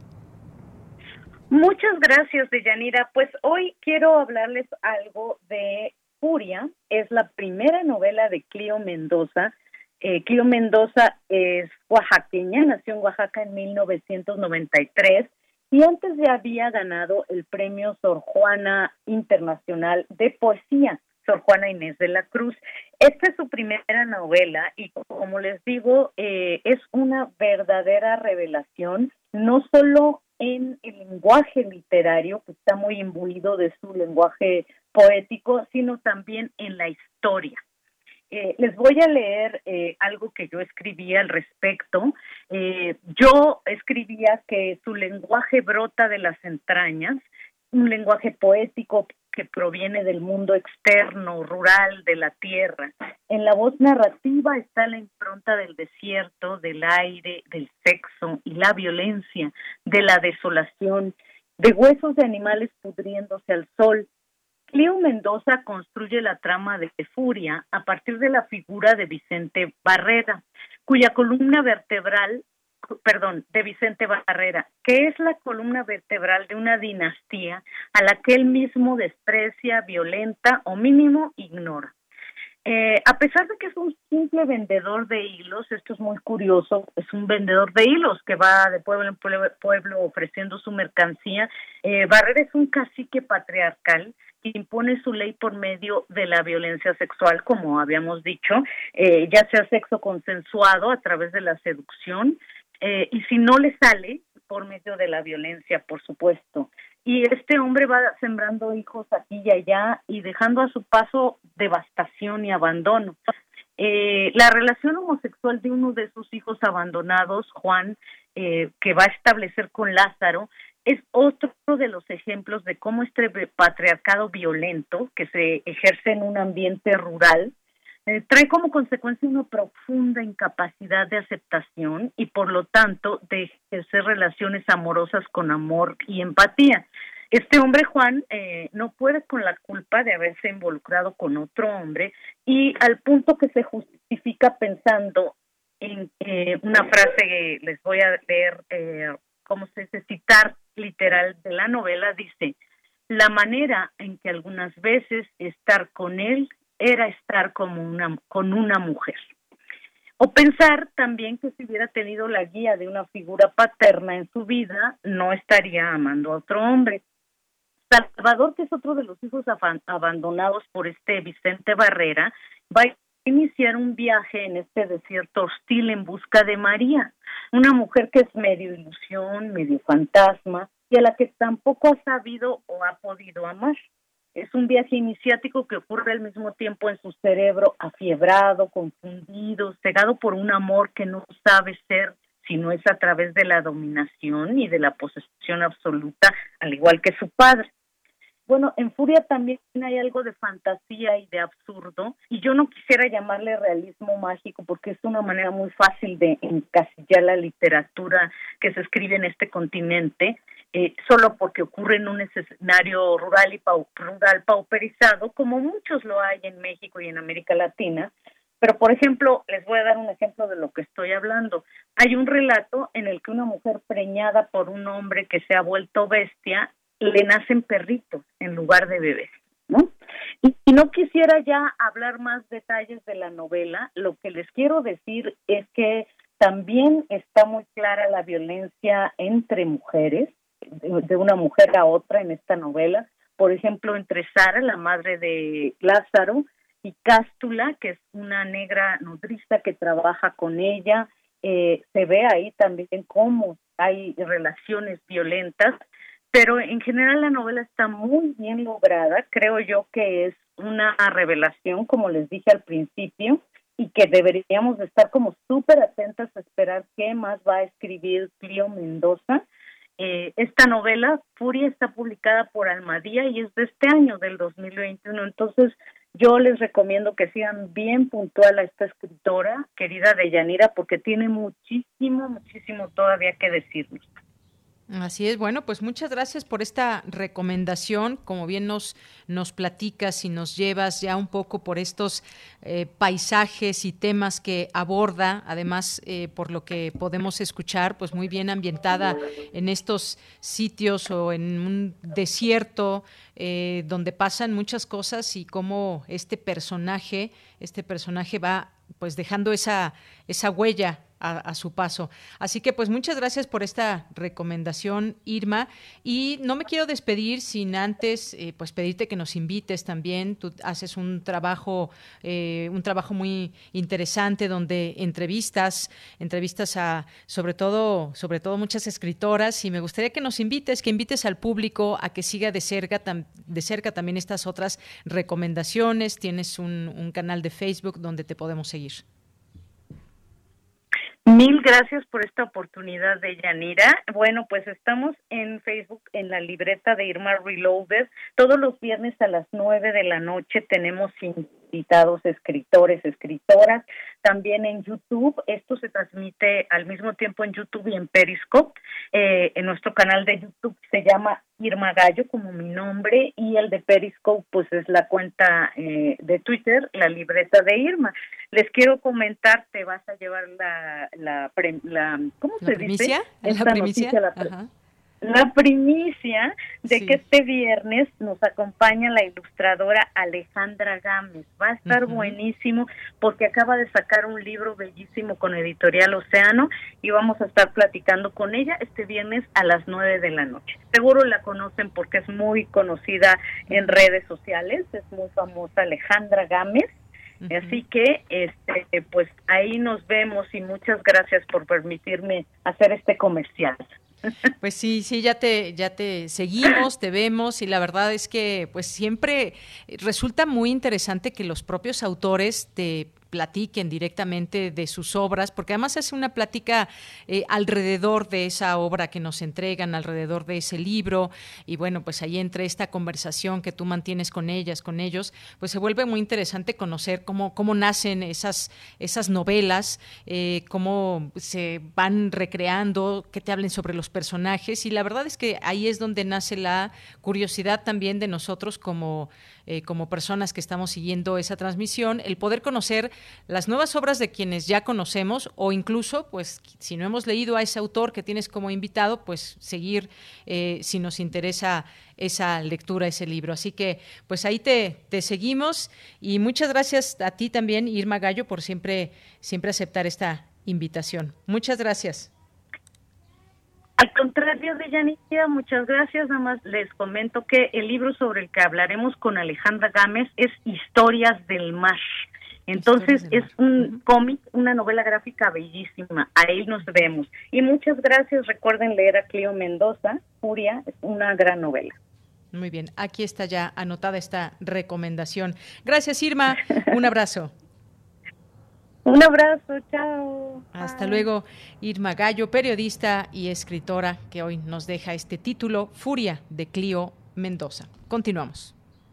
[SPEAKER 15] Muchas gracias, Deyanira. Pues hoy quiero hablarles algo de Furia es la primera novela de Cleo Mendoza. Eh, Cleo Mendoza es oaxaqueña, nació en Oaxaca en mil novecientos noventa y tres y antes ya había ganado el premio Sor Juana Internacional de Poesía, Sor Juana Inés de la Cruz. Esta es su primera novela y, como les digo, eh, es una verdadera revelación, no solo en el lenguaje literario, que está muy imbuido de su lenguaje poético, sino también en la historia. Eh, les voy a leer eh, algo que yo escribí al respecto. Eh, yo escribía que su lenguaje brota de las entrañas, un lenguaje poético que proviene del mundo externo, rural, de la tierra. En la voz narrativa está la impronta del desierto, del aire, del sexo y la violencia, de la desolación, de huesos de animales pudriéndose al sol. Cleo Mendoza construye la trama de Furia a partir de la figura de Vicente Barrera, cuya columna vertebral, perdón, de Vicente Barrera, que es la columna vertebral de una dinastía a la que él mismo desprecia, violenta o mínimo ignora. Eh, a pesar de que es un simple vendedor de hilos, esto es muy curioso, es un vendedor de hilos que va de pueblo en pueblo, pueblo ofreciendo su mercancía. Eh, Barrera es un cacique patriarcal que impone su ley por medio de la violencia sexual, como habíamos dicho, eh, ya sea sexo consensuado a través de la seducción, eh, y si no le sale, por medio de la violencia, por supuesto. Y este hombre va sembrando hijos aquí y allá y dejando a su paso devastación y abandono. Eh, la relación homosexual de uno de sus hijos abandonados, Juan, eh, que va a establecer con Lázaro, es otro de los ejemplos de cómo este patriarcado violento, que se ejerce en un ambiente rural, eh, trae como consecuencia una profunda incapacidad de aceptación y, por lo tanto, de ejercer relaciones amorosas con amor y empatía. Este hombre, Juan, eh, no puede con la culpa de haberse involucrado con otro hombre y al punto que se justifica pensando en eh, una frase que les voy a leer, eh, como se dice, citar literal de la novela, dice: la manera en que algunas veces estar con él era estar como una, con una mujer. O pensar también que si hubiera tenido la guía de una figura paterna en su vida, no estaría amando a otro hombre. Salvador, que es otro de los hijos af- abandonados por este Vicente Barrera, va a iniciar un viaje en este desierto hostil en busca de María, una mujer que es medio ilusión, medio fantasma, y a la que tampoco ha sabido o ha podido amar. Es un viaje iniciático que ocurre al mismo tiempo en su cerebro afiebrado, confundido, cegado por un amor que no sabe ser, sino es a través de la dominación y de la posesión absoluta, al igual que su padre. Bueno, en Furia también hay algo de fantasía y de absurdo, y yo no quisiera llamarle realismo mágico porque es una manera muy fácil de encasillar la literatura que se escribe en este continente, eh, solo porque ocurre en un escenario rural y pau- rural pauperizado, como muchos lo hay en México y en América Latina. Pero, por ejemplo, les voy a dar un ejemplo de lo que estoy hablando. Hay un relato en el que una mujer preñada por un hombre que se ha vuelto bestia, le nacen perritos en lugar de bebés, ¿no? Y, y no quisiera ya hablar más detalles de la novela. Lo que les quiero decir es que también está muy clara la violencia entre mujeres, de, de una mujer a otra en esta novela. Por ejemplo, entre Sara, la madre de Lázaro, y Cástula, que es una negra nodriza que trabaja con ella. Eh, se ve ahí también cómo hay relaciones violentas, pero en general la novela está muy bien lograda. Creo yo que es una revelación, como les dije al principio, y que deberíamos de estar como súper atentas a esperar qué más va a escribir Cleo Mendoza. Eh, esta novela, Furia, está publicada por Almadía y es de este año, del dos mil veintiuno. Entonces, yo les recomiendo que sigan bien puntual a esta escritora, querida Deyanira, porque tiene muchísimo, muchísimo todavía que decirnos.
[SPEAKER 3] Así es, bueno, pues muchas gracias por esta recomendación. Como bien nos, nos platicas y nos llevas ya un poco por estos eh, paisajes y temas que aborda, además eh, por lo que podemos escuchar, pues muy bien ambientada en estos sitios o en un desierto eh, donde pasan muchas cosas y cómo este personaje, este personaje va pues dejando esa, esa huella A, a su paso. Así que pues muchas gracias por esta recomendación, Irma, y no me quiero despedir sin antes eh, pues pedirte que nos invites también. Tú haces un trabajo eh, un trabajo muy interesante donde entrevistas entrevistas a sobre todo sobre todo muchas escritoras, y me gustaría que nos invites, que invites al público a que siga de cerca tam, de cerca también estas otras recomendaciones. Tienes un, un canal de Facebook donde te podemos seguir.
[SPEAKER 15] Mil gracias por esta oportunidad de Yanira. Bueno, pues estamos en Facebook en la libreta de Irma Reloaded. Todos los viernes a las nueve de la noche tenemos invitados escritores, escritoras. También en YouTube, esto se transmite al mismo tiempo en YouTube y en Periscope. Eh, en nuestro canal de YouTube se llama Irma Gallo, como mi nombre, y el de Periscope pues es la cuenta eh, de Twitter, la libreta de Irma. Les quiero comentar, te vas a llevar la, la, pre, la ¿cómo
[SPEAKER 3] ¿La
[SPEAKER 15] se
[SPEAKER 3] primicia?
[SPEAKER 15] dice?
[SPEAKER 3] ¿La primicia?
[SPEAKER 15] Noticia, la, pre, la primicia de sí. que este viernes nos acompaña la ilustradora Alejandra Gámez. Va a estar uh-huh. buenísimo porque acaba de sacar un libro bellísimo con Editorial Océano y vamos a estar platicando con ella este viernes a las nueve de la noche. Seguro la conocen porque es muy conocida en redes sociales, es muy famosa Alejandra Gámez. Uh-huh. Así que, este, pues ahí nos vemos y muchas gracias por permitirme hacer este comercial.
[SPEAKER 3] Pues sí, sí, ya te, ya te seguimos, te vemos, y la verdad es que, pues siempre resulta muy interesante que los propios autores te platiquen directamente de sus obras, porque además es una plática eh, alrededor de esa obra que nos entregan, alrededor de ese libro, y bueno, pues ahí entre esta conversación que tú mantienes con ellas, con ellos, pues se vuelve muy interesante conocer cómo, cómo nacen esas, esas novelas, eh, cómo se van recreando, que te hablen sobre los personajes, y la verdad es que ahí es donde nace la curiosidad también de nosotros como Eh, como personas que estamos siguiendo esa transmisión, el poder conocer las nuevas obras de quienes ya conocemos, o incluso, pues, si no hemos leído a ese autor que tienes como invitado, pues seguir eh, si nos interesa esa lectura, ese libro. Así que, pues ahí te, te seguimos, y muchas gracias a ti también, Irma Gallo, por siempre, siempre aceptar esta invitación. Muchas gracias.
[SPEAKER 15] Al contrario de Yanira, muchas gracias. Nada más les comento que el libro sobre el que hablaremos con Alejandra Gámez es Historias del Mar. Entonces es un uh-huh. cómic, una novela gráfica bellísima. Ahí nos vemos. Y muchas gracias. Recuerden leer a Cleo Mendoza. Furia es una gran novela.
[SPEAKER 3] Muy bien, aquí está ya anotada esta recomendación. Gracias, Irma. Un abrazo.
[SPEAKER 15] Un abrazo, chao.
[SPEAKER 3] Hasta Bye. Luego, Irma Gallo, periodista y escritora, que hoy nos deja este título, Furia, de Cleo Mendoza. Continuamos.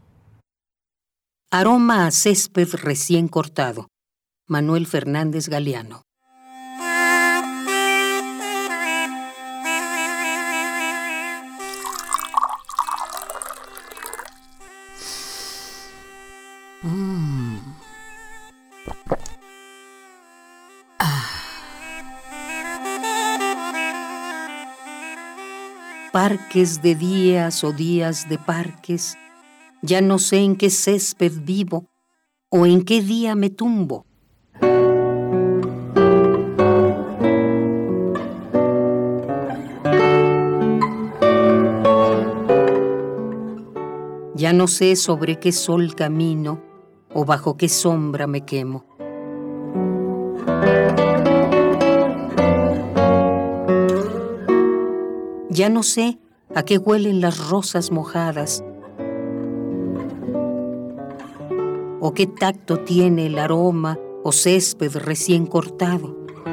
[SPEAKER 11] Aroma a césped recién cortado. Manuel Fernández Galeano. Mm. Parques de días o días de parques, ya no sé en qué césped vivo o en qué día me tumbo. Ya no sé sobre qué sol camino o bajo qué sombra me quemo. Ya no sé a qué huelen las rosas mojadas o qué tacto tiene el aroma o césped recién cortado.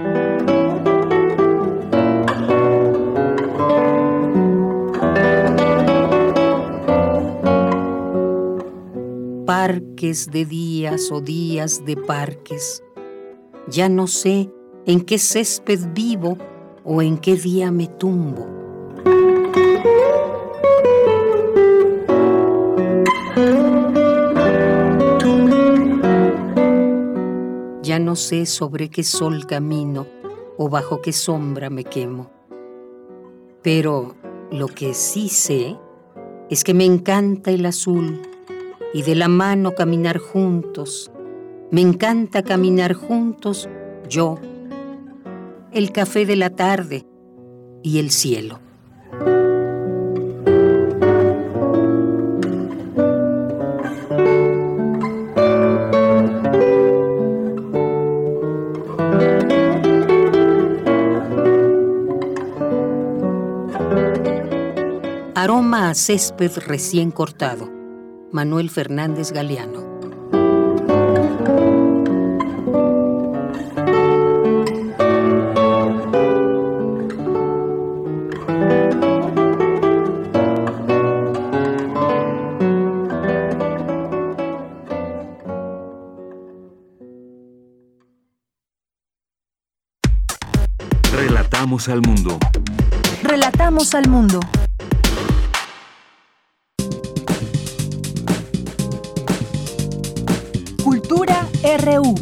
[SPEAKER 11] Parques de días o días de parques, ya no sé en qué césped vivo o en qué día me tumbo. Ya no sé sobre qué sol camino o bajo qué sombra me quemo. Pero lo que sí sé es que me encanta el azul y de la mano caminar juntos. Me encanta caminar juntos yo, el café de la tarde y el cielo. Aroma a césped recién cortado. Manuel Fernández Galeano.
[SPEAKER 2] Relatamos al mundo.
[SPEAKER 1] Relatamos al mundo. Cultura R U.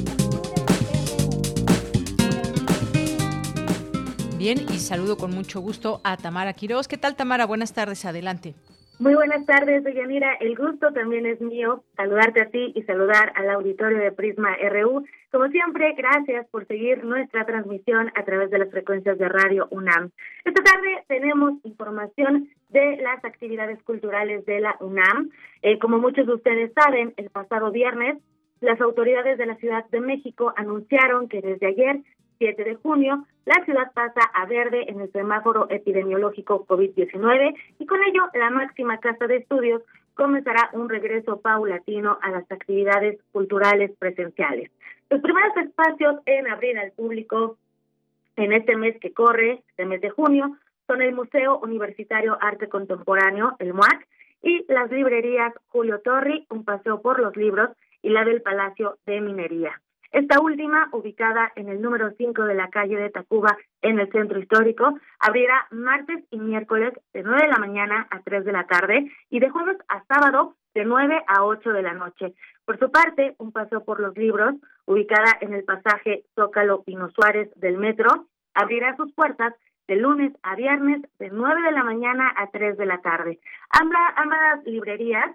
[SPEAKER 3] Bien, y saludo con mucho gusto a Tamara Quiroz. ¿Qué tal, Tamara? Buenas tardes, adelante.
[SPEAKER 5] Muy buenas tardes, Deyanira. El gusto también es mío saludarte a ti y saludar al auditorio de Prisma R U. Como siempre, gracias por seguir nuestra transmisión a través de las frecuencias de Radio UNAM. Esta tarde tenemos información de las actividades culturales de la UNAM. Eh, como muchos de ustedes saben, el pasado viernes, las autoridades de la Ciudad de México anunciaron que desde ayer, siete de junio, la ciudad pasa a verde en el semáforo epidemiológico COVID diecinueve y con ello la máxima casa de estudios comenzará un regreso paulatino a las actividades culturales presenciales. Los primeros espacios en abrir al público en este mes que corre, este mes de junio, son el Museo Universitario Arte Contemporáneo, el MUAC, y las librerías Julio Torri, un paseo por los libros, y la del Palacio de Minería. Esta última, ubicada en el número cinco de la calle de Tacuba, en el centro histórico, abrirá martes y miércoles de nueve de la mañana a tres de la tarde y de jueves a sábado de nueve a ocho de la noche. Por su parte, un paseo por los libros, ubicada en el pasaje Zócalo Pino Suárez del metro, abrirá sus puertas de lunes a viernes de nueve de la mañana a tres de la tarde. Ambas, ambas librerías,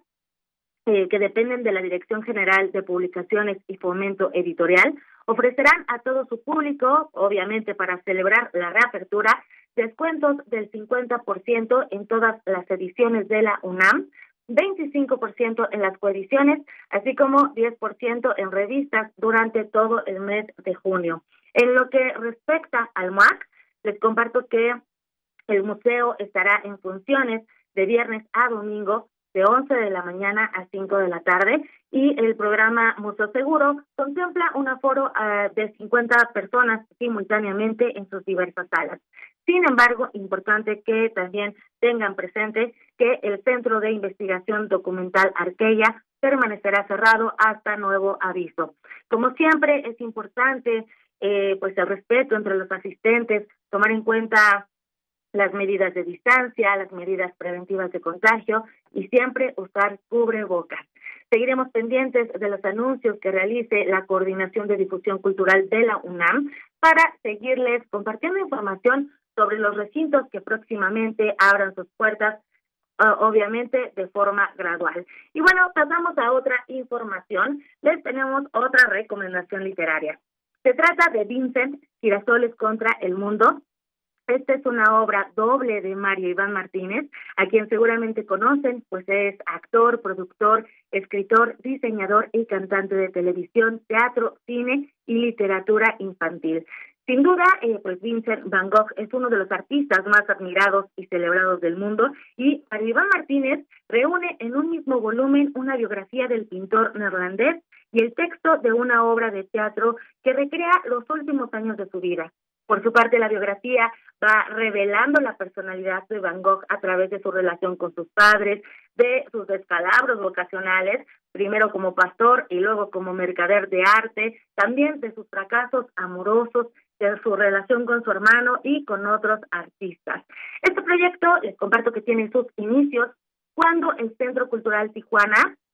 [SPEAKER 5] eh, que dependen de la Dirección General de Publicaciones y Fomento Editorial, ofrecerán a todo su público, obviamente para celebrar la reapertura, descuentos del cincuenta por ciento en todas las ediciones de la UNAM, veinticinco por ciento en las coediciones, así como diez por ciento en revistas durante todo el mes de junio. En lo que respecta al MUAC, les comparto que el museo estará en funciones de viernes a domingo de once de la mañana a cinco de la tarde y el programa Museo Seguro contempla un aforo uh, de cincuenta personas simultáneamente en sus diversas salas. Sin embargo, importante que también tengan presente que el Centro de Investigación Documental Arqueya permanecerá cerrado hasta nuevo aviso. Como siempre, es importante eh, pues el respeto entre los asistentes, tomar en cuenta las medidas de distancia, las medidas preventivas de contagio y siempre usar cubrebocas. Seguiremos pendientes de los anuncios que realice la Coordinación de Difusión Cultural de la UNAM para seguirles compartiendo información sobre los recintos que próximamente abran sus puertas, uh, obviamente de forma gradual. Y bueno, pasamos a otra información. Les tenemos otra recomendación literaria. Se trata de Vincent, Girasoles contra el Mundo. Esta es una obra doble de Mario Iván Martínez, a quien seguramente conocen, pues es actor, productor, escritor, diseñador y cantante de televisión, teatro, cine y literatura infantil. Sin duda, eh, pues Vincent Van Gogh es uno de los artistas más admirados y celebrados del mundo, y Mario Iván Martínez reúne en un mismo volumen una biografía del pintor neerlandés y el texto de una obra de teatro que recrea los últimos años de su vida. Por su parte, la biografía va revelando la personalidad de Van Gogh a través de su relación con sus padres, de sus descalabros vocacionales, primero como pastor y luego como mercader de arte, también de sus fracasos amorosos, de su relación con su hermano y con otros artistas. Este proyecto, les comparto que tiene sus inicios cuando el Centro Cultural Tijuana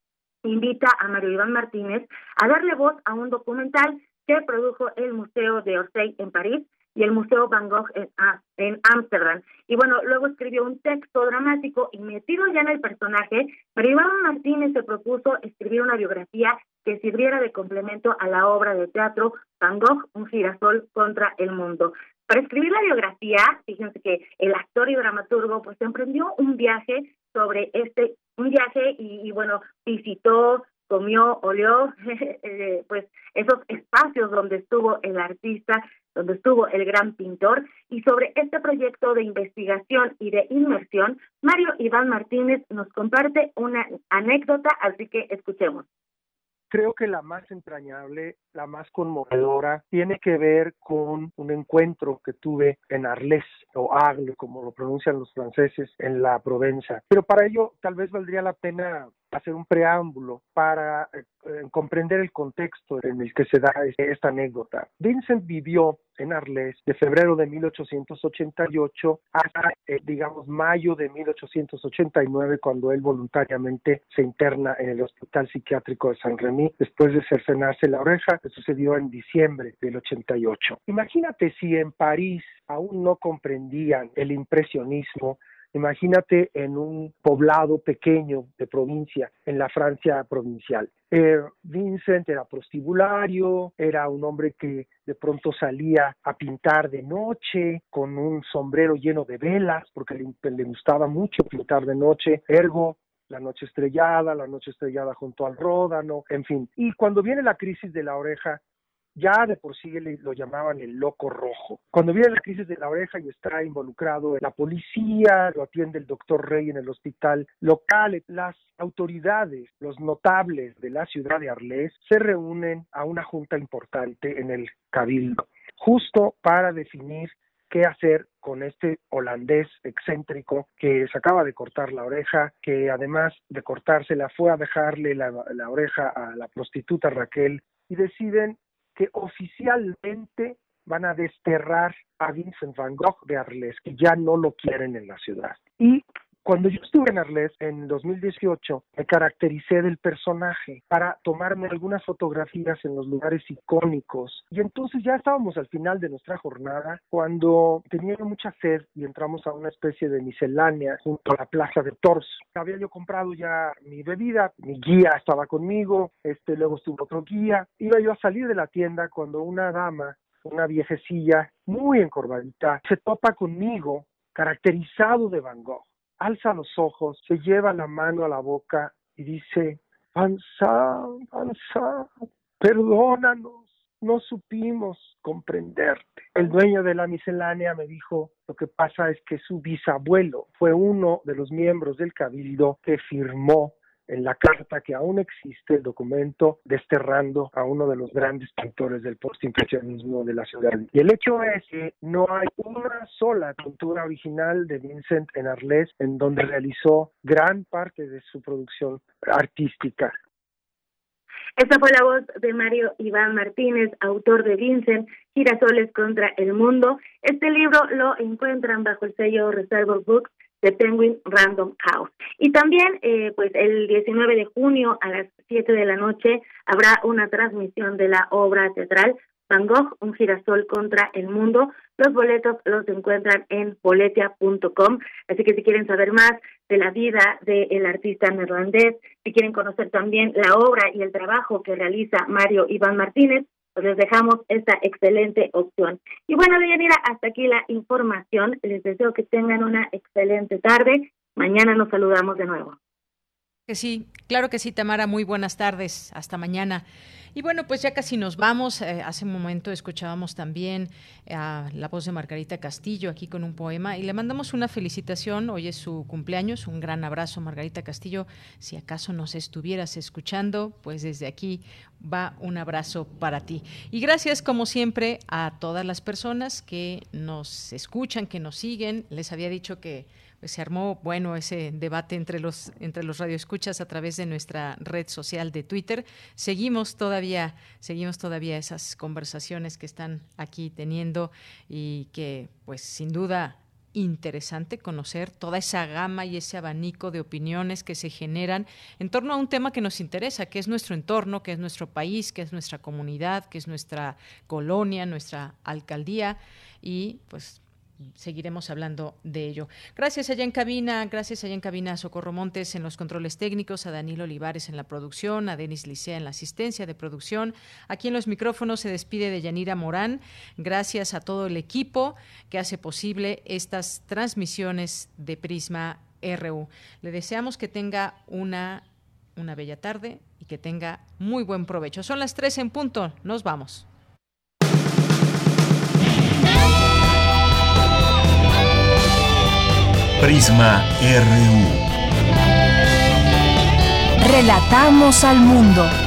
[SPEAKER 5] invita a Mario Iván Martínez a darle voz a un documental que produjo el Museo de Orsay en París y el Museo Van Gogh en Ámsterdam. Y bueno, luego escribió un texto dramático y metido ya en el personaje, Mario Iván Martínez se propuso escribir una biografía que sirviera de complemento a la obra de teatro Van Gogh, un girasol contra el mundo. Para escribir la biografía, fíjense que el actor y dramaturgo pues emprendió un viaje sobre este, un viaje y, y bueno, visitó, comió, olió, eh, pues esos espacios donde estuvo el artista, donde estuvo el gran pintor, y sobre este proyecto de investigación y de inmersión, Mario Iván Martínez nos comparte una anécdota, así que escuchemos.
[SPEAKER 6] Creo que la más entrañable, la más conmovedora, tiene que ver con un encuentro que tuve en Arles, o Arles, como lo pronuncian los franceses, en la Provenza. Pero para ello tal vez valdría la pena hacer un preámbulo para eh, comprender el contexto en el que se da esta anécdota. Vincent vivió en Arles de febrero de mil ochocientos ochenta y ocho hasta, eh, digamos, mayo de mil ochocientos ochenta y nueve, cuando él voluntariamente se interna en el Hospital Psiquiátrico de Saint-Rémy después de cercenarse la oreja, que sucedió en diciembre del ochenta y ocho. Imagínate si en París aún no comprendían el impresionismo. Imagínate en un poblado pequeño de provincia, en la Francia provincial. Eh, Vincent era prostibulario, era un hombre que de pronto salía a pintar de noche con un sombrero lleno de velas, porque le, le gustaba mucho pintar de noche, ergo la noche estrellada, la noche estrellada junto al Ródano, en fin. Y cuando viene la crisis de la oreja, ya de por sí lo llamaban el loco rojo. Cuando viene la crisis de la oreja y está involucrado en la policía, lo atiende el doctor Rey en el hospital local, las autoridades, los notables de la ciudad de Arles se reúnen a una junta importante en el Cabildo, justo para definir qué hacer con este holandés excéntrico que se acaba de cortar la oreja, que además de cortársela fue a dejarle la, la oreja a la prostituta Raquel, y deciden que oficialmente van a desterrar a Vincent Van Gogh de Arles, que ya no lo quieren en la ciudad. Y cuando yo estuve en Arles en dos mil dieciocho, me caractericé del personaje para tomarme algunas fotografías en los lugares icónicos. Y entonces ya estábamos al final de nuestra jornada, cuando tenía mucha sed y entramos a una especie de miscelánea junto a la plaza de Tours. Había yo comprado ya mi bebida, mi guía estaba conmigo, este luego estuvo otro guía. Iba yo a salir de la tienda cuando una dama, una viejecilla muy encorvadita, se topa conmigo, caracterizado de Van Gogh. Alza los ojos, se lleva la mano a la boca y dice: Vincent, Vincent, perdónanos, no supimos comprenderte. El dueño de la miscelánea me dijo: lo que pasa es que su bisabuelo fue uno de los miembros del Cabildo que firmó en la carta que aún existe el documento desterrando a uno de los grandes pintores del postimpresionismo de la ciudad. Y el hecho es que no hay una sola pintura original de Vincent en Arles en donde realizó gran parte de su producción artística.
[SPEAKER 5] Esta fue la voz de Mario Iván Martínez, autor de Vincent, Girasoles contra el Mundo. Este libro lo encuentran bajo el sello Reservoir Books de Penguin Random House. Y también, eh, pues el diecinueve de junio a las siete de la noche habrá una transmisión de la obra teatral Van Gogh, un girasol contra el mundo. Los boletos los encuentran en boletia punto com, así que si quieren saber más de la vida del artista neerlandés, si quieren conocer también la obra y el trabajo que realiza Mario Iván Martínez, pues les dejamos esta excelente opción. Y bueno, Deyanira, hasta aquí la información. Les deseo que tengan una excelente tarde. Mañana nos saludamos de nuevo.
[SPEAKER 3] Que sí, claro que sí, Tamara. Muy buenas tardes. Hasta mañana. Y bueno, pues ya casi nos vamos. Eh, hace un momento escuchábamos también a la voz de Margarita Castillo aquí con un poema y le mandamos una felicitación. Hoy es su cumpleaños. Un gran abrazo, Margarita Castillo. Si acaso nos estuvieras escuchando, pues desde aquí va un abrazo para ti. Y gracias, como siempre, a todas las personas que nos escuchan, que nos siguen. Les había dicho que pues se armó, bueno, ese debate entre los entre los radioescuchas a través de nuestra red social de Twitter. Seguimos todavía, seguimos todavía esas conversaciones que están aquí teniendo y que, pues, sin duda interesante conocer toda esa gama y ese abanico de opiniones que se generan en torno a un tema que nos interesa, que es nuestro entorno, que es nuestro país, que es nuestra comunidad, que es nuestra colonia, nuestra alcaldía, y pues seguiremos hablando de ello. Gracias allá en cabina, gracias allá en cabina a Socorro Montes en los controles técnicos, a Daniel Olivares en la producción, a Denis Licea en la asistencia de producción. Aquí en los micrófonos se despide de Yanira Morán. Gracias a todo el equipo que hace posible estas transmisiones de Prisma R U. Le deseamos que tenga una, una bella tarde y que tenga muy buen provecho. Son las tres en punto. Nos vamos.
[SPEAKER 2] Prisma R U.
[SPEAKER 1] Relatamos al mundo.